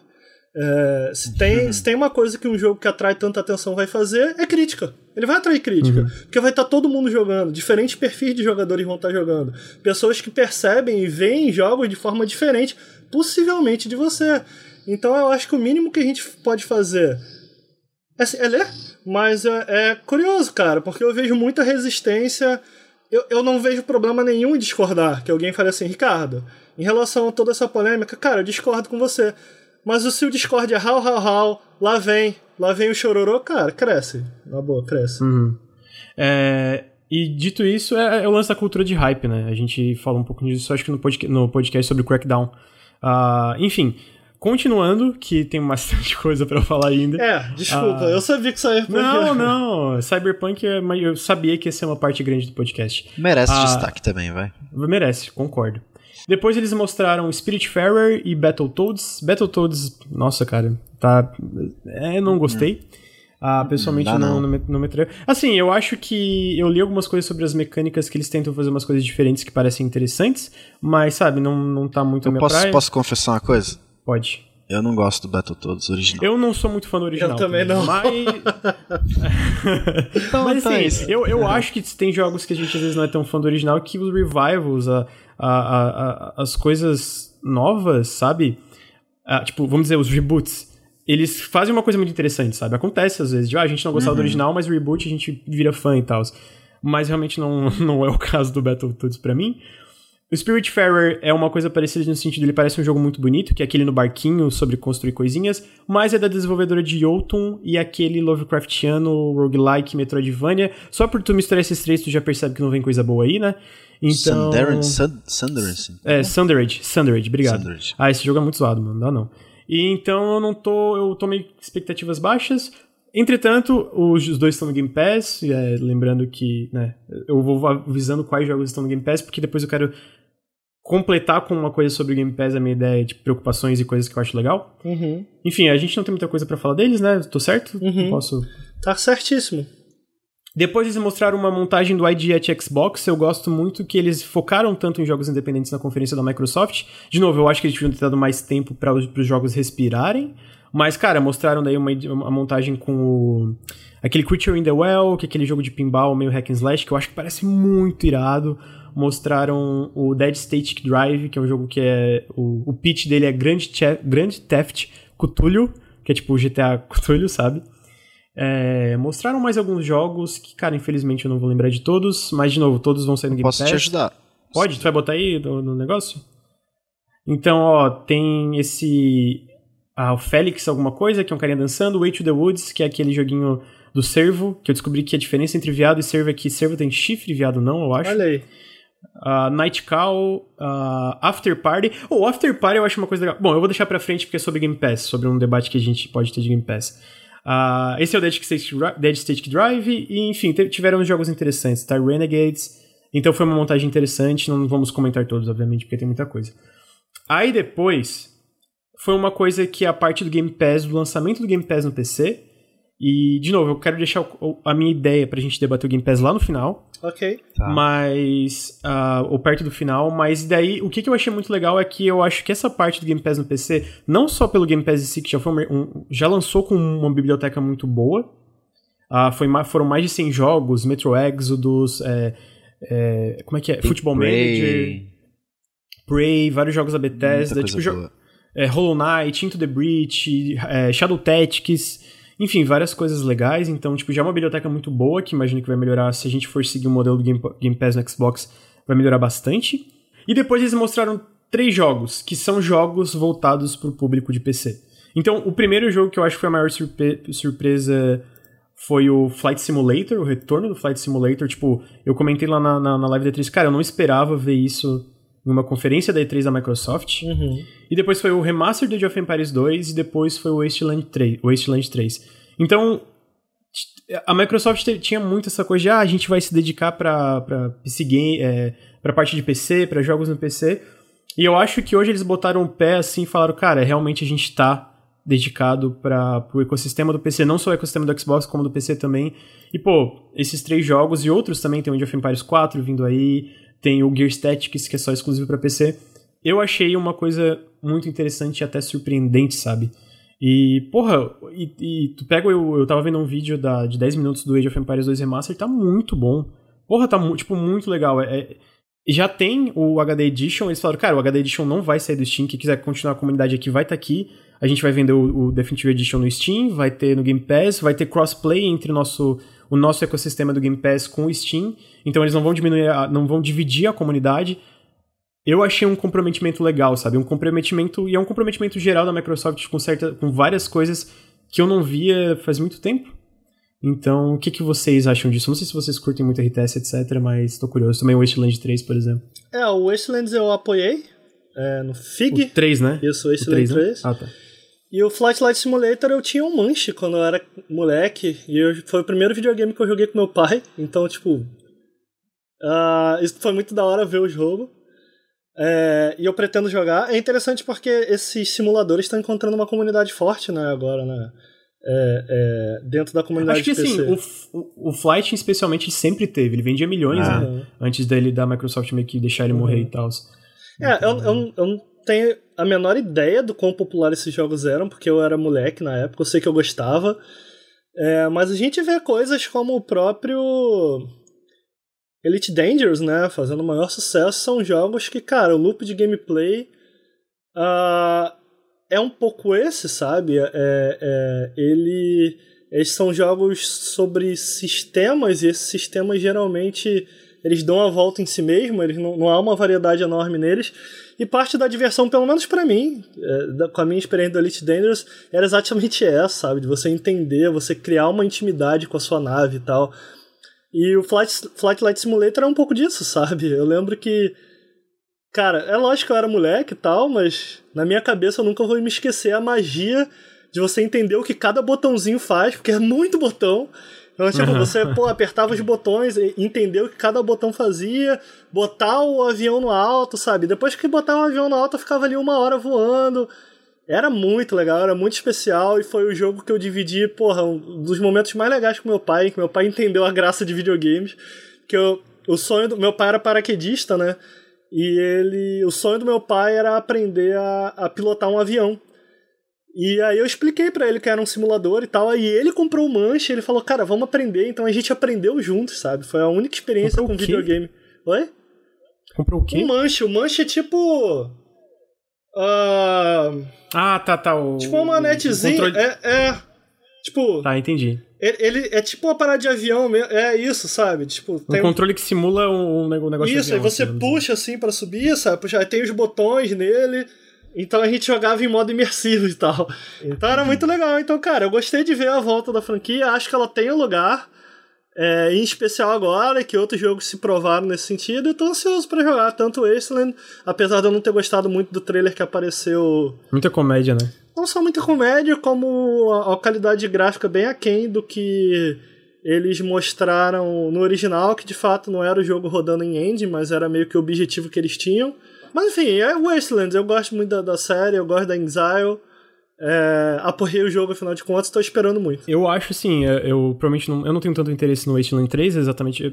Se tem uma coisa que um jogo que atrai tanta atenção vai fazer, é crítica. Ele vai atrair crítica. Porque vai estar todo mundo jogando. Diferentes perfis de jogadores vão estar jogando. Pessoas que percebem e veem jogos de forma diferente, possivelmente de você. Então eu acho que o mínimo que a gente pode fazer é ler. Mas é curioso, cara, porque eu vejo muita resistência. Eu não vejo problema nenhum em discordar. Que alguém fale assim, Ricardo, em relação a toda essa polêmica, cara, eu discordo com você. Mas se o Discord é lá vem o chororô, cara, cresce. Na boa, cresce. E dito isso, é o lance da cultura de hype, né? A gente fala um pouco disso, acho que no podcast sobre o Crackdown. Enfim, continuando, que tem bastante coisa pra falar ainda. Desculpa, eu sabia que Cyberpunk... Não, Cyberpunk, eu sabia que ia ser uma parte grande do podcast. Merece destaque também, vai. Merece, concordo. Depois eles mostraram Spiritfarer e Battletoads. Battletoads, nossa, cara, não gostei. Pessoalmente não me atraiu. Assim, eu acho que eu li algumas coisas sobre as mecânicas que eles tentam fazer umas coisas diferentes que parecem interessantes, mas, sabe, não tá muito a minha praia. Posso confessar uma coisa? Pode. Eu não gosto do Battletoads original. Eu não sou muito fã do original. Eu também não. Mas assim, eu acho que tem jogos que a gente às vezes não é tão fã do original, que os revivals, as coisas novas, sabe? Tipo, vamos dizer, os reboots, eles fazem uma coisa muito interessante, sabe? Acontece às vezes, a gente não gostava do original, mas o reboot a gente vira fã e tal. Mas realmente não é o caso do Battletoads pra mim. O Spiritfarer é uma coisa parecida no sentido, ele parece um jogo muito bonito, que é aquele no barquinho sobre construir coisinhas, mas é da desenvolvedora de Jotun e aquele Lovecraftiano, roguelike, Metroidvania. Só por tu misturar esses três, tu já percebe que não vem coisa boa aí, né? Então... Sundered, obrigado. Sundered. Esse jogo é muito zoado, mano, não dá não. E então eu tô meio com expectativas baixas. Entretanto, os dois estão no Game Pass, lembrando que, né, eu vou avisando quais jogos estão no Game Pass, porque depois eu quero completar com uma coisa sobre o Game Pass a minha ideia de preocupações e coisas que eu acho legal. Enfim, a gente não tem muita coisa pra falar deles, né? Tô certo? Não posso... Tá certíssimo. Depois eles mostraram uma montagem do ID at Xbox. Eu gosto muito que eles focaram tanto em jogos independentes na conferência da Microsoft. De novo, eu acho que eles deviam ter dado mais tempo para os jogos respirarem. Mas, cara, mostraram daí uma montagem com aquele Creature in the Well, que é aquele jogo de pinball meio hack and slash, que eu acho que parece muito irado. Mostraram o Dead State Drive, que é um jogo que o pitch dele é Grand Theft Cthulhu, que é tipo o GTA Cthulhu, sabe? Mostraram mais alguns jogos que, cara, infelizmente eu não vou lembrar de todos, mas, de novo, todos vão sair no Game Pass. Posso te ajudar? Pode? Tu vai botar aí no negócio? Então, tem esse... o Félix alguma coisa, que é um carinha dançando, Way to the Woods, que é aquele joguinho do cervo, que eu descobri que a diferença entre viado e cervo é que cervo tem chifre e viado não, eu acho. Olha aí. Night Call, After Party. After Party eu acho uma coisa legal. Bom, eu vou deixar pra frente porque é sobre Game Pass, sobre um debate que a gente pode ter de Game Pass. Esse é o Dead State Drive, e enfim, tiveram jogos interessantes, tá? Renegades, então foi uma montagem interessante, não vamos comentar todos, obviamente, porque tem muita coisa. Aí depois, foi uma coisa que a parte do Game Pass, do lançamento do Game Pass no PC, e, de novo, eu quero deixar a minha ideia pra gente debater o Game Pass lá no final. Ok. Tá. Mas, ou perto do final, mas daí, o que eu achei muito legal é que eu acho que essa parte do Game Pass no PC, não só pelo Game Pass em si, que já lançou com uma biblioteca muito boa, foram mais de 100 jogos, Metro Exodus, como é que é? Football Manager, Prey, vários jogos da Bethesda, tipo, Hollow Knight, Into the Breach, Shadow Tactics, enfim, várias coisas legais. Então, tipo, já é uma biblioteca muito boa, que imagino que vai melhorar, se a gente for seguir o modelo do Game Pass no Xbox, vai melhorar bastante. E depois eles mostraram 3 jogos, que são jogos voltados pro público de PC. Então, o primeiro jogo que eu acho que foi a maior surpresa foi o Flight Simulator, o retorno do Flight Simulator. Tipo, eu comentei lá na live da E3, cara, eu não esperava ver isso em uma conferência da E3 da Microsoft. E depois foi o Remaster do Age of Empires 2 e depois foi o Wasteland 3. Então, a Microsoft tinha muito essa coisa de a gente vai se dedicar pra PC game, pra parte de PC, pra jogos no PC. E eu acho que hoje eles botaram o pé assim e falaram, cara, realmente a gente tá dedicado pro ecossistema do PC, não só o ecossistema do Xbox, como do PC também. E, pô, esses 3 jogos e outros também, tem o Age of Empires 4 vindo aí, tem o Gears Tactics, que é só exclusivo pra PC. Eu achei uma coisa muito interessante e até surpreendente, sabe? E, porra, tu pega... Eu tava vendo um vídeo de 10 minutos do Age of Empires 2 Remaster, tá muito bom. Porra, tá tipo, muito legal. Já tem o HD Edition, eles falaram, cara, o HD Edition não vai sair do Steam, quem quiser continuar a comunidade aqui vai estar aqui. A gente vai vender o Definitive Edition no Steam, vai ter no Game Pass, vai ter crossplay entre o nosso ecossistema do Game Pass com o Steam, então eles não vão dividir a comunidade. Eu achei um comprometimento legal, sabe? Um comprometimento geral da Microsoft com várias coisas que eu não via faz muito tempo. Então, o que vocês acham disso? Não sei se vocês curtem muito RTS, etc, mas tô curioso. Também o Wasteland 3, por exemplo. O Wasteland eu apoiei no FIG. O 3, né? Isso, o Wasteland 3. Ah, tá. E o Flight Light Simulator eu tinha um manche quando eu era moleque. E foi o primeiro videogame que eu joguei com meu pai. Então, tipo... isso foi muito da hora ver o jogo. E eu pretendo jogar. É interessante porque esses simuladores estão encontrando uma comunidade forte, né, agora, né? Dentro da comunidade de PC. Acho que assim, o Flight especialmente ele sempre teve. Ele vendia milhões, né? Antes da Microsoft meio que deixar ele morrer e tal. Eu não tenho a menor ideia do quão popular esses jogos eram, porque eu era moleque na época, eu sei que eu gostava. Mas a gente vê coisas como o próprio Elite Dangerous, né? Fazendo maior sucesso. São jogos que, cara, o loop de gameplay é um pouco esse, sabe? Eles são jogos sobre sistemas, e esses sistemas geralmente eles dão a volta em si mesmo, eles não há uma variedade enorme neles. E parte da diversão, pelo menos pra mim, com a minha experiência do Elite Dangerous, era exatamente essa, sabe? De você entender, você criar uma intimidade com a sua nave e tal. E o Flight Light Simulator é um pouco disso, sabe? Eu lembro que... Cara, é lógico que eu era moleque e tal, mas na minha cabeça eu nunca vou me esquecer a magia de você entender o que cada botãozinho faz, porque é muito botão. Então, tipo, você apertava os botões, entendeu o que cada botão fazia, botar o avião no alto, sabe? Depois que botava o avião no alto, eu ficava ali 1 hora voando. Era muito legal, era muito especial, e foi o jogo que eu dividi, um dos momentos mais legais com meu pai, que meu pai entendeu a graça de videogames. Que o sonho do meu pai era paraquedista, né? E o sonho do meu pai era aprender a pilotar um avião. E aí eu expliquei pra ele que era um simulador e tal, aí ele comprou o manche, ele falou, cara, vamos aprender. Então a gente aprendeu juntos, sabe? Foi a única experiência com videogame. Oi? Comprou o quê? Um manche. O manche é tipo... tá. Tipo uma manetezinha. Controle... Tipo... Tá, entendi. Ele é tipo uma parada de avião mesmo. É isso, sabe? Tipo, tem controle que simula um negócio isso, de avião. Isso, aí você puxa assim pra subir, sabe? Aí tem os botões nele. Então a gente jogava em modo imersivo e tal. Então era muito legal. Então, cara, eu gostei de ver a volta da franquia. Acho que ela tem um lugar, em especial agora, que outros jogos se provaram nesse sentido. E tô ansioso pra jogar. Tanto o Wasteland, apesar de eu não ter gostado muito do trailer que apareceu... Muita comédia, né? Não só muita comédia, como a qualidade gráfica bem aquém do que eles mostraram no original, que de fato não era o jogo rodando em engine, mas era meio que o objetivo que eles tinham. Mas enfim, é Wasteland, eu gosto muito da série, eu gosto da Exile, apoiei o jogo, afinal de contas, estou esperando muito. Eu acho assim, eu provavelmente eu não tenho tanto interesse no Wasteland 3, exatamente,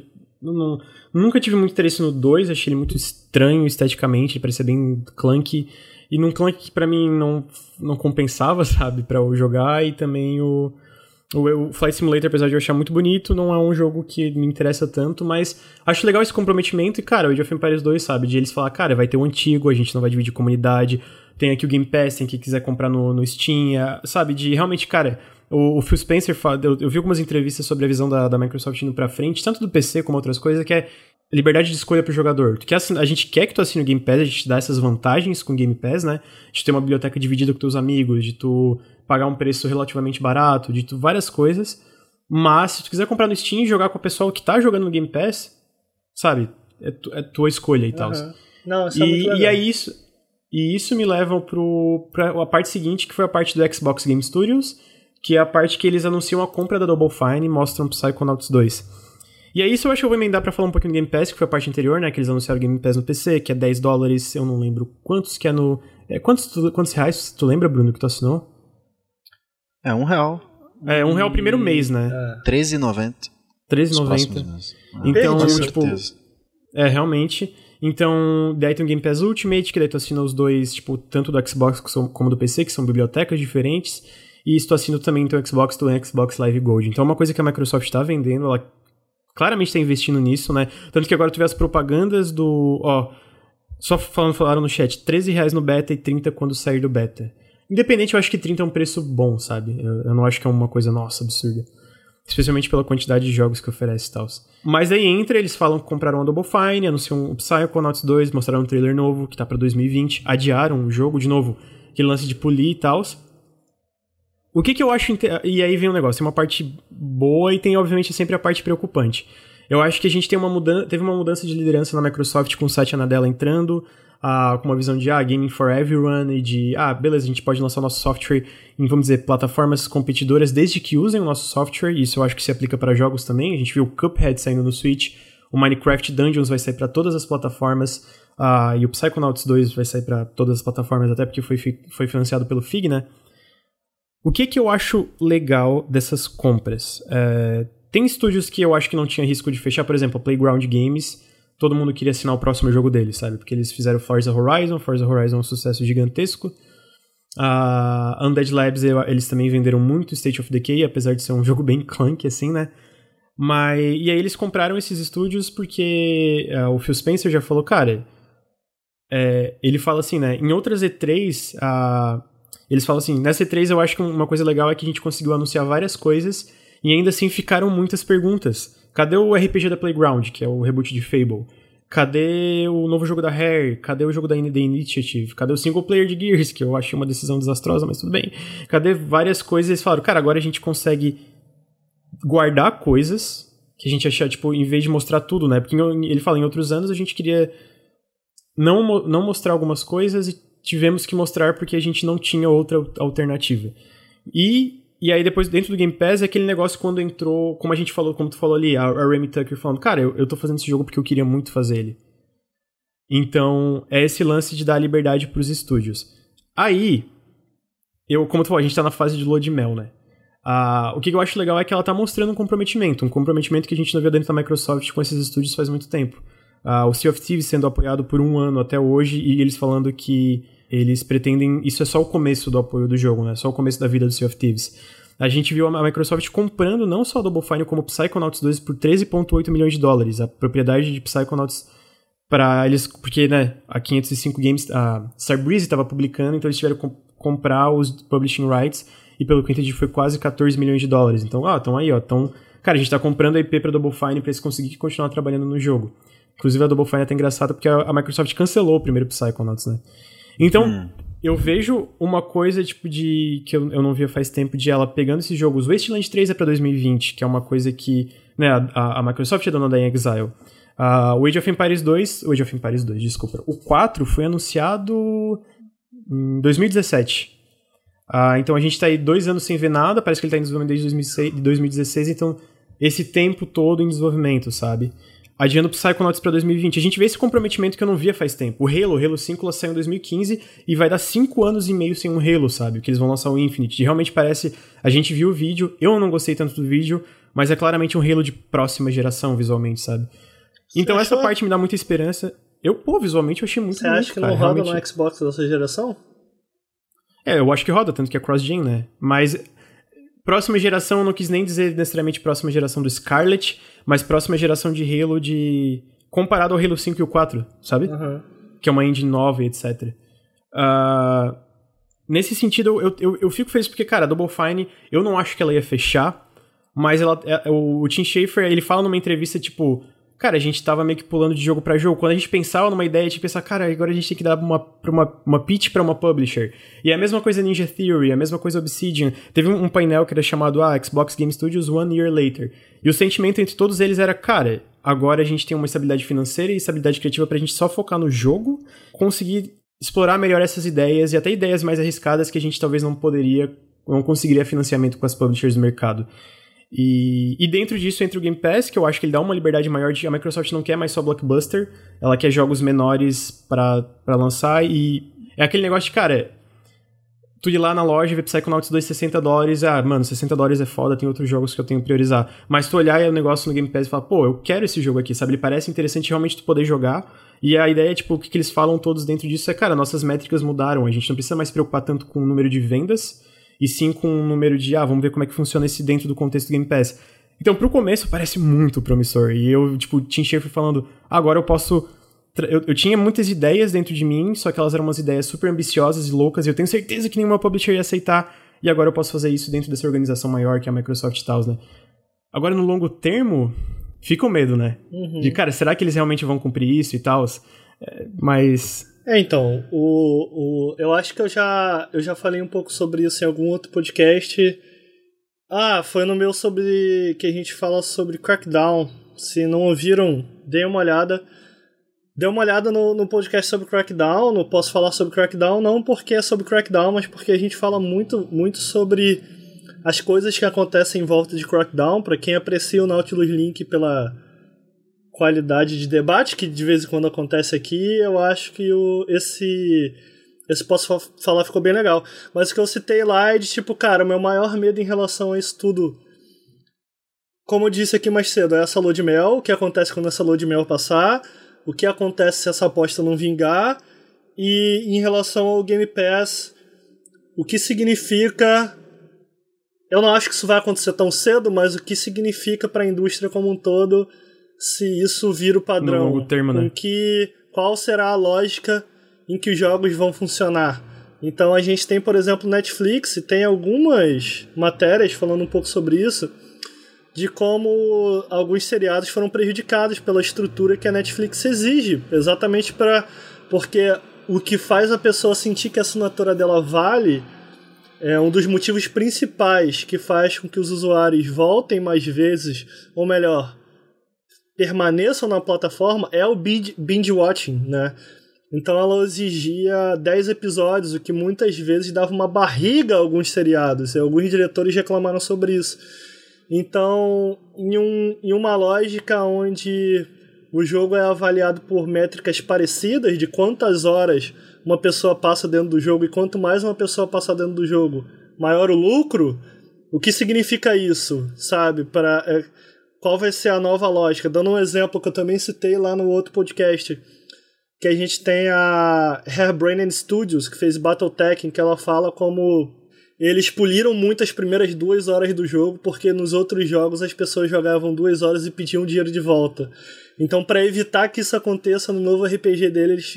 nunca tive muito interesse no 2, achei ele muito estranho esteticamente, parecia bem clunky, e num clunky que pra mim não compensava, sabe, pra eu jogar, e também o Flight Simulator, apesar de eu achar muito bonito, não é um jogo que me interessa tanto, mas acho legal esse comprometimento e, cara, o Age of Empires 2, sabe, de eles falar, cara, vai ter o antigo, a gente não vai dividir comunidade, tem aqui o Game Pass, tem quem quiser comprar no Steam, sabe, de realmente, cara, o Phil Spencer, eu vi algumas entrevistas sobre a visão da Microsoft indo pra frente, tanto do PC como outras coisas, que é liberdade de escolha pro jogador. A gente quer que tu assine o Game Pass, a gente dá essas vantagens com o Game Pass, né, de ter uma biblioteca dividida com teus amigos, de tu pagar um preço relativamente barato, de várias coisas, mas se tu quiser comprar no Steam e jogar com o pessoal que tá jogando no Game Pass, sabe, é tua escolha e tal. Não, isso é muito legal. E isso me leva pra a parte seguinte, que foi a parte do Xbox Game Studios, que é a parte que eles anunciam a compra da Double Fine e mostram Psychonauts 2. E aí isso eu acho que eu vou emendar pra falar um pouquinho do Game Pass, que foi a parte anterior, né, que eles anunciaram o Game Pass no PC, que é $10, eu não lembro quantos que é no... Quantos reais, tu lembra, Bruno, que tu assinou? É R$1. É, R$1 o primeiro mês, né? R$13,90. R$13,90. Então, tipo... realmente. Então, daí tem o Game Pass Ultimate, que daí tu assina os dois, tipo, tanto do Xbox como do PC, que são bibliotecas diferentes. E se tu assina também o teu Xbox, tu tem Xbox Live Gold. Então é uma coisa que a Microsoft tá vendendo, ela claramente tá investindo nisso, né? Tanto que agora tu vê as propagandas do... Só falaram no chat, R$13 no beta e 30 quando sair do beta. Independente, eu acho que 30 é um preço bom, sabe? Eu não acho que é uma coisa, nossa, absurda. Especialmente pela quantidade de jogos que oferece e tal. Mas aí eles falam que compraram a Double Fine, anunciam o Psychonauts 2, mostraram um trailer novo, que tá pra 2020, adiaram o jogo de novo, aquele lance de polir e tal. O que eu acho... E aí vem um negócio, tem uma parte boa e tem, obviamente, sempre a parte preocupante. Eu acho que a gente teve uma mudança de liderança na Microsoft com o Satya Nadella entrando, com uma visão de gaming for everyone e de, beleza, a gente pode lançar o nosso software em, vamos dizer, plataformas competidoras desde que usem o nosso software. Isso eu acho que se aplica para jogos também. A gente viu o Cuphead saindo no Switch, o Minecraft Dungeons vai sair para todas as plataformas, e o Psychonauts 2 vai sair para todas as plataformas, até porque foi financiado pelo FIG, né? O que eu acho legal dessas compras? Tem estúdios que eu acho que não tinha risco de fechar, por exemplo, a Playground Games, todo mundo queria assinar o próximo jogo deles, sabe? Porque eles fizeram Forza Horizon é um sucesso gigantesco. A Undead Labs, eles também venderam muito State of Decay, apesar de ser um jogo bem clunky, assim, né? E aí eles compraram esses estúdios porque o Phil Spencer já falou, cara... ele fala assim, né? Em outras E3... Eles falam assim, nessa E3 eu acho que uma coisa legal é que a gente conseguiu anunciar várias coisas e ainda assim ficaram muitas perguntas. Cadê o RPG da Playground, que é o reboot de Fable? Cadê o novo jogo da Rare? Cadê o jogo da Initiative? Cadê o single player de Gears, que eu achei uma decisão desastrosa, mas tudo bem. Cadê várias coisas? Eles falaram, cara, agora a gente consegue guardar coisas que a gente achava, tipo, em vez de mostrar tudo, né? Porque ele fala, em outros anos a gente queria não mostrar algumas coisas e tivemos que mostrar porque a gente não tinha outra alternativa. E aí depois, dentro do Game Pass, é aquele negócio quando entrou, como a gente falou, como tu falou ali, a Remy Tucker falando, cara, eu tô fazendo esse jogo porque eu queria muito fazer ele. Então, é esse lance de dar liberdade pros estúdios. Aí, como tu falou, a gente tá na fase de lua de mel, né? O que eu acho legal é que ela tá mostrando um comprometimento que a gente não viu dentro da Microsoft com esses estúdios faz muito tempo. O Sea of Thieves sendo apoiado por 1 ano até hoje, e eles falando que eles pretendem... Isso é só o começo do apoio do jogo, né? Só o começo da vida do Sea of Thieves. A gente viu a Microsoft comprando não só a Double Fine, como o Psychonauts 2 por $13,8 milhões. A propriedade de Psychonauts para eles... Porque, né, a 505 Games... A Starbreeze estava publicando, então eles tiveram que comprar os publishing rights, e pelo que eu entendi foi quase $14 milhões. Então, estão aí, ó. Então, cara, a gente tá comprando a IP pra Double Fine pra eles conseguirem continuar trabalhando no jogo. Inclusive, a Double Fine é até engraçada porque a Microsoft cancelou o primeiro Psychonauts, né? Então, eu vejo uma coisa, tipo, que eu não via faz tempo, de ela pegando esses jogos. O Wasteland 3 é pra 2020, que é uma coisa que, né, a Microsoft é dona da In Exile. O Age of Empires 2, desculpa. O 4 foi anunciado em 2017. Então a gente tá aí 2 anos sem ver nada, parece que ele tá em desenvolvimento desde 2016, então esse tempo todo em desenvolvimento, sabe? Adiando pro Psychonauts pra 2020. A gente vê esse comprometimento que eu não via faz tempo. O Halo 5 saiu em 2015 e vai dar 5 anos e meio sem um Halo, sabe? Que eles vão lançar o Infinite. E realmente parece... A gente viu o vídeo, eu não gostei tanto do vídeo, mas é claramente um Halo de próxima geração, visualmente, sabe? Então essa parte me dá muita esperança. Visualmente eu achei muito bonito. Você acha que não roda no Xbox dessa geração? Eu acho que roda, tanto que é cross-gen, né? Mas... Próxima geração, eu não quis nem dizer necessariamente próxima geração do Scarlet, mas próxima geração de Halo comparado ao Halo 5 e o 4, sabe? Uhum. Que é uma engine nova e etc. Nesse sentido, eu fico feliz porque, cara, a Double Fine, eu não acho que ela ia fechar, mas o Tim Schafer, ele fala numa entrevista, tipo... Cara, a gente tava meio que pulando de jogo pra jogo. Quando a gente pensava numa ideia, a gente pensava, cara, agora a gente tem que dar uma pitch pra uma publisher. E é a mesma coisa Ninja Theory, a mesma coisa Obsidian. Teve um painel que era chamado Xbox Game Studios 1 Year Later. E o sentimento entre todos eles era, cara, agora a gente tem uma estabilidade financeira e estabilidade criativa pra gente só focar no jogo, conseguir explorar melhor essas ideias e até ideias mais arriscadas que a gente talvez não conseguiria financiamento com as publishers do mercado. E dentro disso entra o Game Pass, que eu acho que ele dá uma liberdade maior. A Microsoft não quer mais só blockbuster, ela quer jogos menores pra lançar, e é aquele negócio de, cara, tu ir lá na loja e ver Psychonauts 2 $60, mano, $60 é foda, tem outros jogos que eu tenho que priorizar. Mas tu olhar o negócio no Game Pass e falar, pô, eu quero esse jogo aqui, sabe? Ele parece interessante realmente tu poder jogar, e a ideia é, tipo, o que eles falam todos dentro disso é, cara, nossas métricas mudaram, a gente não precisa mais se preocupar tanto com o número de vendas, e sim com o número de, vamos ver como é que funciona esse dentro do contexto do Game Pass. Então, pro começo, parece muito promissor. E eu, tipo, Tim Schafer falando, agora eu posso... Eu tinha muitas ideias dentro de mim, só que elas eram umas ideias super ambiciosas e loucas, e eu tenho certeza que nenhuma publisher ia aceitar, e agora eu posso fazer isso dentro dessa organização maior que é a Microsoft e tal, né? Agora, no longo termo, fica o medo, né? De, cara, será que eles realmente vão cumprir isso e tal? Mas... Então, eu acho que eu já falei um pouco sobre isso em algum outro podcast. Foi no meu sobre que a gente fala sobre Crackdown. Se não ouviram, dê uma olhada. Dê uma olhada no podcast sobre Crackdown. Não posso falar sobre Crackdown, não porque é sobre Crackdown, mas porque a gente fala muito, muito sobre as coisas que acontecem em volta de Crackdown. Para quem aprecia o Nautilus Link pela qualidade de debate que de vez em quando acontece aqui, eu acho que esse posso falar ficou bem legal. Mas o que eu citei lá é de tipo, cara, o meu maior medo em relação a isso tudo, como eu disse aqui mais cedo, é essa lua de mel, o que acontece quando essa lua de mel passar, o que acontece se essa aposta não vingar, e em relação ao Game Pass, o que significa... Eu não acho que isso vai acontecer tão cedo, mas o que significa para a indústria como um todo se isso vira o padrão. No longo termo, né? Qual será a lógica em que os jogos vão funcionar. Então a gente tem, por exemplo, Netflix, e tem algumas matérias falando um pouco sobre isso, de como alguns seriados foram prejudicados pela estrutura que a Netflix exige, exatamente porque o que faz a pessoa sentir que a assinatura dela vale é um dos motivos principais que faz com que os usuários voltem mais vezes, ou melhor, permaneçam na plataforma, é o binge watching, né? Então ela exigia 10 episódios, o que muitas vezes dava uma barriga a alguns seriados, e alguns diretores reclamaram sobre isso. Então, em uma lógica onde o jogo é avaliado por métricas parecidas, de quantas horas uma pessoa passa dentro do jogo, e quanto mais uma pessoa passa dentro do jogo, maior o lucro, o que significa isso, sabe? Qual vai ser a nova lógica? Dando um exemplo que eu também citei lá no outro podcast, que a gente tem a Harebrained Studios, que fez Battletech, em que ela fala como eles poliram muito as primeiras 2 horas do jogo, porque nos outros jogos as pessoas jogavam 2 horas e pediam dinheiro de volta. Então, para evitar que isso aconteça no novo RPG dele, eles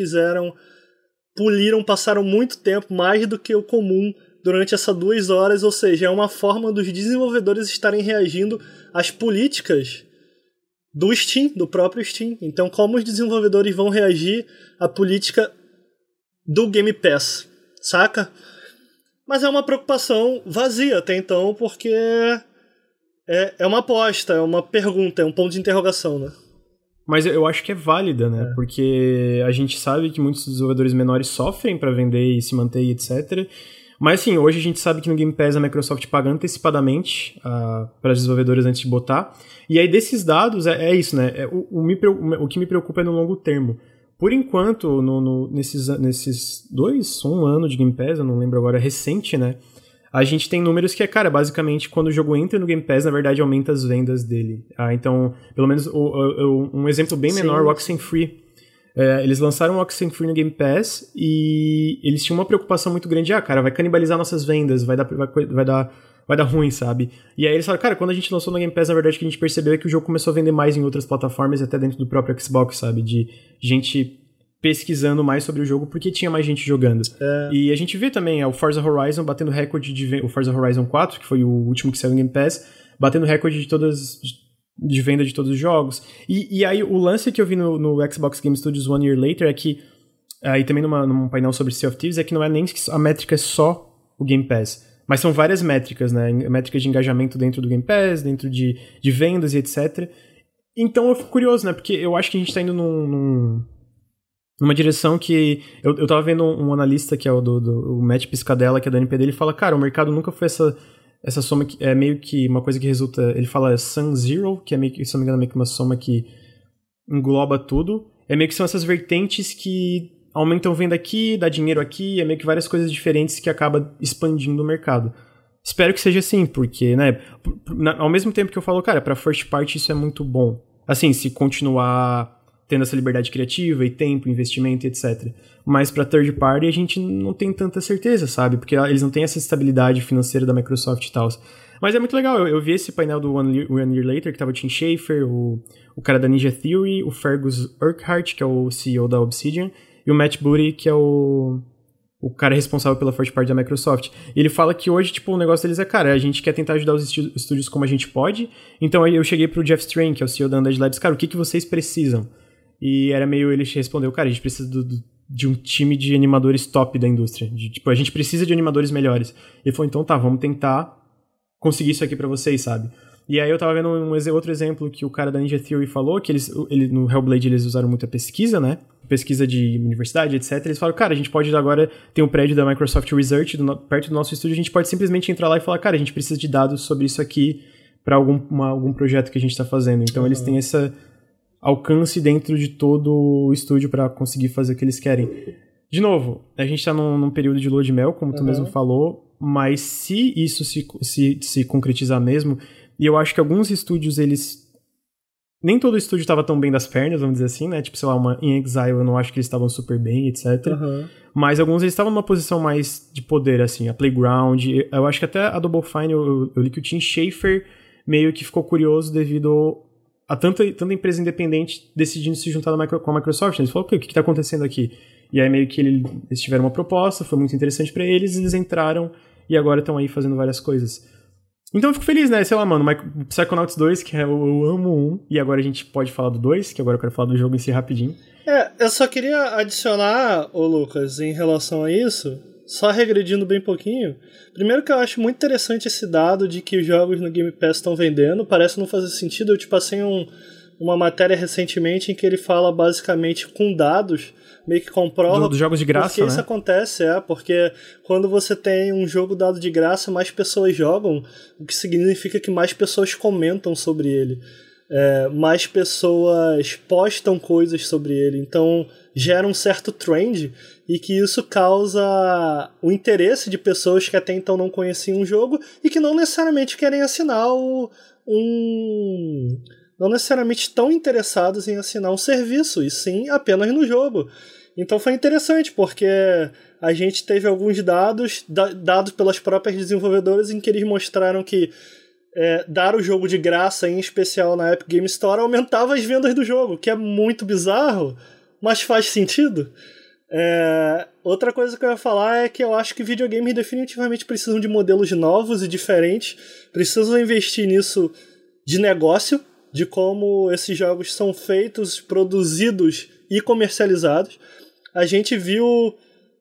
passaram muito tempo, mais do que o comum, durante essas 2 horas, ou seja, é uma forma dos desenvolvedores estarem reagindo às políticas do Steam, do próprio Steam. Então, como os desenvolvedores vão reagir à política do Game Pass, saca? Mas é uma preocupação vazia até então, porque é uma aposta, é uma pergunta, é um ponto de interrogação, né? Mas eu acho que é válida, né? Porque a gente sabe que muitos desenvolvedores menores sofrem para vender e se manter, etc. Mas assim, hoje a gente sabe que no Game Pass a Microsoft paga antecipadamente para os desenvolvedores antes de botar. E aí desses dados, é isso, né? O que me preocupa é no longo termo. Por enquanto, nesses 1 ano de Game Pass, eu não lembro agora, recente, né? A gente tem números que basicamente, quando o jogo entra no Game Pass, na verdade, aumenta as vendas dele. Então, pelo menos, um exemplo bem menor, o Oxenfree. Eles lançaram o Oxenfree no Game Pass e eles tinham uma preocupação muito grande. Vai canibalizar nossas vendas, vai dar ruim, sabe? E aí eles falaram, cara, quando a gente lançou no Game Pass, na verdade, o que a gente percebeu é que o jogo começou a vender mais em outras plataformas e até dentro do próprio Xbox, sabe? De gente pesquisando mais sobre o jogo porque tinha mais gente jogando. E a gente vê também o Forza Horizon batendo recorde o Forza Horizon 4, que foi o último que saiu no Game Pass, batendo recorde de venda de todos os jogos. E aí o lance que eu vi no Xbox Game Studios 1 Year Later é que, e também num painel sobre Sea of Thieves, é que não é nem a métrica é só o Game Pass, mas são várias métricas, né? Métricas de engajamento dentro do Game Pass, dentro de vendas e etc. Então eu fico curioso, né? Porque eu acho que a gente tá indo numa direção que... Eu tava vendo um analista que é o Matt Piscadella, que é da NPD, ele fala, cara, o mercado nunca foi essa soma que é meio que uma coisa que resulta... Ele fala Sum Zero, que é meio que, se não me engano, meio que uma soma que engloba tudo. É meio que são essas vertentes que aumentam venda aqui, dá dinheiro aqui, é meio que várias coisas diferentes que acaba expandindo o mercado. Espero que seja assim, porque, né, ao mesmo tempo que eu falo, cara, pra first party isso é muito bom. Assim, se continuar tendo essa liberdade criativa e tempo, investimento, etc. Mas pra third party a gente não tem tanta certeza, sabe? Porque eles não têm essa estabilidade financeira da Microsoft e tal. Mas é muito legal, eu vi esse painel do One Year Later, que tava o Tim Schafer, o cara da Ninja Theory, o Fergus Urquhart, que é o CEO da Obsidian, e o Matt Booty, que é o cara responsável pela first party da Microsoft. E ele fala que hoje, tipo, o negócio deles é, cara, a gente quer tentar ajudar os estúdios como a gente pode. Então aí eu cheguei pro Jeff Strain, que é o CEO da Undead Labs, cara, o que vocês precisam? E era meio, ele respondeu, cara, a gente precisa de um time de animadores top da indústria. Tipo, a gente precisa de animadores melhores. Ele falou, então tá, vamos tentar conseguir isso aqui pra vocês, sabe? E aí eu tava vendo outro exemplo que o cara da Ninja Theory falou, que no Hellblade eles usaram muita pesquisa, né? Pesquisa de universidade, etc. Eles falaram, cara, a gente pode agora ter um prédio da Microsoft Research perto do nosso estúdio, a gente pode simplesmente entrar lá e falar, cara, a gente precisa de dados sobre isso aqui para algum projeto que a gente tá fazendo. Então eles têm esse alcance dentro de todo o estúdio para conseguir fazer o que eles querem. De novo, a gente tá num período de lua de mel, como tu mesmo falou, mas se isso se concretizar mesmo, e eu acho que alguns estúdios, nem todo estúdio estava tão bem das pernas, vamos dizer assim, né? Tipo, sei lá, uma In Exile, eu não acho que eles estavam super bem, etc. Mas alguns eles estavam numa posição mais de poder, assim, a Playground. Eu acho que até a Double Fine, eu li que o Tim Schafer meio que ficou curioso devido a tanta empresa independente decidindo se juntar com a Microsoft. Eles falaram, o que tá acontecendo aqui? E aí meio que eles tiveram uma proposta, foi muito interessante pra eles, eles entraram e agora estão aí fazendo várias coisas. Então eu fico feliz, né? Sei lá, mano, Psychonauts 2, que eu amo um, e agora a gente pode falar do 2, que agora eu quero falar do jogo em si rapidinho. Eu só queria adicionar, Lucas, em relação a isso, só regredindo bem pouquinho. Primeiro que eu acho muito interessante esse dado de que os jogos no Game Pass estão vendendo, parece não fazer sentido. Eu te passei uma matéria recentemente em que ele fala basicamente com dados, meio que comprova dos jogos de graça, porque isso acontece, porque quando você tem um jogo dado de graça, mais pessoas jogam, o que significa que mais pessoas comentam sobre ele, mais pessoas postam coisas sobre ele, então gera um certo trend e que isso causa o interesse de pessoas que até então não conheciam um jogo e que não necessariamente querem assinar não necessariamente estão interessados em assinar um serviço, e sim apenas no jogo. Então foi interessante, porque a gente teve alguns dados pelas próprias desenvolvedoras em que eles mostraram que dar o jogo de graça, em especial na Epic Game Store, aumentava as vendas do jogo, que é muito bizarro, mas faz sentido. Outra coisa que eu ia falar é que eu acho que videogames definitivamente precisam de modelos novos e diferentes, precisam investir nisso de negócio, de como esses jogos são feitos, produzidos e comercializados. A gente viu...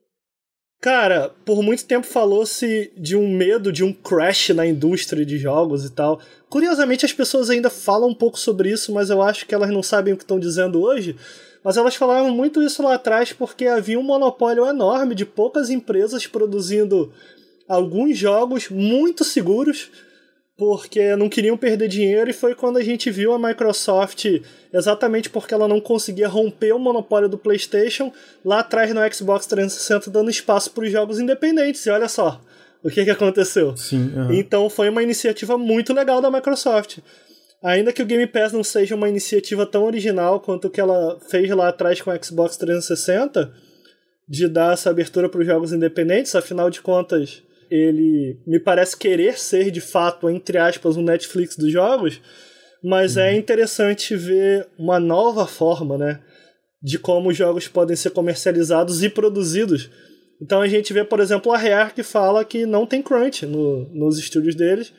Cara, por muito tempo falou-se de um medo, de um crash na indústria de jogos e tal. Curiosamente, as pessoas ainda falam um pouco sobre isso, mas eu acho que elas não sabem o que estão dizendo hoje. Mas elas falaram muito isso lá atrás porque havia um monopólio enorme de poucas empresas produzindo alguns jogos muito seguros, porque não queriam perder dinheiro, e foi quando a gente viu a Microsoft, exatamente porque ela não conseguia romper o monopólio do PlayStation, lá atrás no Xbox 360 dando espaço para os jogos independentes, e olha só o que aconteceu. Sim, Então foi uma iniciativa muito legal da Microsoft. Ainda que o Game Pass não seja uma iniciativa tão original quanto o que ela fez lá atrás com o Xbox 360, de dar essa abertura para os jogos independentes, afinal de contas... ele me parece querer ser, de fato, entre aspas, um Netflix dos jogos, mas é interessante ver uma nova forma, né, de como os jogos podem ser comercializados e produzidos. Então a gente vê, por exemplo, a Rare, que fala que não tem crunch nos estúdios deles.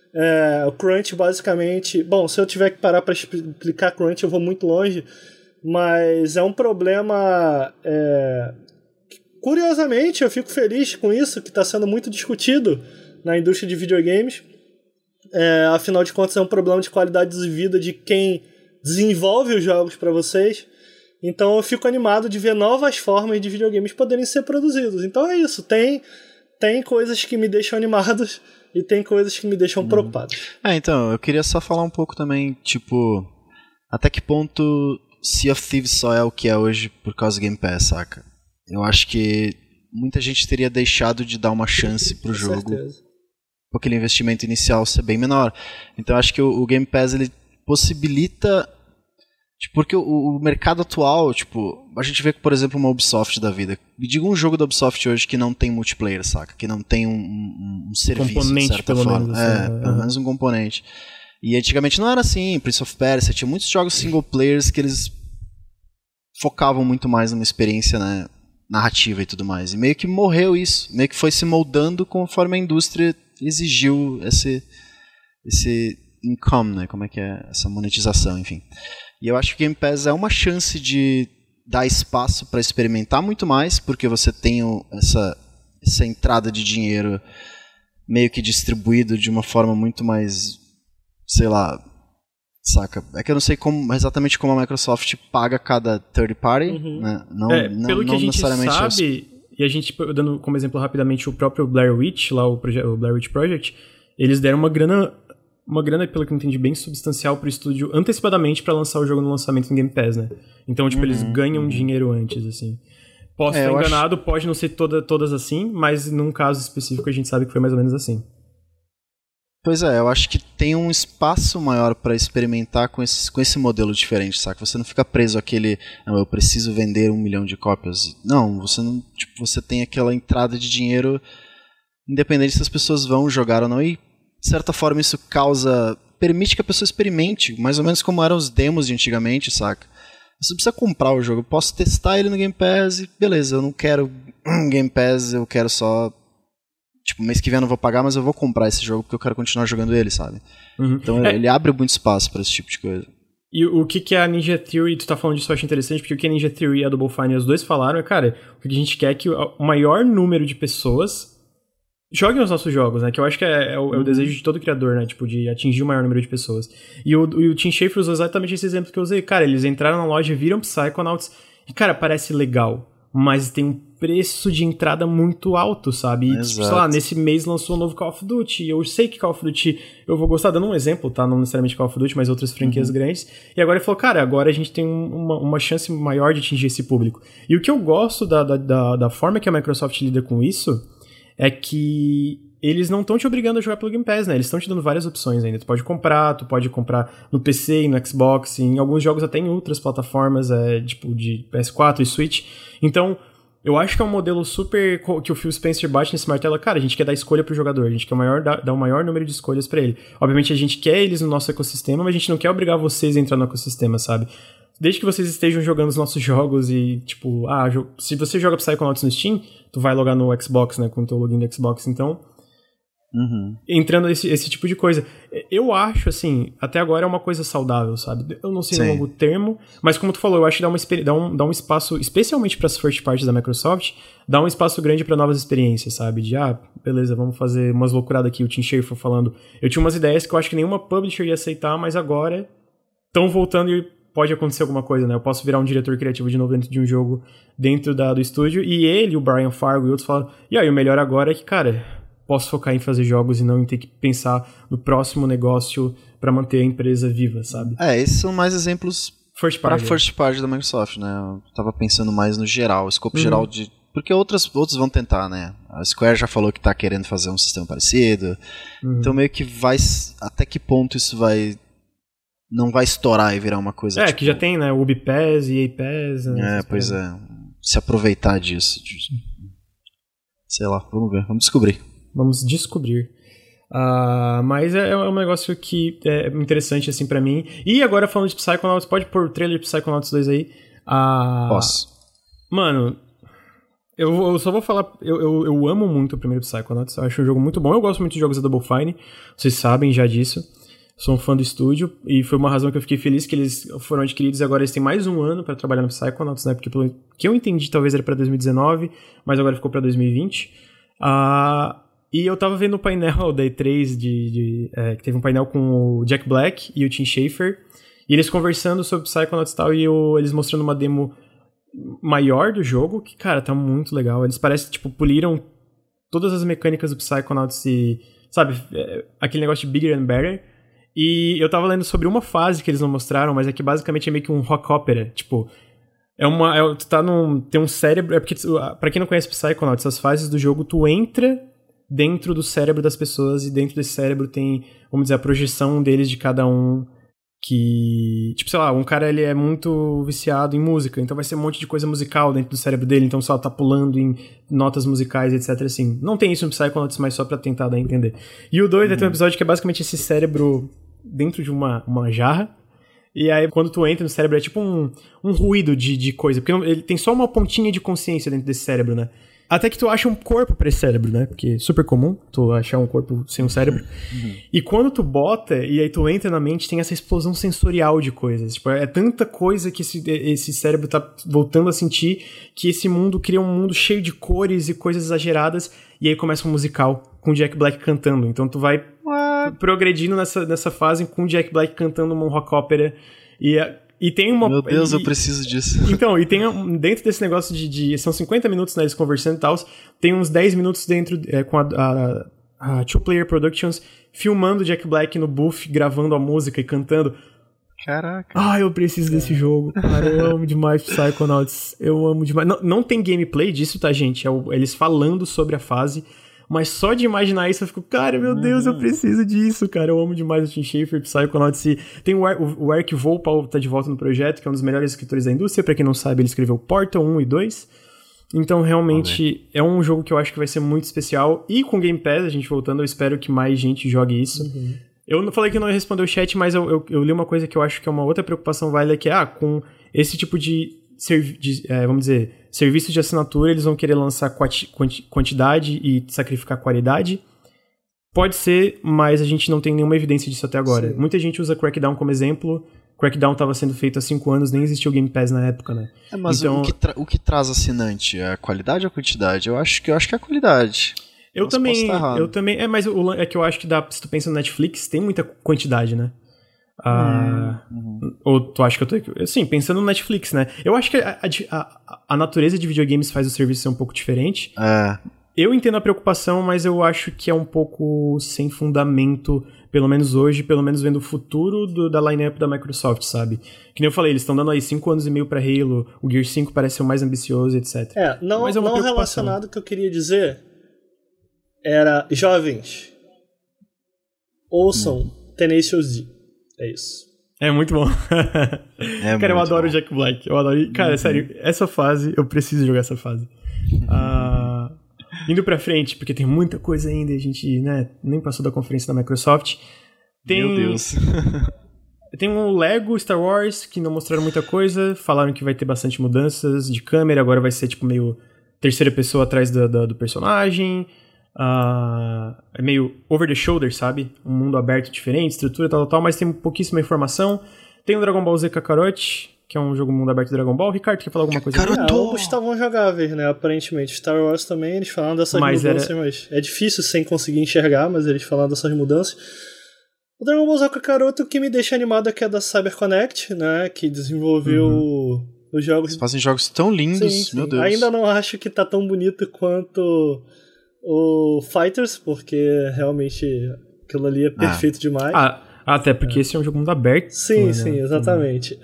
O crunch, basicamente... Bom, se eu tiver que parar para explicar crunch, eu vou muito longe, mas é um problema... Curiosamente, eu fico feliz com isso, que está sendo muito discutido na indústria de videogames. Afinal de contas, é um problema de qualidade de vida de quem desenvolve os jogos para vocês. Então eu fico animado de ver novas formas de videogames poderem ser produzidos. Então é isso, tem coisas que me deixam animados e tem coisas que me deixam preocupados. Então, eu queria só falar um pouco também, tipo, até que ponto Sea of Thieves só é o que é hoje por causa do Game Pass, saca? Eu acho que muita gente teria deixado de dar uma chance pro jogo por aquele investimento inicial ser bem menor. Então eu acho que o Game Pass ele possibilita, tipo, porque o mercado atual, tipo, a gente vê que, por exemplo, uma Ubisoft da vida. Me diga um jogo da Ubisoft hoje que não tem multiplayer, saca? Que não tem um serviço, componente, de certa pelo forma. menos, Pelo menos um componente. E antigamente não era assim. Prince of Persia, tinha muitos jogos single players que eles focavam muito mais numa experiência, né, narrativa e tudo mais. E meio que morreu isso. Meio que foi se moldando conforme a indústria exigiu esse income, né? Como é que é? Essa monetização, enfim. E eu acho que o Game Pass é uma chance de dá espaço para experimentar muito mais, porque você tem essa entrada de dinheiro meio que distribuído de uma forma muito mais, sei lá, saca? É que eu não sei exatamente como a Microsoft paga cada third party, né? Pelo que a gente sabe, e a gente, dando como exemplo rapidamente o próprio Blair Witch, lá o Blair Witch Project, eles deram uma grana, pelo que eu entendi, bem substancial pro estúdio antecipadamente pra lançar o jogo no lançamento em Game Pass, né? Então, tipo, eles ganham dinheiro antes, assim. Posso estar enganado, pode não ser todas assim, mas num caso específico a gente sabe que foi mais ou menos assim. Pois é, eu acho que tem um espaço maior pra experimentar com esse modelo diferente, saca? Você não fica preso àquele, não, eu preciso vender 1 milhão de cópias. Não, você tem aquela entrada de dinheiro independente se as pessoas vão jogar ou não, e de certa forma isso permite que a pessoa experimente, mais ou menos como eram os demos de antigamente, saca? Você não precisa comprar o jogo, eu posso testar ele no Game Pass e beleza, eu não quero Game Pass, eu quero só... Tipo, mês que vem eu não vou pagar, mas eu vou comprar esse jogo porque eu quero continuar jogando ele, sabe? Então ele abre muito espaço pra esse tipo de coisa. E o que a Ninja Theory, tu tá falando disso, eu acho interessante, porque o que a Ninja Theory e a Double Fine, os dois falaram, cara, o que a gente quer é que o maior número de pessoas joguem os nossos jogos, né? Que eu acho que é o desejo de todo criador, né? Tipo, de atingir o maior número de pessoas. E o Tim Schafer usou exatamente esse exemplo que eu usei. Cara, eles entraram na loja, viram Psychonauts e, cara, parece legal, mas tem um preço de entrada muito alto, sabe? E, tipo, sei lá, nesse mês lançou um novo Call of Duty, eu sei que Call of Duty eu vou gostar, dando um exemplo, tá? Não necessariamente Call of Duty, mas outras franquias grandes. E agora ele falou, cara, agora a gente tem uma chance maior de atingir esse público. E o que eu gosto da forma que a Microsoft lida com isso é que eles não estão te obrigando a jogar pelo Game Pass, né? Eles estão te dando várias opções ainda. Tu pode comprar no PC e no Xbox, e em alguns jogos até em outras plataformas, tipo de PS4 e Switch. Então, eu acho que é um modelo super que o Phil Spencer bate nesse martelo. Cara, a gente quer dar escolha pro jogador, a gente quer dar o maior número de escolhas pra ele. Obviamente a gente quer eles no nosso ecossistema, mas a gente não quer obrigar vocês a entrar no ecossistema, sabe? Desde que vocês estejam jogando os nossos jogos e, tipo, se você joga Psychonauts no Steam, tu vai logar no Xbox, né, com o teu login do Xbox, então... Entrando esse tipo de coisa. Eu acho, assim, até agora é uma coisa saudável, sabe? Eu não sei no longo termo, mas como tu falou, eu acho que dá um espaço, especialmente para as first parties da Microsoft, dá um espaço grande para novas experiências, sabe? De, beleza, vamos fazer umas loucuradas aqui, o Tim Schafer falando. Eu tinha umas ideias que eu acho que nenhuma publisher ia aceitar, mas agora estão voltando e pode acontecer alguma coisa, né? Eu posso virar um diretor criativo de novo dentro de um jogo, dentro do estúdio, e ele, o Brian Fargo e outros falam, e aí o melhor agora é que, cara... posso focar em fazer jogos e não em ter que pensar no próximo negócio pra manter a empresa viva, sabe? Esses são mais exemplos para first party da Microsoft, né? Eu tava pensando mais no geral, o escopo geral de... Porque outros vão tentar, né? A Square já falou que tá querendo fazer um sistema parecido, então meio que vai... Até que ponto isso não vai estourar e virar uma coisa... que já tem, né? O Ubi Pass, EA Pass... Pois é. Se aproveitar disso. Sei lá, vamos ver, vamos descobrir. Vamos descobrir. Mas é um negócio que é interessante, assim, pra mim. E agora, falando de Psychonauts, pode pôr o trailer de Psychonauts 2 aí? Posso. Mano, eu só vou falar... Eu amo muito o primeiro Psychonauts. Eu acho um jogo muito bom. Eu gosto muito de jogos da Double Fine. Vocês sabem já disso. Sou um fã do estúdio. E foi uma razão que eu fiquei feliz que eles foram adquiridos. E agora eles têm mais um ano pra trabalhar no Psychonauts, né? Porque pelo que eu entendi, talvez era pra 2019. Mas agora ficou pra 2020. E eu tava vendo o painel da E3 que teve um painel com o Jack Black e o Tim Schafer, e eles conversando sobre Psychonauts e tal, e eles mostrando uma demo maior do jogo, que, cara, tá muito legal. Eles parecem, tipo, poliram todas as mecânicas do Psychonauts e, sabe, aquele negócio de bigger and better. E eu tava lendo sobre uma fase que eles não mostraram, mas é que basicamente é meio que um rock opera, tipo... tem um cérebro... porque, pra quem não conhece Psychonauts, as fases do jogo, tu entra dentro do cérebro das pessoas, e dentro desse cérebro tem, vamos dizer, a projeção deles de cada um, que... Tipo, sei lá, um cara, ele é muito viciado em música, então vai ser um monte de coisa musical dentro do cérebro dele, então só tá pulando em notas musicais, etc, assim. Não tem isso no Psychonauts, mas só pra tentar dar a entender. E o 2 vai ter um episódio que é basicamente esse cérebro dentro de uma jarra, e aí quando tu entra no cérebro é tipo um ruído de coisa, porque ele tem só uma pontinha de consciência dentro desse cérebro, né? Até que tu acha um corpo pra esse cérebro, né? Porque é super comum tu achar um corpo sem um cérebro. E quando tu bota, e aí tu entra na mente, tem essa explosão sensorial de coisas. Tipo, é tanta coisa que esse cérebro tá voltando a sentir, que esse mundo cria um mundo cheio de cores e coisas exageradas, e aí começa um musical com o Jack Black cantando. Então tu vai progredindo nessa fase com o Jack Black cantando uma rock ópera, e tem uma... Meu Deus, eu preciso disso. Então, e tem dentro desse negócio são 50 minutos, né, eles conversando e tal, tem uns 10 minutos dentro com a Two Player Productions filmando o Jack Black no booth, gravando a música e cantando. Caraca. Eu preciso desse jogo, cara, eu amo demais Psychonauts, eu amo demais. Não tem gameplay disso, tá, gente? Eles falando sobre a fase, mas só de imaginar isso eu fico, cara, meu Deus, eu preciso disso, cara. Eu amo demais o Tim Schafer, Psychonauts. Tem o Eric Volpal, tá de volta no projeto, que é um dos melhores escritores da indústria. Pra quem não sabe, ele escreveu Portal 1 e 2. Então, realmente, é um jogo que eu acho que vai ser muito especial. E com Game Pass, a gente voltando, eu espero que mais gente jogue isso. Eu não falei que não ia responder o chat, mas eu li uma coisa que eu acho que é uma outra preocupação válida, que é, com esse tipo de vamos dizer, serviços de assinatura, eles vão querer lançar quantidade e sacrificar qualidade. Pode ser, mas a gente não tem nenhuma evidência disso até agora. Sim. Muita gente usa Crackdown como exemplo. Crackdown estava sendo feito há 5 anos, nem existia o Game Pass na época, né? Mas então, o que traz assinante? É a qualidade ou a quantidade? Eu acho que é a qualidade. Eu também, mas é que eu acho que se tu pensa no Netflix, tem muita quantidade, né? Ou tu acha que eu tô... Sim, pensando no Netflix, né? Eu acho que a natureza de videogames faz o serviço ser um pouco diferente. Eu entendo a preocupação, mas eu acho que é um pouco sem fundamento, pelo menos hoje, pelo menos vendo o futuro da line-up da Microsoft, sabe? Que nem eu falei, eles estão dando aí 5 anos e meio pra Halo, o Gear 5 parece ser o mais ambicioso, etc. Não relacionado, que eu queria dizer era, jovens, ouçam Tenacious D. É isso. É muito bom. Cara, eu adoro o Jack Black. Eu adoro. Cara, sério, essa fase, eu preciso jogar essa fase. Indo pra frente, porque tem muita coisa ainda e a gente, né, nem passou da conferência da Microsoft. Meu Deus. Tem um Lego Star Wars, que não mostraram muita coisa. Falaram que vai ter bastante mudanças de câmera. Agora vai ser, tipo, meio terceira pessoa atrás do personagem. É meio over the shoulder, sabe? Um mundo aberto diferente, estrutura, tal, mas tem pouquíssima informação. Tem o Dragon Ball Z Kakarot, que é um jogo mundo aberto de Dragon Ball. Ricardo, quer falar alguma coisa? Ambos estavam jogáveis, né? Aparentemente. Star Wars também, eles falaram dessas mudanças, mas é difícil sem conseguir enxergar, mas eles falaram dessas mudanças. O Dragon Ball Z Kakarot, o que me deixa animado é que é da CyberConnect, né? Que desenvolveu os jogos. Eles fazem jogos tão lindos, sim. Meu Deus. Ainda não acho que tá tão bonito quanto o Fighters, porque realmente aquilo ali é perfeito demais. Até porque esse é um jogo mundo aberto. Sim, né? Sim, exatamente.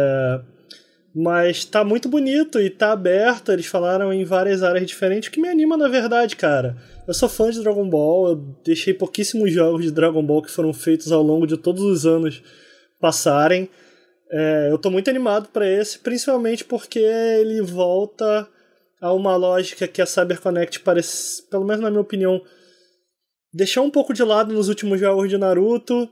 Mas tá muito bonito e tá aberto, eles falaram em várias áreas diferentes, o que me anima na verdade, cara. Eu sou fã de Dragon Ball, eu deixei pouquíssimos jogos de Dragon Ball que foram feitos ao longo de todos os anos passarem. Eu tô muito animado pra esse, principalmente porque ele volta a uma lógica que a CyberConnect parece, pelo menos na minha opinião, deixou um pouco de lado nos últimos jogos de Naruto,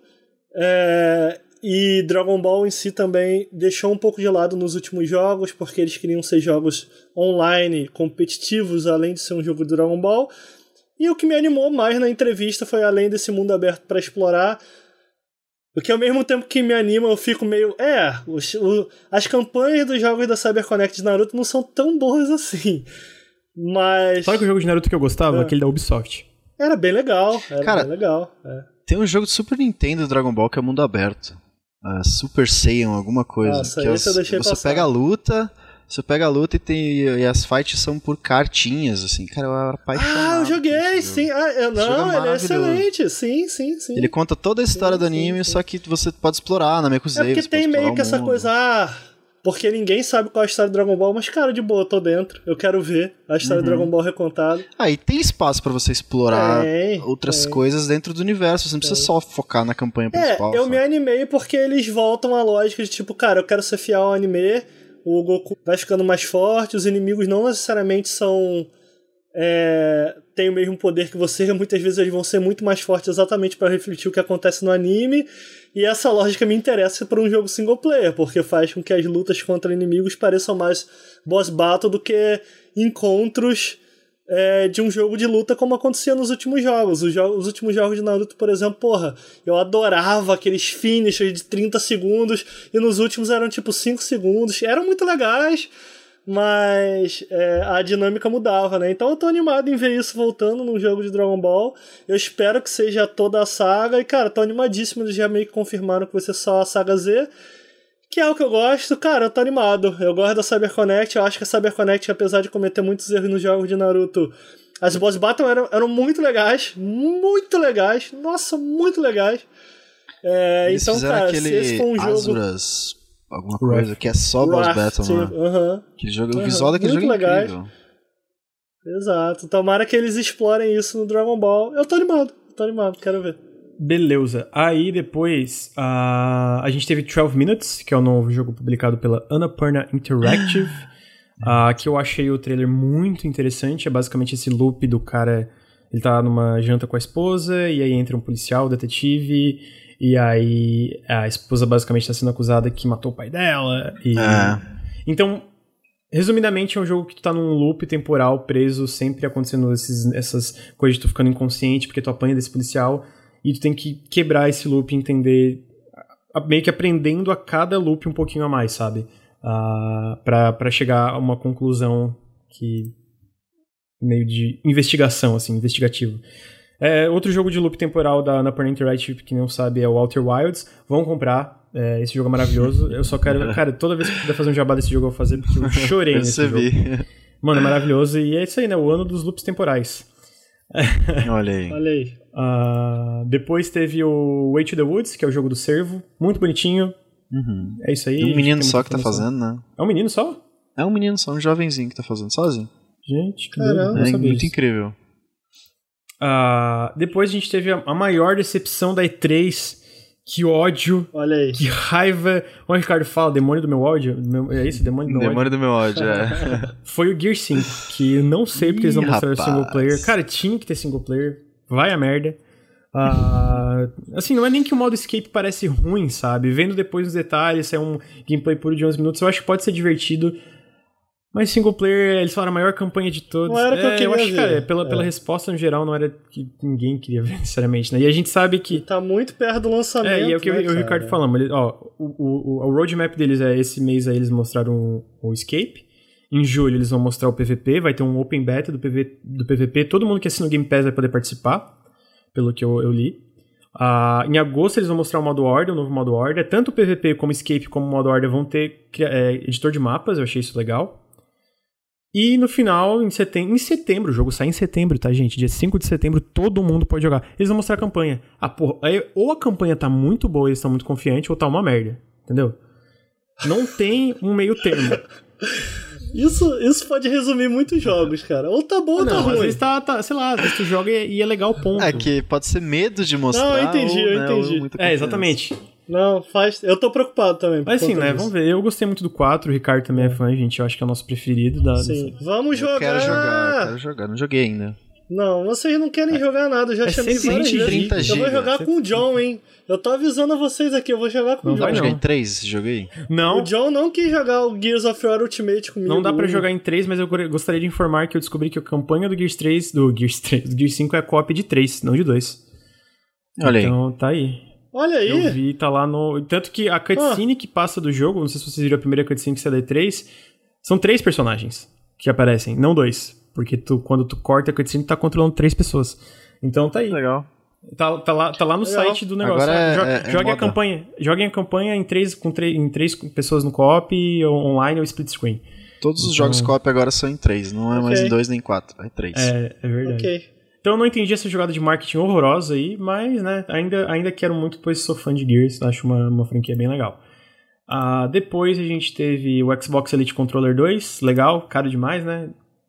e Dragon Ball em si também deixou um pouco de lado nos últimos jogos, porque eles queriam ser jogos online, competitivos, além de ser um jogo de Dragon Ball. E o que me animou mais na entrevista foi, além desse mundo aberto para explorar, porque ao mesmo tempo que me anima, eu fico meio... as campanhas dos jogos da CyberConnect de Naruto não são tão boas assim. Mas... Sabe que o jogo de Naruto que eu gostava? Aquele da Ubisoft. Era bem legal. Cara, bem legal. Tem um jogo de Super Nintendo do Dragon Ball que é mundo aberto. Super Saiyan, alguma coisa. Nossa, que esse eu deixei você passar. pega a luta... Você pega a luta e as fights são por cartinhas, assim. Cara, eu era apaixonado. Eu joguei, sim. Ele é excelente. Sim. Ele conta toda a história do anime, só que você pode explorar na Namekusei. Porque tem meio que essa coisa... porque ninguém sabe qual é a história do Dragon Ball, mas, cara, de boa, eu tô dentro. Eu quero ver a história do Dragon Ball recontada. E tem espaço pra você explorar outras coisas dentro do universo. Você não precisa só focar na campanha principal. Eu me animei porque eles voltam à lógica de, tipo, cara, eu quero ser fiel ao anime... O Goku vai ficando mais forte, os inimigos não necessariamente têm o mesmo poder que você, muitas vezes eles vão ser muito mais fortes exatamente para refletir o que acontece no anime, e essa lógica me interessa para um jogo single player, porque faz com que as lutas contra inimigos pareçam mais boss battle do que encontros de um jogo de luta como acontecia nos últimos jogos. Os últimos jogos de Naruto, por exemplo, porra, eu adorava aqueles finishers de 30 segundos e nos últimos eram tipo 5 segundos. Eram muito legais, mas a dinâmica mudava, né? Então eu tô animado em ver isso voltando num jogo de Dragon Ball. Eu espero que seja toda a saga. E, cara, tô animadíssimo. Eles já meio que confirmaram que vai ser só a saga Z, que é o que eu gosto. Cara, eu tô animado. Eu gosto da CyberConnect. Eu acho que a CyberConnect, apesar de cometer muitos erros nos jogos de Naruto, as boss battle eram muito legais. Muito legais. Nossa, muito legais. Então, cara, se esse for um Azuras, alguma coisa que é só boss battle, né? Aquele jogo, o visual daquele jogo é incrível. Exato. Tomara que eles explorem isso no Dragon Ball. Eu tô animado, quero ver. Beleza. Aí depois a gente teve 12 Minutes, que é o novo jogo publicado pela Annapurna Interactive, que eu achei o trailer muito interessante. É basicamente esse loop do cara, ele tá numa janta com a esposa, e aí entra um policial, detetive, e aí a esposa basicamente tá sendo acusada que matou o pai dela. Então, resumidamente, é um jogo que tu tá num loop temporal preso, sempre acontecendo essas coisas de tu ficando inconsciente porque tu apanha desse policial. E tu tem que quebrar esse loop e entender, meio que aprendendo a cada loop um pouquinho a mais, sabe? Pra chegar a uma conclusão que meio de investigação, assim, investigativo. Outro jogo de loop temporal da Annapurna Interactive, que não sabe, é o Outer Wilds. Vão comprar, esse jogo é maravilhoso. Eu só quero... Cara, toda vez que eu puder fazer um jabá desse jogo, eu vou fazer, porque eu chorei nesse jogo. Mano, é maravilhoso. E é isso aí, né? O ano dos loops temporais. Olha aí. Depois teve o Way to the Woods, que é o jogo do cervo. Muito bonitinho. É isso aí. É um menino só que tá fazendo, né? É um menino só? É um menino só, um jovenzinho que tá fazendo sozinho. Gente, que caramba. É muito incrível. Depois a gente teve a maior decepção da E3. Que ódio. Olha aí. Que raiva. O Ricardo fala, demônio do meu ódio? É isso? Demônio do meu ódio? Demônio do meu ódio, Foi o Gear 5, que não sei porque eles não mostraram single player. Cara, tinha que ter single player. Vai a merda. Assim, não é nem que o modo escape parece ruim, sabe? Vendo depois os detalhes, se é um gameplay puro de 11 minutos, eu acho que pode ser divertido. Mas single player, eles falaram a maior campanha de todos. Não era que eu queria acho que, ver. Pela resposta no geral, não era que ninguém queria ver, necessariamente, né? E a gente sabe que... Tá muito perto do lançamento, e é o que eu e o Ricardo falamos. O roadmap deles é esse mês aí, eles mostraram o Escape. Em julho, eles vão mostrar o PVP. Vai ter um open beta do PVP. Todo mundo que assina o Game Pass vai poder participar, pelo que eu li. Em agosto, eles vão mostrar o modo Horda, o novo modo Horda. Tanto o PVP como o Escape como o modo Horda vão ter editor de mapas. Eu achei isso legal. E no final, em setembro, o jogo sai em setembro, tá, gente? Dia 5 de setembro, todo mundo pode jogar. Eles vão mostrar a campanha. Ou a campanha tá muito boa e eles estão muito confiantes, ou tá uma merda, entendeu? Não tem um meio termo. Isso pode resumir muitos jogos, cara. Ou tá bom ou tá ruim. Às vezes sei lá, às vezes tu joga e é legal o ponto. Que pode ser medo de mostrar. Não, eu entendi. Exatamente. Não, eu tô preocado também. Mas assim, né, vamos ver. Eu gostei muito do 4, o Ricardo também é fã, gente. Eu acho que é o nosso preferido. Sim. Vamos jogar! Quero jogar, não joguei ainda. Não, vocês não querem jogar nada, eu já chamei várias vezes. Eu vou jogar com o John, hein? Eu tô avisando a vocês aqui, eu vou jogar com o John. Não joguei em 3, joguei? Não. O John não quis jogar o Gears of War Ultimate comigo. Não dá pra jogar em 3, mas eu gostaria de informar que eu descobri que a campanha do Gears 5 é cópia de 3, não de 2. Olha aí. Então, tá aí. Olha aí. Eu vi, tá lá no... Tanto que a cutscene que passa do jogo, não sei se vocês viram a primeira cutscene que sai da E3, são 3 personagens que aparecem, não 2. Porque quando tu corta a cutscene, tu tá controlando 3 pessoas. Então tá aí. Legal. Tá lá no site do negócio. Joguem a campanha em 3 pessoas no co-op, online ou split screen. Todos os jogos co-op agora são em 3, não é mais em 2 nem 4, é 3. É verdade. Então eu não entendi essa jogada de marketing horrorosa aí, mas né, ainda quero muito, pois sou fã de Gears, acho uma franquia bem legal. Depois a gente teve o Xbox Elite Controller 2, legal, caro demais, né?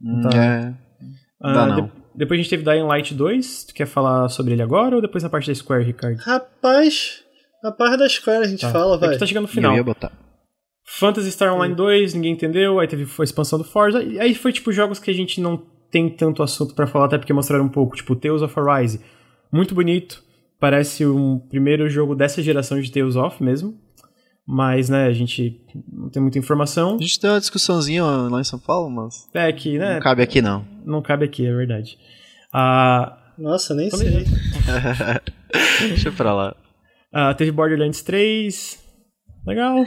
Não. Depois a gente teve Dying Light 2, tu quer falar sobre ele agora ou depois na parte da Square, Ricardo? Rapaz, a parte da Square a gente fala, vai. Aqui tá chegando no final. Eu ia botar. Phantasy Star Online 2, ninguém entendeu, aí teve a expansão do Forza, e aí foi tipo jogos que a gente não tem tanto assunto pra falar, até porque mostraram um pouco, tipo Tales of Arise, muito bonito, parece um primeiro jogo dessa geração de Tales of mesmo, Mas, né, a gente não tem muita informação. A gente tem uma discussãozinha lá em São Paulo, mas... É que, né... Não cabe aqui, não. Não cabe aqui, é verdade. Nossa, nem sei. Deixa pra lá. Teve Borderlands 3. Legal.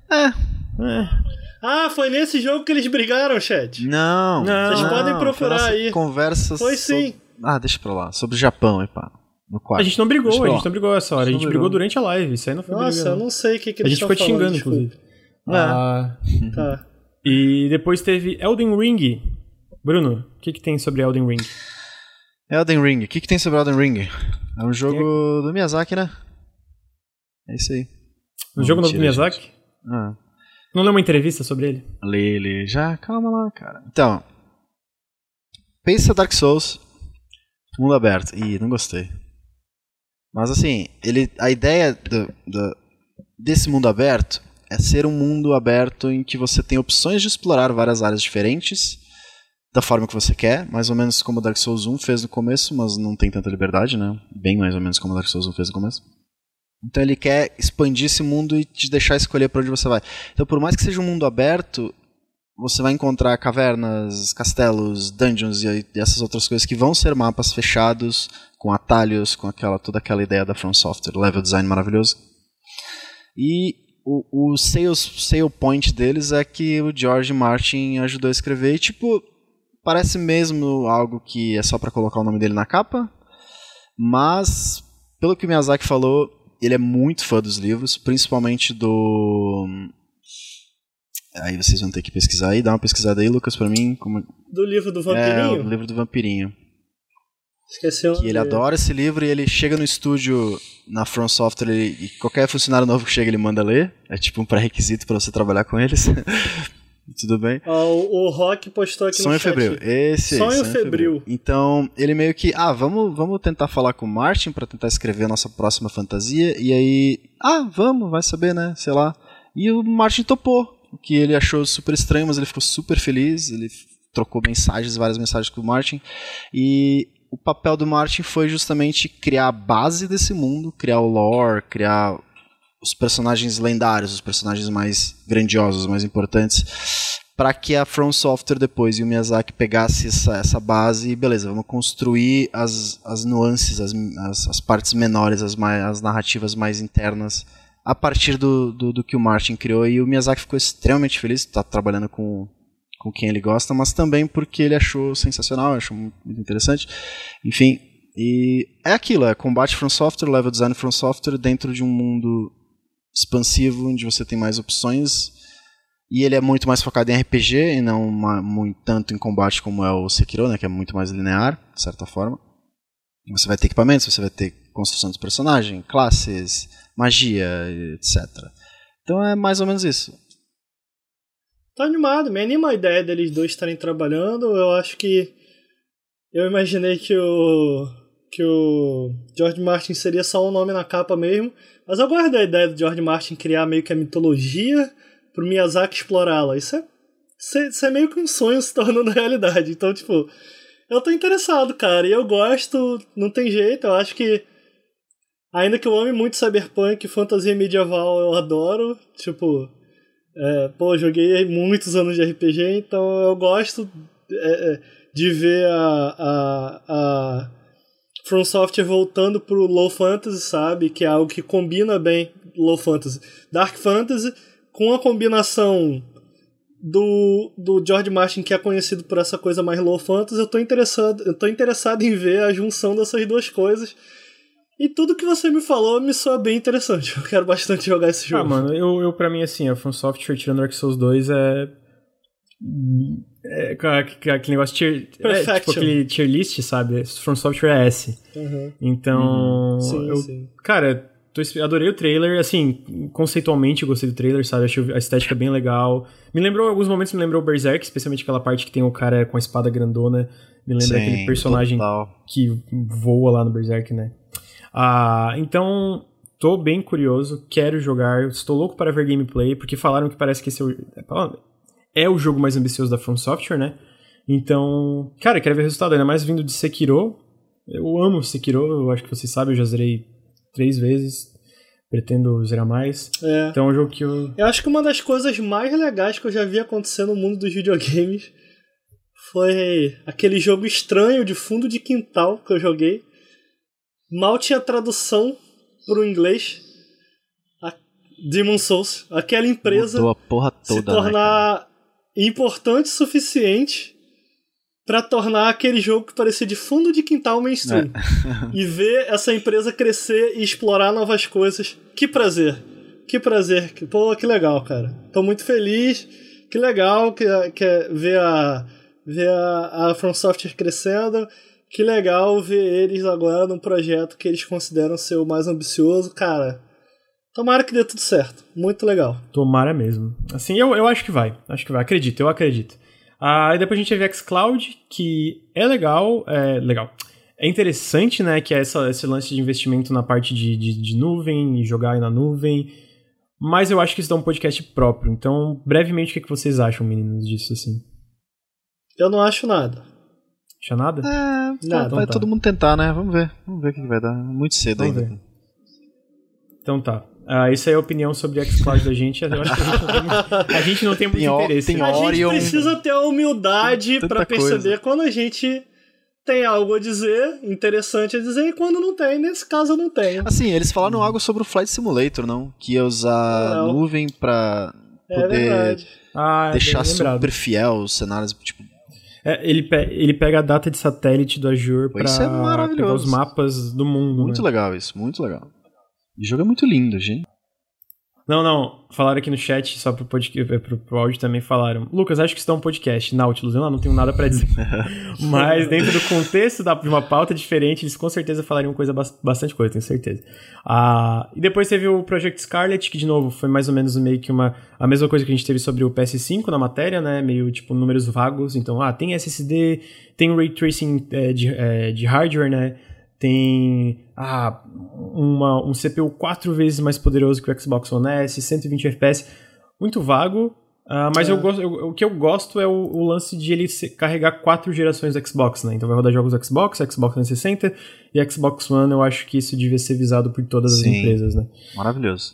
Foi nesse jogo que eles brigaram, chat? Não. Vocês podem procurar aí. Conversa Foi sim. Deixa pra lá. Sobre o Japão, pá. No quarto. A gente não brigou essa hora. A gente brigou durante a live. Isso aí não foi briga. Nossa, eu não sei o que eles estão falando. A gente ficou te xingando, inclusive. Tá. E depois teve Elden Ring. Bruno, o que tem sobre Elden Ring? Elden Ring. O que tem sobre Elden Ring? É um jogo do Miyazaki, né? É isso aí. Um jogo novo do Miyazaki? Não leu uma entrevista sobre ele? Lê. Já, calma lá, cara. Então, pensa Dark Souls, mundo aberto. Ih, não gostei. Mas assim, a ideia desse mundo aberto é ser um mundo aberto em que você tem opções de explorar várias áreas diferentes da forma que você quer, mais ou menos como o Dark Souls 1 fez no começo, mas não tem tanta liberdade, né? Bem mais ou menos como o Dark Souls 1 fez no começo. Então ele quer expandir esse mundo e te deixar escolher para onde você vai. Então por mais que seja um mundo aberto, você vai encontrar cavernas, castelos, dungeons e essas outras coisas que vão ser mapas fechados, com atalhos, com toda aquela ideia da From Software, level design maravilhoso. E o sale point deles é que o George Martin ajudou a escrever e parece mesmo algo que é só para colocar o nome dele na capa, mas pelo que o Miyazaki falou, ele é muito fã dos livros, principalmente do... Aí vocês vão ter que pesquisar aí, dá uma pesquisada aí, Lucas, pra mim. Do livro do Vampirinho? O livro do Vampirinho. Esqueci o nome. Que ele adora esse livro e ele chega no estúdio na From Software e qualquer funcionário novo que chega ele manda ler. É tipo um pré-requisito pra você trabalhar com eles. Tudo bem? O Rock postou aqui Sonho no chat. Febril. Esse aí, Sonho Febril. Então, ele meio que... vamos tentar falar com o Martin pra tentar escrever a nossa próxima fantasia. E aí... vamos, vai saber, né? Sei lá. E o Martin topou. O que ele achou super estranho, mas ele ficou super feliz. Ele trocou várias mensagens com o Martin. E o papel do Martin foi justamente criar a base desse mundo, criar o lore, criar os personagens lendários, os personagens mais grandiosos, mais importantes, para que a From Software depois e o Miyazaki pegasse essa base e beleza, vamos construir as nuances, as partes menores, as narrativas mais internas a partir do que o Martin criou, e o Miyazaki ficou extremamente feliz de estar trabalhando com quem ele gosta, mas também porque ele achou sensacional, achou muito interessante. Enfim, e é aquilo, é combate From Software, level design From Software dentro de um mundo expansivo, onde você tem mais opções, e ele é muito mais focado em RPG e não tanto em combate como é o Sekiro, né, que é muito mais linear, de certa forma. Você vai ter equipamentos, você vai ter construção dos personagens, classes, magia, etc. Então é mais ou menos isso. Tô animado, me anima a ideia deles dois estarem trabalhando. Eu acho que... Eu imaginei que o George Martin seria só um nome na capa mesmo, mas eu gosto da ideia do George Martin criar meio que a mitologia pro Miyazaki explorá-la. Isso é meio que um sonho se tornando realidade. Então, eu tô interessado, cara, e eu gosto, não tem jeito, eu acho que ainda que eu ame muito cyberpunk, fantasia medieval, eu adoro, joguei muitos anos de RPG, então eu gosto de ver a From Software voltando pro low fantasy, sabe, que é algo que combina bem low fantasy, dark fantasy, com a combinação do George Martin, que é conhecido por essa coisa mais low fantasy. Eu tô interessado em ver a junção dessas duas coisas. E tudo que você me falou me soa bem interessante. Eu quero bastante jogar esse jogo. Mano, eu pra mim, assim, a From Software tirando Dark Souls 2 aquele negócio tipo aquele tier list, sabe? From Software é S. Uhum. Então, sim. Cara, adorei o trailer, assim, conceitualmente eu gostei do trailer, sabe? Achei a estética bem legal. Alguns momentos me lembrou o Berserk, especialmente aquela parte que tem o cara com a espada grandona. Me lembra aquele personagem que voa lá no Berserk, né? Então, tô bem curioso, quero jogar, estou louco para ver gameplay, porque falaram que parece que esse é o jogo mais ambicioso da From Software, né? Então, cara, quero ver o resultado, ainda mais vindo de Sekiro. Eu amo Sekiro, eu acho que vocês sabem, eu já zerei 3 vezes. pretendo zerar mais. Então é um jogo que eu acho que uma das coisas mais legais que eu já vi acontecer no mundo dos videogames foi aquele jogo estranho de fundo de quintal que eu joguei. Mal tinha tradução pro inglês. Demon's Souls. Aquela empresa mudou a porra toda, se tornar importante o suficiente pra tornar aquele jogo que parecia de fundo de quintal mainstream. E ver essa empresa crescer e explorar novas coisas. Que prazer. Que prazer. Pô, que legal, cara. Tô muito feliz. Que legal que ver a From Software crescendo. Que legal ver eles agora num projeto que eles consideram ser o mais ambicioso. Cara, tomara que dê tudo certo. Muito legal. Tomara mesmo. Assim, eu acho que vai. Eu acredito. E depois a gente teve xCloud, que é legal. É interessante, né? Que é esse lance de investimento na parte de nuvem e jogar aí na nuvem. Mas eu acho que isso dá um podcast próprio. Então, brevemente, o que vocês acham, meninos, disso, assim? Eu não acho nada. Acha nada? Nada. Vai todo mundo tentar, né? Vamos ver o que vai dar. Muito cedo ainda. Ver. Então tá. Isso aí é a opinião sobre xCloud da gente. Eu acho que a gente não tem muito interesse. A gente precisa ter a humildade pra perceber quando a gente tem algo a dizer, interessante a dizer, e quando não tem. Nesse caso eu não tenho. Assim, eles falaram algo sobre o Flight Simulator, não? Que ia usar nuvem pra poder deixar super fiel os cenários, tipo... Ele pega a data de satélite do Azure pra pegar os mapas do mundo. Muito legal isso, muito legal. O jogo é muito lindo, gente. Não. Falaram aqui no chat, só pro áudio também falaram. Lucas, acho que isso dá um podcast, Nautilus. Eu não tenho nada pra dizer. Mas dentro do contexto de uma pauta diferente, eles com certeza falariam bastante coisa, tenho certeza. E depois teve o Project Scarlet, que de novo foi mais ou menos meio que a mesma coisa que a gente teve sobre o PS5 na matéria, né? Meio tipo números vagos. Então, tem SSD, tem Ray Tracing de hardware, né? Tem um CPU 4 vezes mais poderoso que o Xbox One S, 120 FPS, muito vago, mas o que eu gosto é o lance de ele carregar 4 gerações do Xbox, né? Então vai rodar jogos do Xbox 360 e Xbox One. Eu acho que isso devia ser visado por todas as empresas, né? Maravilhoso.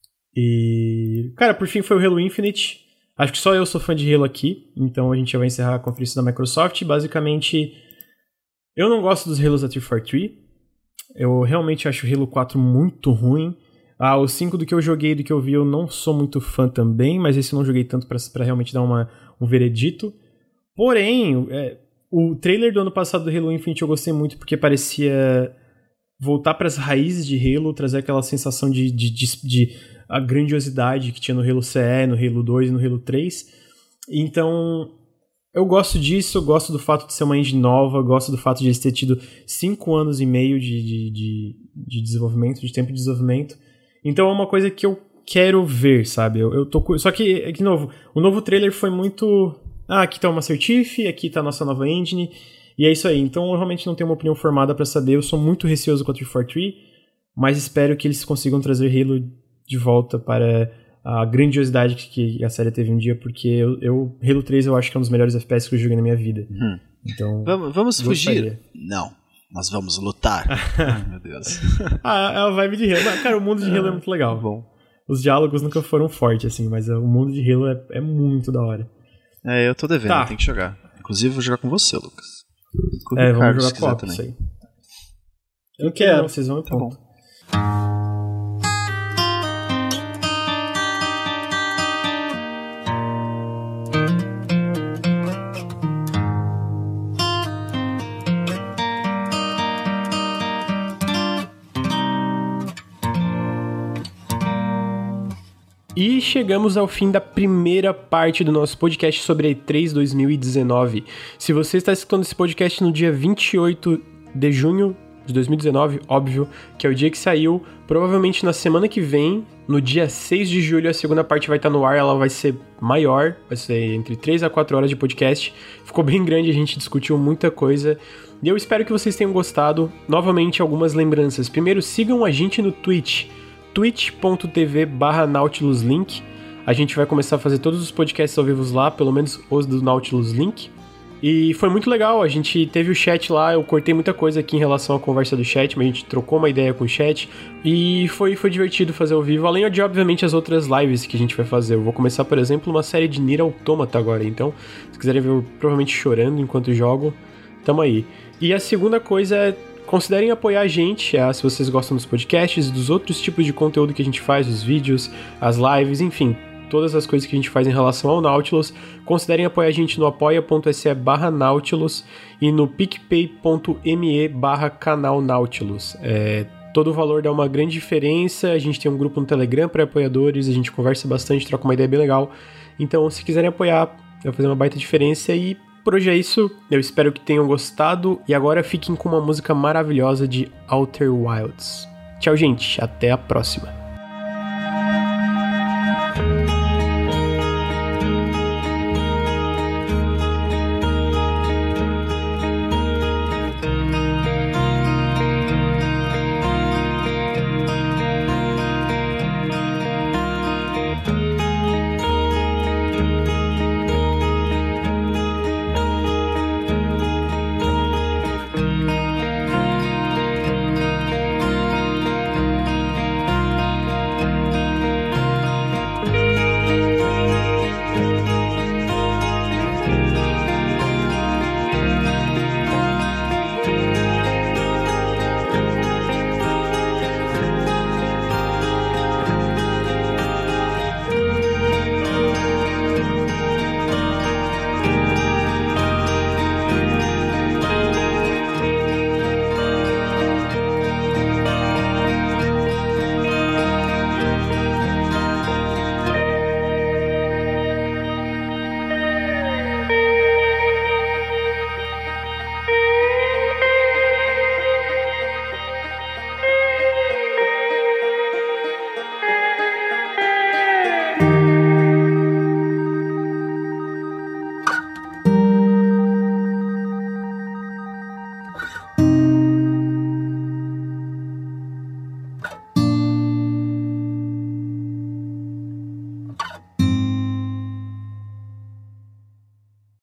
E, cara, por fim foi o Halo Infinite. Acho que só eu sou fã de Halo aqui, então a gente já vai encerrar a conferência da Microsoft. Basicamente, eu não gosto dos Halos da 343. Eu realmente acho o Halo 4 muito ruim. O 5 do que eu joguei, do que eu vi, eu não sou muito fã também, mas esse eu não joguei tanto pra realmente dar um veredito. Porém, o trailer do ano passado do Halo Infinite eu gostei muito porque parecia voltar pras raízes de Halo, trazer aquela sensação de a grandiosidade que tinha no Halo CE, no Halo 2 e no Halo 3. Então, eu gosto disso, eu gosto do fato de ser uma engine nova, gosto do fato de eles ter tido 5 anos e meio de desenvolvimento, de tempo de desenvolvimento. Então é uma coisa que eu quero ver, sabe? Só que, de novo, o novo trailer foi muito... aqui tá uma Certif, aqui tá a nossa nova engine, e é isso aí. Então eu realmente não tenho uma opinião formada pra saber, eu sou muito receoso com a 343, mas espero que eles consigam trazer Halo de volta para a grandiosidade que a série teve um dia, porque Halo 3 eu acho que é um dos melhores FPS que eu joguei na minha vida. Então, vamos fugir? Não, nós vamos lutar. Ai, meu Deus. É a vibe de Halo. Cara, o mundo de Halo é muito legal. Bom. Os diálogos nunca foram fortes, assim, mas o mundo de Halo é muito da hora. Eu tô devendo, tem que jogar. Inclusive, vou jogar com você, Lucas. Vamos jogar co-op isso aí. Eu quero. Vocês vão, tá bom. E chegamos ao fim da primeira parte do nosso podcast sobre a E3 2019. Se você está escutando esse podcast no dia 28 de junho de 2019, óbvio, que é o dia que saiu, provavelmente na semana que vem, no dia 6 de julho, a segunda parte vai estar no ar, ela vai ser maior, vai ser entre 3 a 4 horas de podcast. Ficou bem grande, a gente discutiu muita coisa. E eu espero que vocês tenham gostado. Novamente, algumas lembranças. Primeiro, sigam a gente no Twitch. twitch.tv/NautilusLink. A gente vai começar a fazer todos os podcasts ao vivo lá, pelo menos os do Nautilus Link. E foi muito legal, a gente teve o chat lá, eu cortei muita coisa aqui em relação à conversa do chat, mas a gente trocou uma ideia com o chat e foi divertido fazer ao vivo, além de, obviamente, as outras lives que a gente vai fazer. Eu vou começar, por exemplo, uma série de Nier Automata agora, então, se quiserem ver eu provavelmente chorando enquanto jogo, tamo aí. E a segunda coisa é, considerem apoiar a gente, se vocês gostam dos podcasts e dos outros tipos de conteúdo que a gente faz, os vídeos, as lives, enfim, todas as coisas que a gente faz em relação ao Nautilus. Considerem apoiar a gente no apoia.se/Nautilus e no picpay.me/canal Nautilus. Todo o valor dá uma grande diferença, a gente tem um grupo no Telegram para apoiadores, a gente conversa bastante, troca uma ideia bem legal. Então, se quiserem apoiar, vai fazer uma baita diferença. E por hoje é isso, eu espero que tenham gostado. E agora fiquem com uma música maravilhosa de Outer Wilds. Tchau, gente, até a próxima.